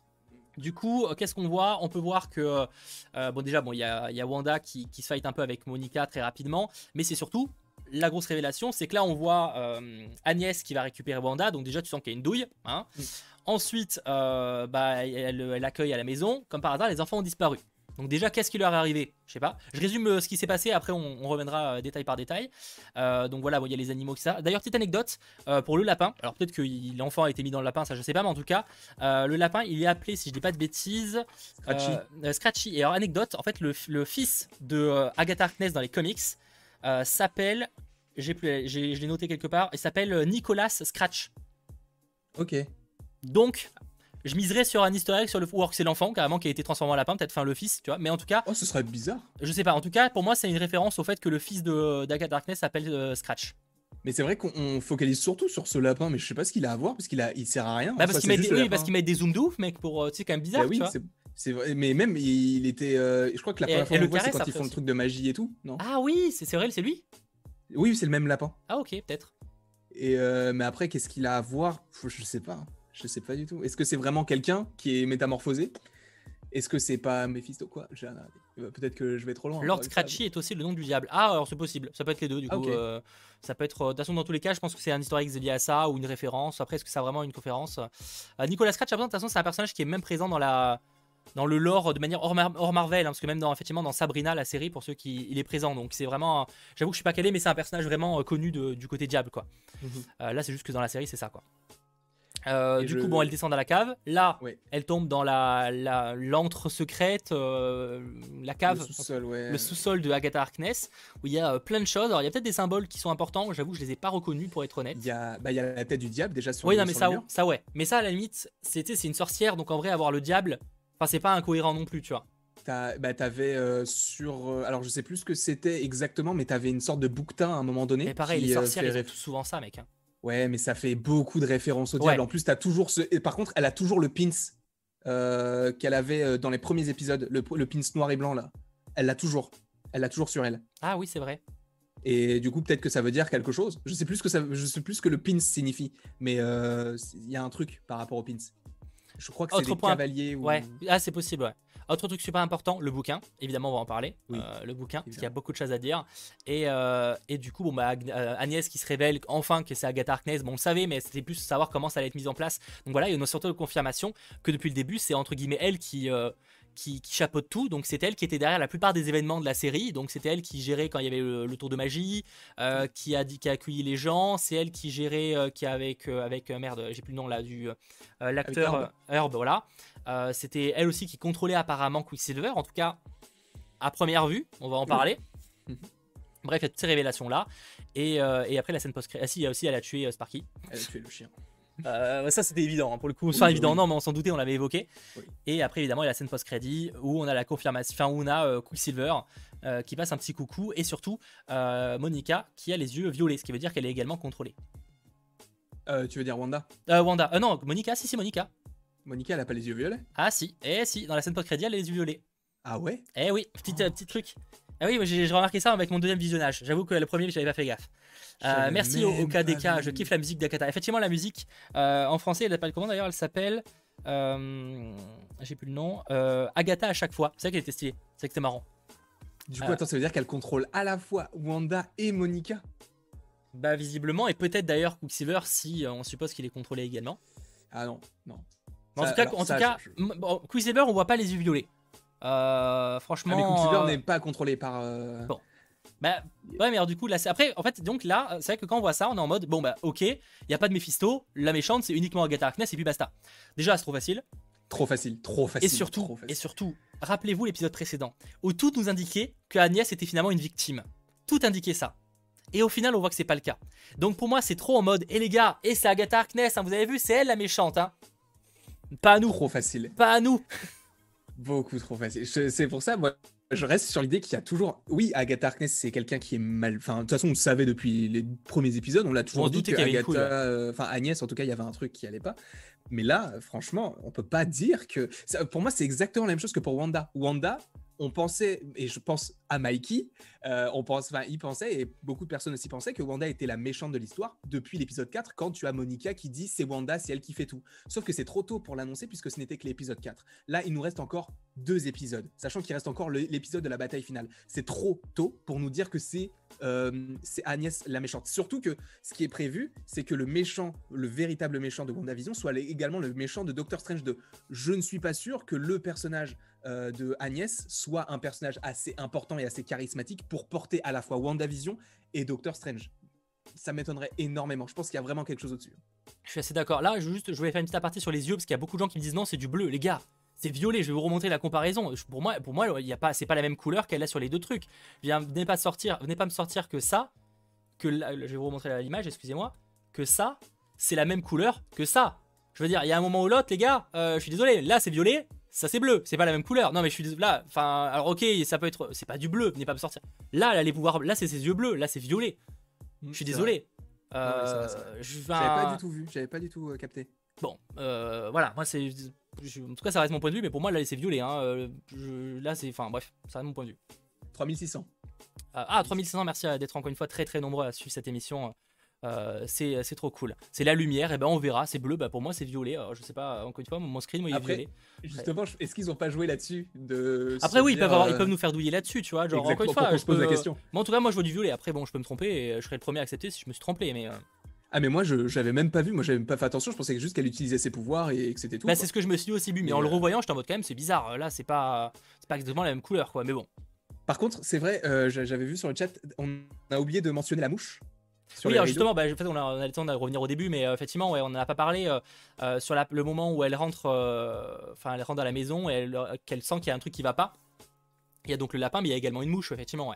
Du coup, qu'est-ce qu'on voit? On peut voir que euh, bon déjà bon, il y a, y a Wanda qui, qui se fight un peu avec Monica très rapidement, mais c'est surtout la grosse révélation, c'est que là on voit euh, Agnès qui va récupérer Wanda. Donc déjà tu sens qu'il y a une douille. Hein. Mm. Ensuite, euh, bah, elle, elle accueille à la maison. Comme par hasard, les enfants ont disparu. Donc déjà, qu'est-ce qui leur est arrivé? Je sais pas. Je résume ce qui s'est passé. Après, on, on reviendra euh, détail par détail. Euh, donc voilà, il y a les animaux qui ça. D'ailleurs, petite anecdote euh, pour le lapin. Alors peut-être que l'enfant a été mis dans le lapin, ça je sais pas, mais en tout cas, euh, le lapin, il est appelé, si je dis pas de bêtises, Scratchy. Euh, Scratchy. Et alors anecdote, en fait, le, le fils de euh, Agatha Harkness dans les comics euh, s'appelle, j'ai plus, j'ai, je l'ai noté quelque part, il s'appelle Nicolas Scratch. Ok. Donc, je miserais sur un easter egg sur le ou alors que c'est l'enfant carrément qui a été transformé en lapin, peut-être enfin le fils, tu vois. Mais en tout cas, oh, ce serait bizarre. Je sais pas. En tout cas, pour moi, c'est une référence au fait que le fils de d'Agatha Harkness s'appelle euh, Scratch. Mais c'est vrai qu'on focalise surtout sur ce lapin, mais je sais pas ce qu'il a à voir parce qu'il a, il sert à rien. Bah parce qu'ils mettent, oui, parce qu'ils mettent des zooms de ouf, mec. Pour, euh, tu sais, quand même bizarre. Bah oui, c'est, c'est vrai. Mais même, il était. Euh, je crois que la première et, fois et qu'on le voit, c'est quand ils font aussi. Le truc de magie et tout, non? Ah oui, c'est, c'est vrai, c'est lui. Oui, c'est le même lapin. Ah ok, peut-être. Et euh, mais après, qu'est-ce qu'il a à voir? Je sais pas. Je sais pas du tout. Est-ce que c'est vraiment quelqu'un qui est métamorphosé? Est-ce que c'est pas Mephisto quoi? J'ai... Peut-être que je vais trop loin. Lord Scratchy est aussi le nom du diable. Ah, alors c'est possible. Ça peut être les deux du coup. Ah, okay. euh, ça peut être. De toute façon, dans tous les cas, je pense que c'est un historique lié à ça ou une référence. Après, est-ce que c'est vraiment une conférence? euh, Nicolas Scratch, de toute façon, c'est un personnage qui est même présent dans la. Dans le lore de manière hors, Mar- hors Marvel, hein, parce que même dans, effectivement, dans Sabrina, la série, pour ceux qui. Il est présent. Donc c'est vraiment. J'avoue que je suis pas calé, mais c'est un personnage vraiment euh, connu de, du côté diable quoi. Mm-hmm. euh, là, c'est juste que dans la série, c'est ça quoi. Euh, du je... coup, bon, elle descend dans la cave. Là, ouais. Elle tombe dans la, la l'antre secrète, euh, la cave, le sous-sol, ouais. le sous-sol de Agatha Harkness, où il y a euh, plein de choses. Alors, il y a peut-être des symboles qui sont importants. J'avoue, je les ai pas reconnus pour être honnête. Il y a, bah, il y a la tête du diable déjà sur. Oui, le, non, mais sur ça, le mur. ça, ouais. Mais ça, à la limite, c'était, c'est une sorcière, donc en vrai, avoir le diable, enfin, c'est pas incohérent non plus, tu vois. T'as, bah, t'avais euh, sur, euh, alors je sais plus ce que c'était exactement, mais t'avais une sorte de bouquetin à un moment donné. Mais pareil, qui, les sorcières, euh, ils font souvent ça, mec. Hein. Ouais, mais ça fait beaucoup de références au diable. Ouais. En plus, t'as toujours ce. Et par contre, elle a toujours le pins euh, qu'elle avait dans les premiers épisodes, le, le pins noir et blanc là. Elle l'a toujours. Elle l'a toujours sur elle. Ah oui, c'est vrai. Et du coup, peut-être que ça veut dire quelque chose. Je sais plus ce que ça, je sais plus ce que le pins signifie, mais il euh, y a un truc par rapport au pins. Je crois que c'est des point... cavaliers. Ou... Ouais. Ah, c'est possible. Ouais. Autre truc super important, le bouquin. Évidemment, on va en parler. Oui, euh, le bouquin, évidemment. Parce qu'il y a beaucoup de choses à dire. Et, euh, et du coup, bon, bah, Agnès qui se révèle enfin que c'est Agatha Harkness. Bon, on le savait, mais c'était plus savoir comment ça allait être mis en place. Donc voilà, il y a surtout une confirmation que depuis le début, c'est entre guillemets elle qui, euh, qui, qui chapeaute tout. Donc c'est elle qui était derrière la plupart des événements de la série. Donc c'était elle qui gérait quand il y avait le, le tour de magie, euh, qui a dit, qui a accueilli les gens. C'est elle qui gérait, euh, qui avec, euh, avec euh, merde, j'ai plus le nom là du euh, l'acteur Herb. Herb, voilà. Euh, c'était elle aussi qui contrôlait apparemment Quicksilver, en tout cas à première vue, on va en parler. Mmh. Bref, il y a toutes ces révélations là, et, euh, et après la scène post-crédit. Ah si, aussi elle a tué euh, Sparky. Elle a tué le chien. Euh, ça c'était évident, hein, pour le coup, enfin oui, évident, oui. Non, mais on s'en doutait, on l'avait évoqué. Oui. Et après évidemment il y a la scène post-crédit où on a la confirmation, enfin où on a euh, Quicksilver euh, qui passe un petit coucou, et surtout euh, Monica qui a les yeux violets, ce qui veut dire qu'elle est également contrôlée. Euh, tu veux dire Wanda? euh, Wanda, euh, non, Monica, si, si, Monica. Monica, elle a pas les yeux violets? Ah si, eh si, dans la scène post-crédit, elle a les yeux violets. Ah ouais? Eh oui, petit, oh. euh, petit truc. Ah oui, j'ai, j'ai remarqué ça avec mon deuxième visionnage. J'avoue que le premier, j'avais pas fait gaffe. Euh, merci au, au K D K, je kiffe la musique d'Akata. Effectivement, la musique, euh, en français, elle s'appelle comment d'ailleurs? Elle s'appelle Euh, j'ai plus le nom. Euh, Agatha à chaque fois. C'est vrai qu'elle était stylée. C'est vrai que c'était marrant. Du coup, euh, attends, ça veut dire qu'elle contrôle à la fois Wanda et Monica? Bah visiblement, et peut-être d'ailleurs Quicksilver si euh, on suppose qu'il est contrôlé également. Ah non, non. En ça, tout cas, alors, en ça, tout cas je... bon, Quicksilver, on voit pas les yeux violets. Euh, franchement. Ah, mais Quicksilver euh... n'est pas contrôlé par. Euh... Bon. Bah ouais, mais alors du coup, là, c'est après, en fait, donc là, c'est vrai que quand on voit ça, on est en mode, bon bah ok, il y a pas de Mephisto, la méchante, c'est uniquement Agatha Harkness et puis basta. Déjà, c'est trop facile. Trop facile, trop facile. Et surtout, trop facile. et surtout, rappelez-vous l'épisode précédent où tout nous indiquait que Agnès était finalement une victime. Tout indiquait ça. Et au final, on voit que c'est pas le cas. Donc pour moi, c'est trop en mode, et eh les gars, et c'est Agatha Harkness, hein, vous avez vu, c'est elle la méchante, hein. Pas à nous. Trop facile. Pas à nous. Beaucoup trop facile. C'est pour ça, moi, je reste sur l'idée qu'il y a toujours. Oui, Agatha Harkness, c'est quelqu'un qui est mal. Enfin, de toute façon, on le savait depuis les premiers épisodes, on l'a toujours on dit que Agatha. Euh, enfin, Agnès, en tout cas, il y avait un truc qui allait pas. Mais là, franchement, on peut pas dire que. Ça, pour moi, c'est exactement la même chose que pour Wanda. Wanda, on pensait, et je pense à Mikey, euh, on pense, enfin, il pensait, et beaucoup de personnes aussi pensaient que Wanda était la méchante de l'histoire depuis l'épisode quatre, quand tu as Monica qui dit c'est Wanda, c'est elle qui fait tout. Sauf que c'est trop tôt pour l'annoncer puisque ce n'était que l'épisode quatre. Là, il nous reste encore deux épisodes, sachant qu'il reste encore l'épisode de la bataille finale. C'est trop tôt pour nous dire que c'est euh, Agnès la méchante. Surtout que ce qui est prévu, c'est que le méchant, le véritable méchant de WandaVision soit également le méchant de Doctor Strange deux. Je ne suis pas sûr que le personnage Euh, de Agnès soit un personnage assez important et assez charismatique pour porter à la fois WandaVision et Doctor Strange. Ça m'étonnerait énormément. Je pense qu'il y a vraiment quelque chose au-dessus. Je suis assez d'accord. Là, je, juste, je voulais faire une petite aparté sur les yeux parce qu'il y a beaucoup de gens qui me disent non, c'est du bleu, les gars. C'est violet. Je vais vous remonter la comparaison. Pour moi, pour moi, il y a pas, c'est pas la même couleur qu'elle a sur les deux trucs. Viens, venez pas sortir, venez pas me sortir que ça, que là, je vais vous remontrer l'image. Excusez-moi, que ça, c'est la même couleur que ça. Je veux dire, il y a un moment ou l'autre, les gars. Euh, je suis désolé. Là, c'est violet. Ça c'est bleu, c'est pas la même couleur. Non mais je suis désolé. Là, enfin, alors ok, ça peut être, c'est pas du bleu, venez pas me sortir. Là, là les pouvoirs, là c'est ses yeux bleus, là c'est violet. Mmh, je suis désolé. Euh, ouais, J'avais pas du tout vu, j'avais pas du tout euh, capté. Bon, euh, voilà, moi c'est, en tout cas ça reste mon point de vue, mais pour moi là c'est violet. Hein. Euh, je, là c'est, enfin bref, ça reste mon point de vue. trois mille six cents. Euh, ah trois mille six cents, merci d'être encore une fois très très nombreux à suivre cette émission. Euh, c'est trop cool. C'est la lumière, et ben on verra. C'est bleu, bah pour moi c'est violet. Alors, je sais pas, encore une fois, mon screen moi, il est Après, violet. Justement, est-ce qu'ils ont pas joué là-dessus de Après oui, dire, ils peuvent, avoir, euh... ils peuvent nous faire douiller là-dessus, tu vois. Genre Exactement, encore une fois, je, je pose peux... la question. Bon, en tout cas, moi je vois du violet. Après bon, je peux me tromper et je serai le premier à accepter si je me suis trompé, mais. Euh... Ah mais moi je j'avais même pas vu, moi j'avais même pas fait attention. Je pensais juste qu'elle utilisait ses pouvoirs et que c'était tout. Bah c'est ce que je me suis dit aussi, mais, mais en euh... le revoyant, j'étais en mode quand même, c'est bizarre. Là, c'est pas, c'est pas exactement la même couleur, quoi. Mais bon. Par contre, c'est vrai, euh, j'avais vu sur le chat, on a oublié de mentionner la mouche. Oui, alors justement, bah, en fait, on a, on a le temps de revenir au début, mais euh, effectivement, ouais, on n'en a pas parlé euh, euh, sur la, le moment où elle rentre, enfin, euh, elle rentre à la maison et qu'elle sent qu'il y a un truc qui va pas. Il y a donc le lapin, mais il y a également une mouche, effectivement, ouais.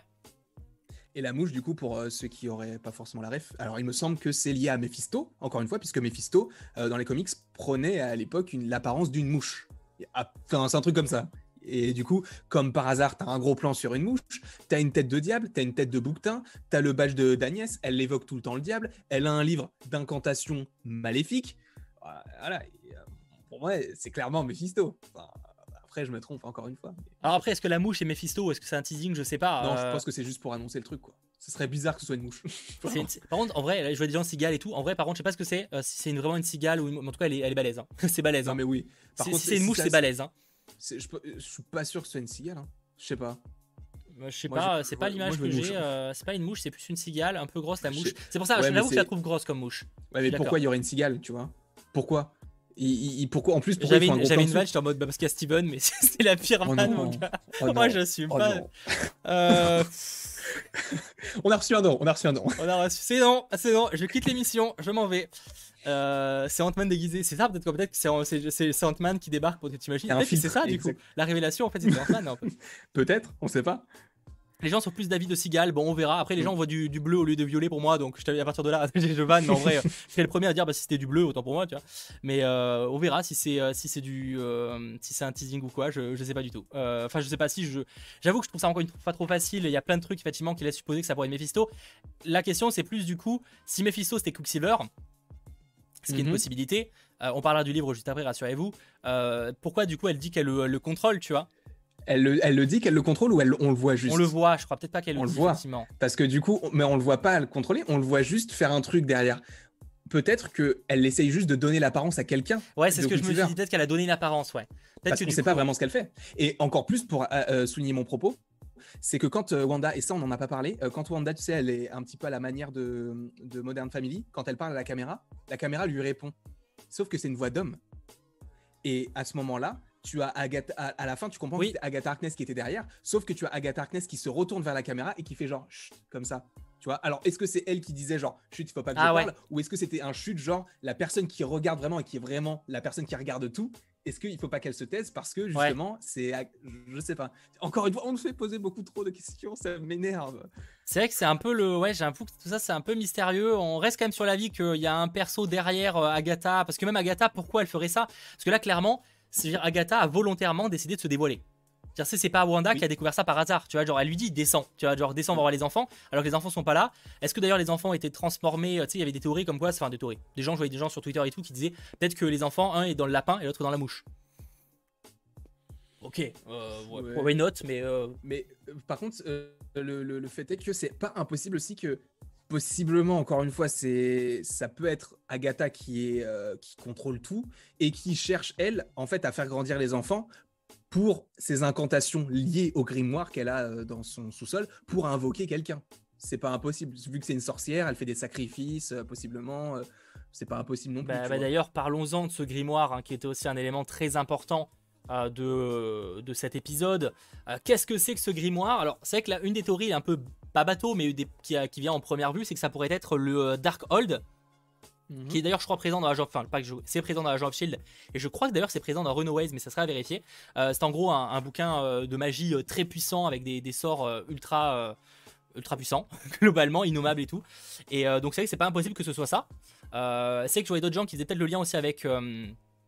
Et la mouche, du coup, pour euh, ceux qui auraient pas forcément la ref, alors il me semble que c'est lié à Mephisto, encore une fois, puisque Mephisto, euh, dans les comics, prenait à l'époque l'apparence d'une mouche. Enfin, c'est un truc comme ça. Et du coup, comme par hasard, t'as un gros plan sur une mouche, t'as une tête de diable, t'as une tête de bouquetin, t'as le badge d'Agnès, elle évoque tout le temps le diable, elle a un livre d'incantation maléfique. Voilà, et, euh, pour moi, c'est clairement Mephisto. Enfin, après, je me trompe encore une fois. Mais... Alors après, est-ce que la mouche est Mephisto ou est-ce que c'est un teasing? Je sais pas. Non, euh... je pense que c'est juste pour annoncer le truc, quoi. Ce serait bizarre que ce soit une mouche. Une... Par contre, en vrai, je vois des gens cigales et tout. En vrai, par contre, je sais pas ce que c'est. Euh, si c'est une... vraiment une cigale ou une... en tout cas, elle est, elle est balèze. Hein. C'est balèze. Non, hein. mais oui. Par si, contre, si c'est une mouche, c'est balèze. Hein. Je, je suis pas sûr que ce soit une cigale. Hein. Je sais pas. Je sais moi, pas, c'est pas l'image que j'ai. Euh, c'est pas une mouche, c'est plus une cigale, un peu grosse la mouche. C'est pour ça, ouais, j'avoue que je la trouve grosse comme mouche. Ouais, mais pourquoi il y aurait une cigale, tu vois? Pourquoi? Il, il, pourquoi en plus j'avais une, une vanne, j'étais en mode bah parce qu'il y a Steven, mais c'est la pire oh vanne, mon gars. Oh moi, j'assume oh pas. Euh... on a reçu un don, on a reçu un don. On a reçu, c'est non, c'est non. Je quitte l'émission, je m'en vais. Euh, c'est Ant-Man déguisé, c'est ça peut-être quoi, peut-être que c'est Ant-Man qui débarque pour que tu imagines. Peut-être que c'est ça exact. Du coup. La révélation en fait c'est Ant-Man. En fait. Peut-être, on sait pas. Les gens sont plus d'avis de cigale, bon on verra. Après les gens voient du, du bleu au lieu de violet pour moi, donc je à partir de là je vanne, mais en vrai je suis le premier à dire bah si c'était du bleu autant pour moi, tu vois. Mais euh, on verra si c'est euh, si c'est du euh, si c'est un teasing ou quoi, je, je sais pas du tout. Enfin euh, je sais pas si je j'avoue que je trouve ça encore une fois trop facile. Il y a plein de trucs effectivement qui laissent supposer que ça pourrait être Mephisto. La question c'est plus du coup si Mephisto c'était Quicksilver, ce qui est une mm-hmm. possibilité. Euh, on parlera du livre juste après, rassurez-vous. Euh, pourquoi du coup elle dit qu'elle le, le contrôle, tu vois? Elle le, elle le dit qu'elle le contrôle ou elle, on le voit juste? On le voit, je crois peut-être pas qu'elle le, le dit voit. effectivement. Parce que du coup, on, mais on le voit pas le contrôler, on le voit juste faire un truc derrière. peut-être qu'elle essaye juste de donner l'apparence à quelqu'un. Ouais, c'est ce que je me suis dit, peut-être qu'elle a donné une apparence, ouais. Parce qu'on ne sait pas vraiment ce qu'elle fait. Et encore plus, pour euh, souligner mon propos, c'est que quand euh, Wanda, et ça on n'en a pas parlé, euh, quand Wanda, tu sais, elle est un petit peu à la manière de, de Modern Family, quand elle parle à la caméra, la caméra lui répond. Sauf que c'est une voix d'homme. Et à ce moment-là, tu as Agatha, à, à la fin, tu comprends oui. que c'est Agatha Harkness qui était derrière, sauf que tu as Agatha Harkness qui se retourne vers la caméra et qui fait genre chut, comme ça. Tu vois, alors est-ce que c'est elle qui disait genre chut, il faut pas que ah, je ouais. parle, ou est-ce que c'était un chut genre la personne qui regarde vraiment et qui est vraiment la personne qui regarde tout? Est-ce qu'il faut pas qu'elle se taise parce que justement, ouais. c'est, je sais pas. Encore une fois, on me fait poser beaucoup trop de questions, ça m'énerve. C'est vrai que c'est un peu le, ouais, j'ai un peu tout ça, c'est un peu mystérieux. On reste quand même sur l'avis qu'il y a un perso derrière euh, Agatha, parce que même Agatha, pourquoi elle ferait ça? Parce que là, clairement, c'est Agatha a volontairement décidé de se dévoiler. C'est, c'est pas Wanda oui. qui a découvert ça par hasard, tu vois, genre elle lui dit descends, tu vois, genre descends, on va voir les enfants, alors que les enfants sont pas là. Est-ce que d'ailleurs les enfants étaient transformés, tu sais, il y avait des théories comme quoi, enfin des théories, des gens, je voyais des gens sur Twitter et tout qui disaient peut-être que les enfants, un est dans le lapin et l'autre dans la mouche. Ok, euh, ouais. why not, mais... Euh... Mais euh, par contre, euh, le, le, le fait est que c'est pas impossible aussi que, possiblement, encore une fois, c'est, ça peut être Agatha qui, est, euh, qui contrôle tout et qui cherche, elle, en fait, à faire grandir les enfants pour ses incantations liées au grimoire qu'elle a euh, dans son sous-sol pour invoquer quelqu'un. C'est pas impossible, vu que c'est une sorcière, elle fait des sacrifices, euh, possiblement, euh, c'est pas impossible non plus. Bah, bah d'ailleurs, parlons-en de ce grimoire, hein, qui était aussi un élément très important Euh, de, de cet épisode. Euh, qu'est-ce que c'est que ce grimoire? Alors c'est vrai que là, une des théories un peu pas bateau mais des, qui, qui vient en première vue, c'est que ça pourrait être le Darkhold, mm-hmm. qui est d'ailleurs je crois présent dans Agent, enfin pas que je, c'est présent dans Agent of Shield et je crois que d'ailleurs c'est présent dans Runaways, mais ça sera à vérifier. Euh, c'est en gros un, un bouquin euh, de magie euh, très puissant avec des, des sorts euh, ultra euh, ultra puissants globalement, innommables et tout. Et euh, donc c'est vrai que c'est pas impossible que ce soit ça. Euh, c'est que je voyais d'autres gens qui faisaient peut-être le lien aussi avec euh,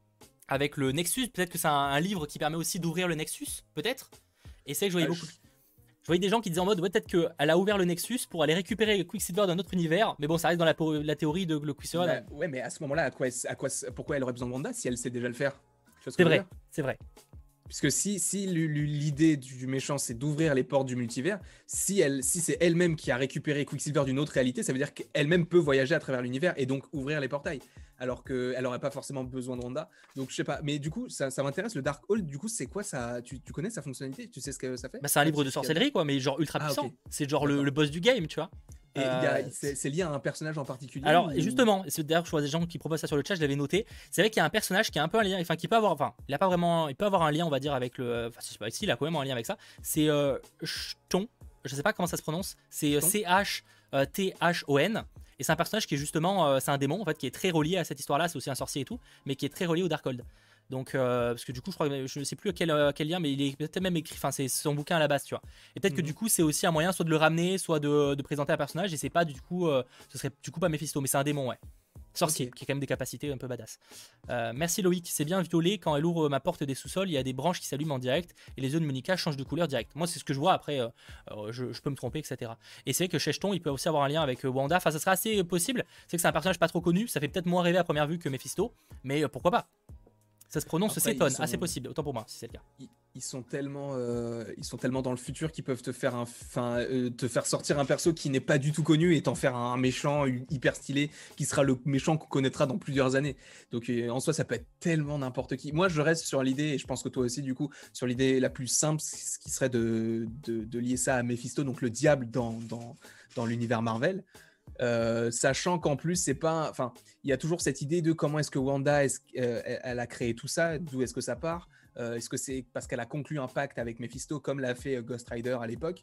avec le Nexus, peut-être que c'est un, un livre qui permet aussi d'ouvrir le Nexus, peut-être. Et c'est que je voyais ah, beaucoup. Je... je voyais des gens qui disaient en mode, ouais, peut-être qu'elle a ouvert le Nexus pour aller récupérer Quicksilver d'un autre univers, mais bon, ça reste dans la, la théorie de le Quicksilver. Bah, ouais, mais à ce moment-là, à quoi, à quoi, pourquoi elle aurait besoin de Wanda si elle sait déjà le faire? C'est vrai, c'est vrai. Puisque si, si l'idée du méchant c'est d'ouvrir les portes du multivers, si, elle, si c'est elle-même qui a récupéré Quicksilver d'une autre réalité, ça veut dire qu'elle-même peut voyager à travers l'univers et donc ouvrir les portails. Alors qu'elle n'aurait pas forcément besoin de Wanda. Donc je sais pas. Mais du coup, ça, ça m'intéresse. Le Darkhold, du coup, c'est quoi ça? tu, tu connais sa fonctionnalité? Tu sais ce que ça fait? Bah, c'est un livre de sorcellerie, quoi, mais genre ultra puissant. Ah, okay. C'est genre le, le boss du game, tu vois. Et euh... c'est lié à un personnage en particulier? Alors, ou... justement, d'ailleurs, je vois des gens qui proposent ça sur le chat, je l'avais noté. C'est vrai qu'il y a un personnage qui a un peu un lien, enfin, qui peut avoir, enfin, il a pas vraiment, il peut avoir un lien, on va dire, avec le, enfin, je sais pas, ici, il a quand même un lien avec ça. C'est euh, Chthon, je sais pas comment ça se prononce, c'est C H T H O N. Et c'est un personnage qui est justement, euh, c'est un démon, en fait, qui est très relié à cette histoire-là, c'est aussi un sorcier et tout, mais qui est très relié au Darkhold. Donc, euh, parce que du coup, je crois que je ne sais plus à quel, à quel lien, mais il est peut-être même écrit, enfin, c'est son bouquin à la base, tu vois. Et peut-être mmh. que du coup, c'est aussi un moyen soit de le ramener, soit de, de présenter un personnage, et c'est pas du coup, euh, ce serait du coup pas Mephisto, mais c'est un démon, ouais. Sorcier, okay. qui a quand même des capacités un peu badass. Euh, merci Loïc, c'est bien violet, quand elle ouvre ma porte des sous-sols, il y a des branches qui s'allument en direct, et les yeux de Monica changent de couleur direct. Moi, c'est ce que je vois, après, euh, euh, je, je peux me tromper, et cetera. Et c'est vrai que Chthon, il peut aussi avoir un lien avec Wanda, enfin, ça serait assez possible. C'est que c'est un personnage pas trop connu, ça fait peut-être moins rêver à première vue que Mephisto, mais euh, pourquoi pas? Ça se prononce Seton, sont... assez possible, autant pour moi, si c'est le cas. Ils, ils, sont tellement, euh, ils sont tellement dans le futur qu'ils peuvent te faire, un, euh, te faire sortir un perso qui n'est pas du tout connu et t'en faire un méchant hyper stylé qui sera le méchant qu'on connaîtra dans plusieurs années. Donc euh, en soi, ça peut être tellement n'importe qui. Moi, je reste sur l'idée, et je pense que toi aussi, du coup, sur l'idée la plus simple, ce qui serait de, de, de lier ça à Mephisto, donc le diable dans, dans, dans l'univers Marvel. Euh, sachant qu'en plus c'est pas, enfin, il y a toujours cette idée de comment est-ce que Wanda est-ce, euh, elle a créé tout ça, d'où est-ce que ça part, euh, est-ce que c'est parce qu'elle a conclu un pacte avec Mephisto comme l'a fait Ghost Rider à l'époque,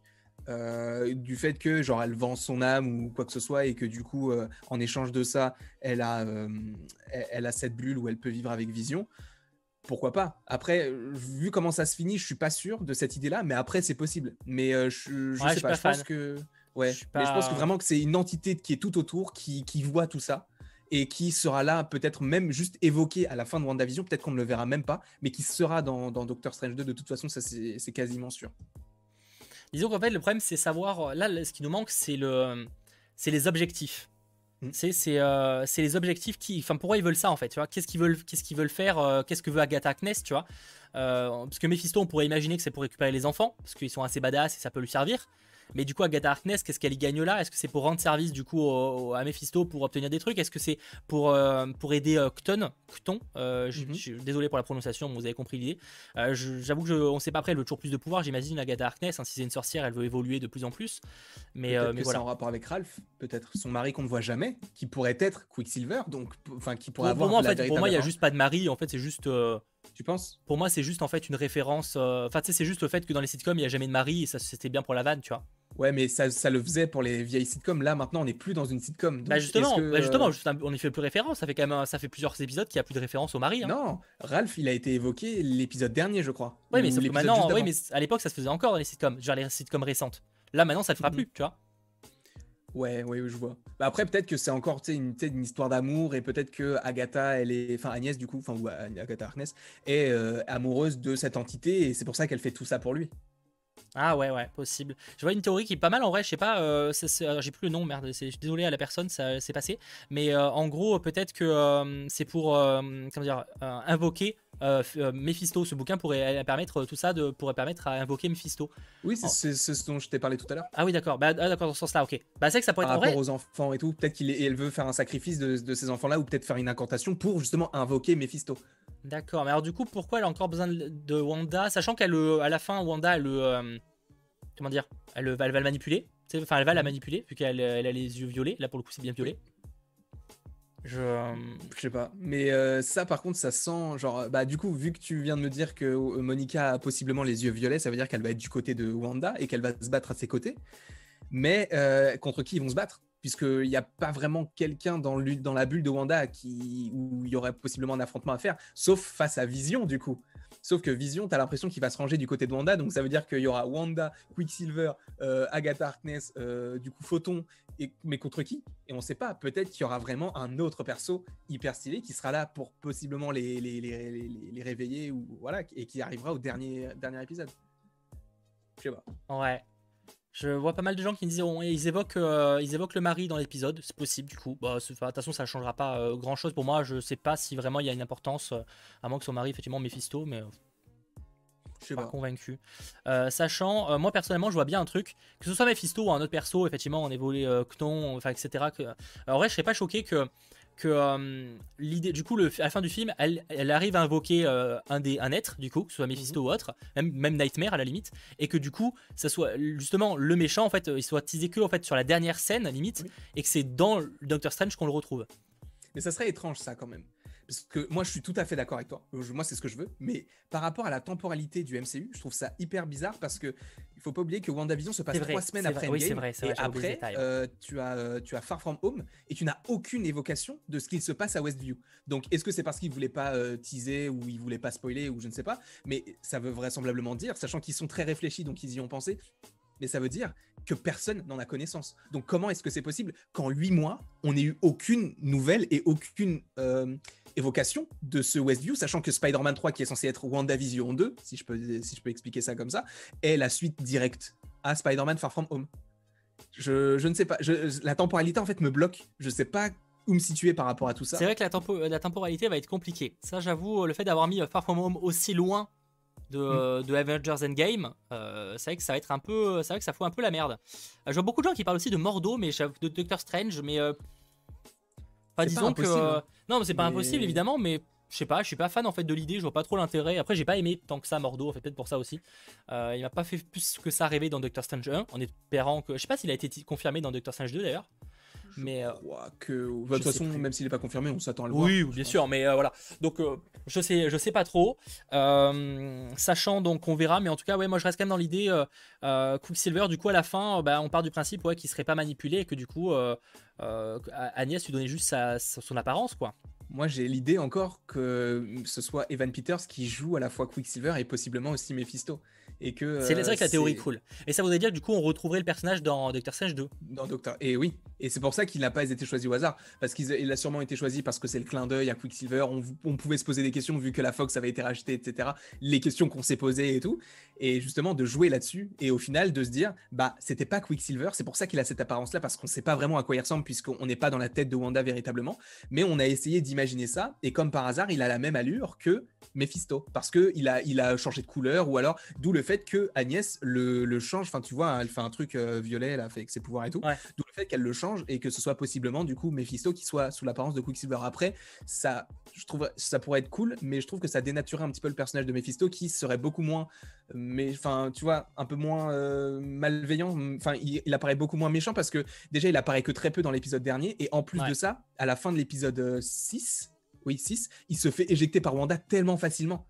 euh, du fait que genre elle vend son âme ou quoi que ce soit et que du coup euh, en échange de ça elle a, euh, elle, elle a cette bulle où elle peut vivre avec Vision. Pourquoi pas? Après, vu comment ça se finit, je suis pas sûr de cette idée-là, mais après c'est possible. Mais euh, je, je ouais, sais je pas, pas je fan. pense que ouais, je pas... mais je pense que vraiment que c'est une entité qui est tout autour, qui, qui voit tout ça et qui sera là peut-être même juste évoqué à la fin de WandaVision, peut-être qu'on ne le verra même pas, mais qui sera dans, dans Doctor Strange deux de toute façon, ça c'est, c'est quasiment sûr. Disons qu'en fait le problème c'est savoir, là ce qui nous manque c'est le, c'est les objectifs. Mm. C'est, c'est, euh, c'est les objectifs qui, enfin pourquoi ils veulent ça en fait, tu vois, qu'est-ce qu'ils veulent, qu'est-ce qu'ils veulent faire, euh, qu'est-ce que veut Agatha Harkness, tu vois, euh, parce que Mephisto on pourrait imaginer que c'est pour récupérer les enfants, parce qu'ils sont assez badass et ça peut lui servir. Mais du coup, Agatha Harkness, qu'est-ce qu'elle y gagne là? Est-ce que c'est pour rendre service du coup au, au, à Mephisto pour obtenir des trucs? Est-ce que c'est pour, euh, pour aider euh, Cton, Cton euh, je, Mhm. je suis désolé pour la prononciation, mais vous avez compris l'idée. Euh, J'avoue que je, on sait pas après, elle veut toujours plus de pouvoir, j'imagine, Agatha Harkness. Hein, si c'est une sorcière, elle veut évoluer de plus en plus. Mais, Peut-être euh, mais que voilà. c'est en rapport avec Ralph, peut-être son mari qu'on ne voit jamais, qui pourrait être Quicksilver, donc enfin qui pourrait Pour, pour avoir moi, en la fait, pour véritable moi, il y a apparence. juste pas de mari. En fait, c'est juste. euh, Tu penses? Pour moi, c'est juste en fait une référence. euh, Enfin, tu sais, c'est juste le fait que dans les sitcoms, il y a jamais de mari et ça, c'était bien pour la vanne, tu vois. Ouais, mais ça, ça le faisait pour les vieilles sitcoms. Là, maintenant, on n'est plus dans une sitcom. Bah Donc, est-ce justement, que bah justement, euh, juste un- on y fait plus référence. Ça fait quand même, un- ça fait plusieurs épisodes qu'il y a plus de référence au mari. Hein. non, Ralph, il a été évoqué l'épisode dernier, je crois, Oui, mais ou sauf que l'épisode juste maintenant, oui, d'avant. mais à l'époque, ça se faisait encore dans les sitcoms, genre les sitcoms récentes. Là, maintenant, ça le fera Mhm. plus, tu vois. Ouais, ouais, ouais, je vois. Bah après, peut-être que c'est encore, tu sais, une, tu sais, une histoire d'amour et peut-être que Agatha, elle est, enfin Agnès du coup, enfin ou euh, Agatha Harkness est euh, amoureuse de cette entité et c'est pour ça qu'elle fait tout ça pour lui. Ah ouais, ouais, possible. Je vois une théorie qui est pas mal en vrai, je sais pas, euh, c'est- c'est- alors, j'ai plus le nom, merde, c'est- je suis désolé à la personne, ça s'est passé. Mais euh, en gros, peut-être que euh, c'est pour euh, comment dire, euh, invoquer euh, f- euh, Mephisto. Ce bouquin pourrait euh, permettre, tout ça de, pourrait permettre à invoquer Mephisto. Oui, c'est Oh. c'est- c'est ce dont je t'ai parlé tout à l'heure. Ah oui, d'accord, bah, ah, d'accord, dans ce sens-là, ok. Bah, c'est vrai que ça pourrait Par être en rapport vrai. aux enfants et tout, peut-être qu'elle veut faire un sacrifice de, de ces enfants-là ou peut-être faire une incantation pour justement invoquer Mephisto. D'accord, mais alors du coup, pourquoi elle a encore besoin de, de Wanda, sachant qu'à la fin, Wanda, elle le. euh, comment dire, elle, elle va le manipuler. Tu sais, enfin, elle va la Mhm. manipuler, vu qu'elle elle a les yeux violets. Là, pour le coup, c'est bien violet. Je. euh, Je sais pas. Mais euh, ça, par contre, ça sent genre. Bah, du coup, vu que tu viens de me dire que euh, Monica a possiblement les yeux violets, ça veut dire qu'elle va être du côté de Wanda et qu'elle va se battre à ses côtés. Mais euh, contre qui ils vont se battre? Puisqu'il n'y a pas vraiment quelqu'un dans, le- dans la bulle de Wanda qui, où il y aurait possiblement un affrontement à faire, sauf face à Vision, du coup. Sauf que Vision, tu as l'impression qu'il va se ranger du côté de Wanda, donc ça veut dire qu'il y aura Wanda, Quicksilver, euh, Agatha Harkness, euh, du coup Photon, et, mais contre qui? Et on ne sait pas, peut-être qu'il y aura vraiment un autre perso hyper stylé qui sera là pour possiblement les, les, les, les, les réveiller, ou, voilà, et qui arrivera au dernier, dernier épisode. Je sais pas. Ouais. Je vois pas mal de gens qui me disent, oh, ils, évoquent, euh, ils évoquent le mari dans l'épisode, c'est possible du coup. Bah, de toute façon, ça changera pas euh, grand chose pour moi. Je sais pas si vraiment il y a une importance, euh, à moins que son mari, effectivement, Mephisto, mais euh, Je sais pas pas. convaincu. Euh, sachant, euh, moi personnellement, je vois bien un truc, que ce soit Mephisto ou un autre perso, effectivement, on évolue euh, Cton, enfin, et cetera. Que... Alors, en vrai, je serais pas choqué que. que euh, l'idée, du coup, le, à la fin du film, elle, elle arrive à invoquer euh, un, des, un être, du coup, que ce soit Mephisto Mhm. ou autre, même, même Nightmare à la limite, et que du coup, ça soit justement le méchant, en fait, euh, il soit teasé que en fait, sur la dernière scène, limite, Oui. et que c'est dans Doctor Strange qu'on le retrouve. Mais ça serait étrange, ça, quand même. Parce que moi, je suis tout à fait d'accord avec toi. Je- Moi, c'est ce que je veux. Mais par rapport à la temporalité du M C U, je trouve ça hyper bizarre parce que il faut pas oublier que WandaVision se passe C'est vrai, trois semaines c'est après vrai. Oui, Endgame. c'est vrai, c'est vrai, Et j'avais oublié ce après, détail. euh, tu, as, euh, tu as Far From Home et tu n'as aucune évocation de ce qu'il se passe à Westview. Donc, est-ce que c'est parce qu'ils voulaient pas euh, teaser ou ils voulaient pas spoiler ou je ne sais pas. Mais ça veut vraisemblablement dire, sachant qu'ils sont très réfléchis, donc ils y ont pensé. Mais ça veut dire que personne n'en a connaissance. Donc comment est-ce que c'est possible qu'en huit mois, on n'ait eu aucune nouvelle et aucune euh, évocation de ce Westview, sachant que Spider-Man trois, qui est censé être WandaVision deux, si je peux, si je peux expliquer ça comme ça, est la suite directe à Spider-Man Far From Home. Je, je ne sais pas. Je, la temporalité, en fait, me bloque. Je ne sais pas où me situer par rapport à tout ça. C'est vrai que la, tempo la temporalité va être compliquée. Ça, j'avoue, le fait d'avoir mis Far From Home aussi loin de, mm. de Avengers Endgame, euh, c'est vrai que ça va être un peu, c'est vrai que ça fout un peu la merde. Euh, je vois beaucoup de gens qui parlent aussi de Mordo, mais de Doctor Strange, mais euh, enfin, disons que euh, non, mais c'est pas mais... impossible évidemment, mais je sais pas, je suis pas fan en fait de l'idée, je vois pas trop l'intérêt. Après, j'ai pas aimé tant que ça Mordo, en fait, peut-être pour ça aussi. Euh, il m'a pas fait plus que ça rêver dans Doctor Strange un, en espérant que, je sais pas s'il a été confirmé dans Doctor Strange deux d'ailleurs. Je mais euh, crois que de toute façon, même s'il n'est pas confirmé, on s'attend à le voir. Oui, bien sûr, mais euh, voilà. Donc euh, je sais, je sais pas trop. Euh, sachant donc on verra, mais en tout cas, ouais, moi je reste quand même dans l'idée. Euh, euh, Quicksilver, du coup à la fin, euh, bah, on part du principe ouais, qu'il serait pas manipulé et que du coup euh, euh, Agnès lui donnait juste sa, son apparence, quoi. Moi, j'ai l'idée encore que ce soit Evan Peters qui joue à la fois Quicksilver et possiblement aussi Mephisto. Et que c'est euh, vrai que la théorie est c'est... cool. Et ça voudrait dire que du coup, on retrouverait le personnage dans Doctor Strange deux. Dans Doctor... Et oui, et c'est pour ça qu'il n'a pas été choisi au hasard. Parce qu'il il a sûrement été choisi parce que c'est le clin d'œil à Quicksilver. On, on pouvait se poser des questions vu que la Fox avait été rachetée, et cetera. Les questions qu'on s'est posées et tout. Et justement, de jouer là-dessus. Et au final, de se dire, bah, c'était pas Quicksilver. C'est pour ça qu'il a cette apparence-là, parce qu'on sait pas vraiment à quoi il ressemble, puisqu'on n'est pas dans la tête de Wanda véritablement. Mais on a essayé d'imaginer ça. Et comme par hasard, il a la même allure que Mephisto. Parce qu'il a, il a changé de couleur, ou alors, d'où le fait fait que Agnès le, le change. Enfin, tu vois, elle fait un truc euh, violet, là, avec ses pouvoirs et tout. Ouais. D'où le fait qu'elle le change et que ce soit possiblement du coup Mephisto qui soit sous l'apparence de Quicksilver. Après, ça, je trouve, ça pourrait être cool, mais je trouve que ça dénaturerait un petit peu le personnage de Mephisto qui serait beaucoup moins, mais enfin, tu vois, un peu moins euh, malveillant. Enfin, il, il apparaît beaucoup moins méchant parce que déjà, il apparaît que très peu dans l'épisode dernier et en plus Ouais. de ça, à la fin de l'épisode six, oui six, il se fait éjecter par Wanda tellement facilement.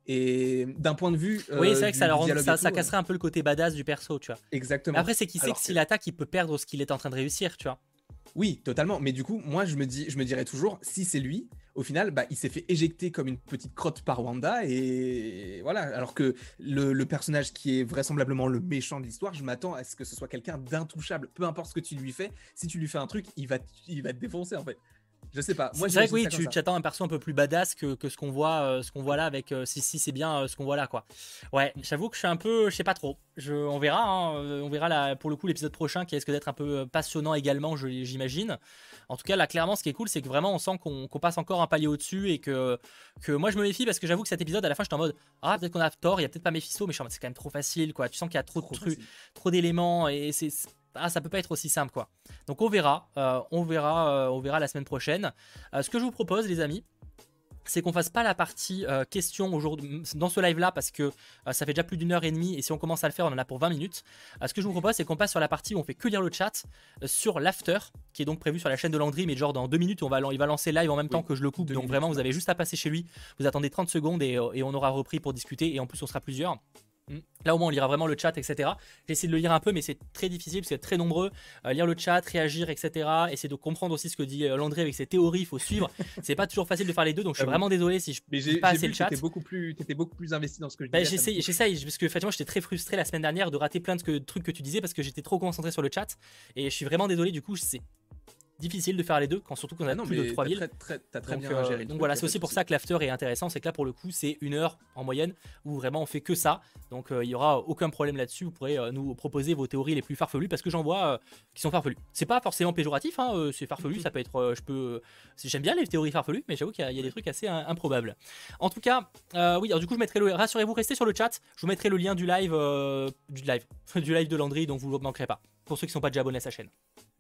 Et d'un point de vue euh, oui, c'est vrai que du, ça, leur du rend- dialogue ça, et tout, ça casserait un peu le côté badass du perso, tu vois. exactement. Mais après, c'est qu'il sait Alors que que- s'il attaque, il peut perdre ce qu'il est en train de réussir, tu vois. Oui, totalement. Mais du coup, moi, je me dis, je me dirais toujours, si c'est lui, au final, bah, il s'est fait éjecter comme une petite crotte par Wanda, et voilà. Alors que le, le personnage qui est vraisemblablement le méchant de l'histoire, je m'attends à ce que ce soit quelqu'un d'intouchable. Peu importe ce que tu lui fais, si tu lui fais un truc, il va, t- il va te défoncer en fait. Je sais pas. Moi, C'est vrai que oui, j'imagine ça tu comme tu attends un perso un peu plus badass que, que ce qu'on voit, euh, ce qu'on voit là avec euh, si si c'est bien euh, ce qu'on voit là quoi. Ouais, j'avoue que je suis un peu, je sais pas trop. Je, on verra, hein, euh, on verra là, pour le coup l'épisode prochain qui risque d'être un peu euh, passionnant également, je- j'imagine. En tout cas là, clairement, ce qui est cool, c'est que vraiment on sent qu'on qu'on passe encore un palier au-dessus et que que moi je me méfie parce que j'avoue que cet épisode à la fin j'étais en mode ah peut-être qu'on a tort, il y a peut-être pas Mephisto, mais je suis en mode c'est quand même trop facile quoi. Tu sens qu'il y a trop de Trop trucs, facile. trop d'éléments et c'est ah, ça peut pas être aussi simple quoi. Donc on verra, euh, on verra, euh, on verra la semaine prochaine. Euh, ce que je vous propose les amis, c'est qu'on fasse pas la partie euh, questions aujourd'hui dans ce live là parce que euh, ça fait déjà plus d'une heure et demie et si on commence à le faire on en a pour vingt minutes. Euh, ce que je vous propose c'est qu'on passe sur la partie où on fait que lire le chat euh, sur l'after qui est donc prévu sur la chaîne de Landry mais genre dans deux minutes on va, il va lancer live en même Oui, temps que je le coupe deux donc minutes, vraiment vous max. avez juste à passer chez lui, vous attendez trente secondes et, euh, et on aura repris pour discuter et en plus on sera plusieurs. Là au moins on lira vraiment le chat, et cetera. J'ai essayé de le lire un peu, mais c'est très difficile parce qu'il y a très nombreux. Euh, lire le chat, réagir, et cetera. Essayer de comprendre aussi ce que dit euh, Landry avec ses théories, il faut suivre. C'est pas toujours facile de faire les deux, donc je suis Ah oui. vraiment désolé si je Mais ne j'ai pas j'ai assez vu le que chat. t'étais beaucoup plus, t'étais beaucoup plus investi dans ce que je Bah, disais. ça me j'essaye, touche. j'essaye, parce que effectivement j'étais très frustré la semaine dernière de rater plein de que- trucs que tu disais parce que j'étais trop concentré sur le chat. Et je suis vraiment désolé, du coup, c'est difficile de faire les deux, quand surtout qu'on a Ah non, plus de mais trois t'as villes. très, très, t'as très Donc, bien euh, géré le donc truc, voilà, y a c'est pas aussi de pour souci. ça que l'after est intéressant, c'est que là pour le coup c'est une heure en moyenne où vraiment on fait que ça, donc euh, il y aura aucun problème là-dessus. Vous pourrez euh, nous proposer vos théories les plus farfelues parce que j'en vois euh, qui sont farfelues. C'est pas forcément péjoratif, hein, euh, c'est farfelu, ça peut être, euh, je peux, euh, j'aime bien les théories farfelues, mais j'avoue qu'il y, a- il y a des trucs assez euh, improbables. En tout cas, euh, oui, alors du coup je mettrai le, rassurez-vous, restez sur le chat, je vous mettrai le lien du live, euh, du live, du live de Landry, donc vous ne manquerez pas. Pour ceux qui ne sont pas déjà abonnés à sa chaîne.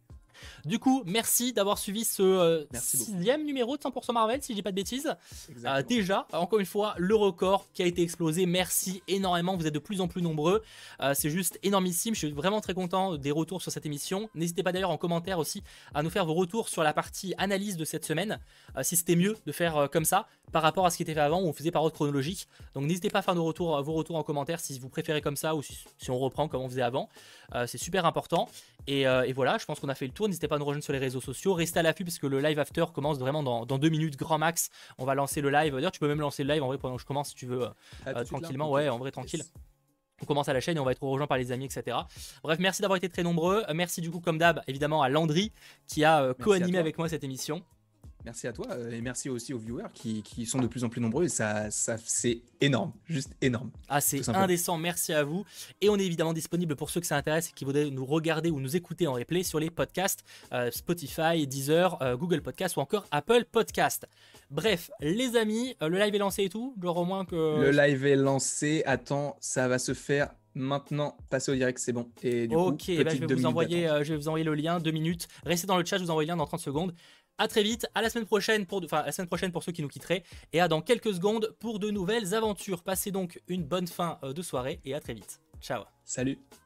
Du coup, merci d'avoir suivi ce euh, Merci beaucoup. sixième numéro de cent pour cent Marvel, si je dis pas de bêtises. Euh, Exactement. déjà, encore une fois, le record qui a été explosé. Merci énormément, vous êtes de plus en plus nombreux. Euh, c'est juste énormissime. Je suis vraiment très content des retours sur cette émission. N'hésitez pas d'ailleurs en commentaire aussi à nous faire vos retours sur la partie analyse de cette semaine. Euh, si c'était mieux de faire euh, comme ça par rapport à ce qui était fait avant où on faisait par ordre chronologique. Donc n'hésitez pas à faire nos retours, vos retours en commentaire si vous préférez comme ça ou si, si on reprend comme on faisait avant. Euh, c'est super important. Et, euh, et voilà, je pense qu'on a fait le tour. N'hésitez pas à nous rejoindre sur les réseaux sociaux. Restez à l'affût parce que le live after commence vraiment dans, dans deux minutes, grand max. On va lancer le live. D'ailleurs, tu peux même lancer le live en vrai pendant que je commence si tu veux, euh, Ah, tout euh, de suite, là tranquillement. Ok. Ouais, en vrai, tranquille. Yes. On commence à la chaîne et on va être rejoint par les amis, et cetera. Bref, merci d'avoir été très nombreux. Euh, Merci du coup, comme d'hab, évidemment à Landry qui a euh, Merci à co-animé toi. avec moi cette émission. Merci à toi euh, et merci aussi aux viewers qui, qui sont de plus en plus nombreux et ça, ça c'est énorme, juste énorme. Ah, c'est Tout simplement. indécent, merci à vous. Et on est évidemment disponible pour ceux que ça intéresse et qui voudraient nous regarder ou nous écouter en replay sur les podcasts euh, Spotify, Deezer, euh, Google Podcast ou encore Apple Podcast. Bref, les amis, euh, le live est lancé et tout, genre au moins que... Le live est lancé, attends, ça va se faire maintenant, passer au direct, c'est bon. Et du ok, coup, bah, petite je, vais deux vous minutes envoyer, d'attente. euh, je vais vous envoyer le lien, deux minutes. Restez dans le chat, je vous envoie le lien dans trente secondes. À très vite, à la semaine prochaine pour, de, enfin, à la semaine prochaine pour ceux qui nous quitteraient et à dans quelques secondes pour de nouvelles aventures. Passez donc une bonne fin euh, de soirée et à très vite. Ciao. Salut.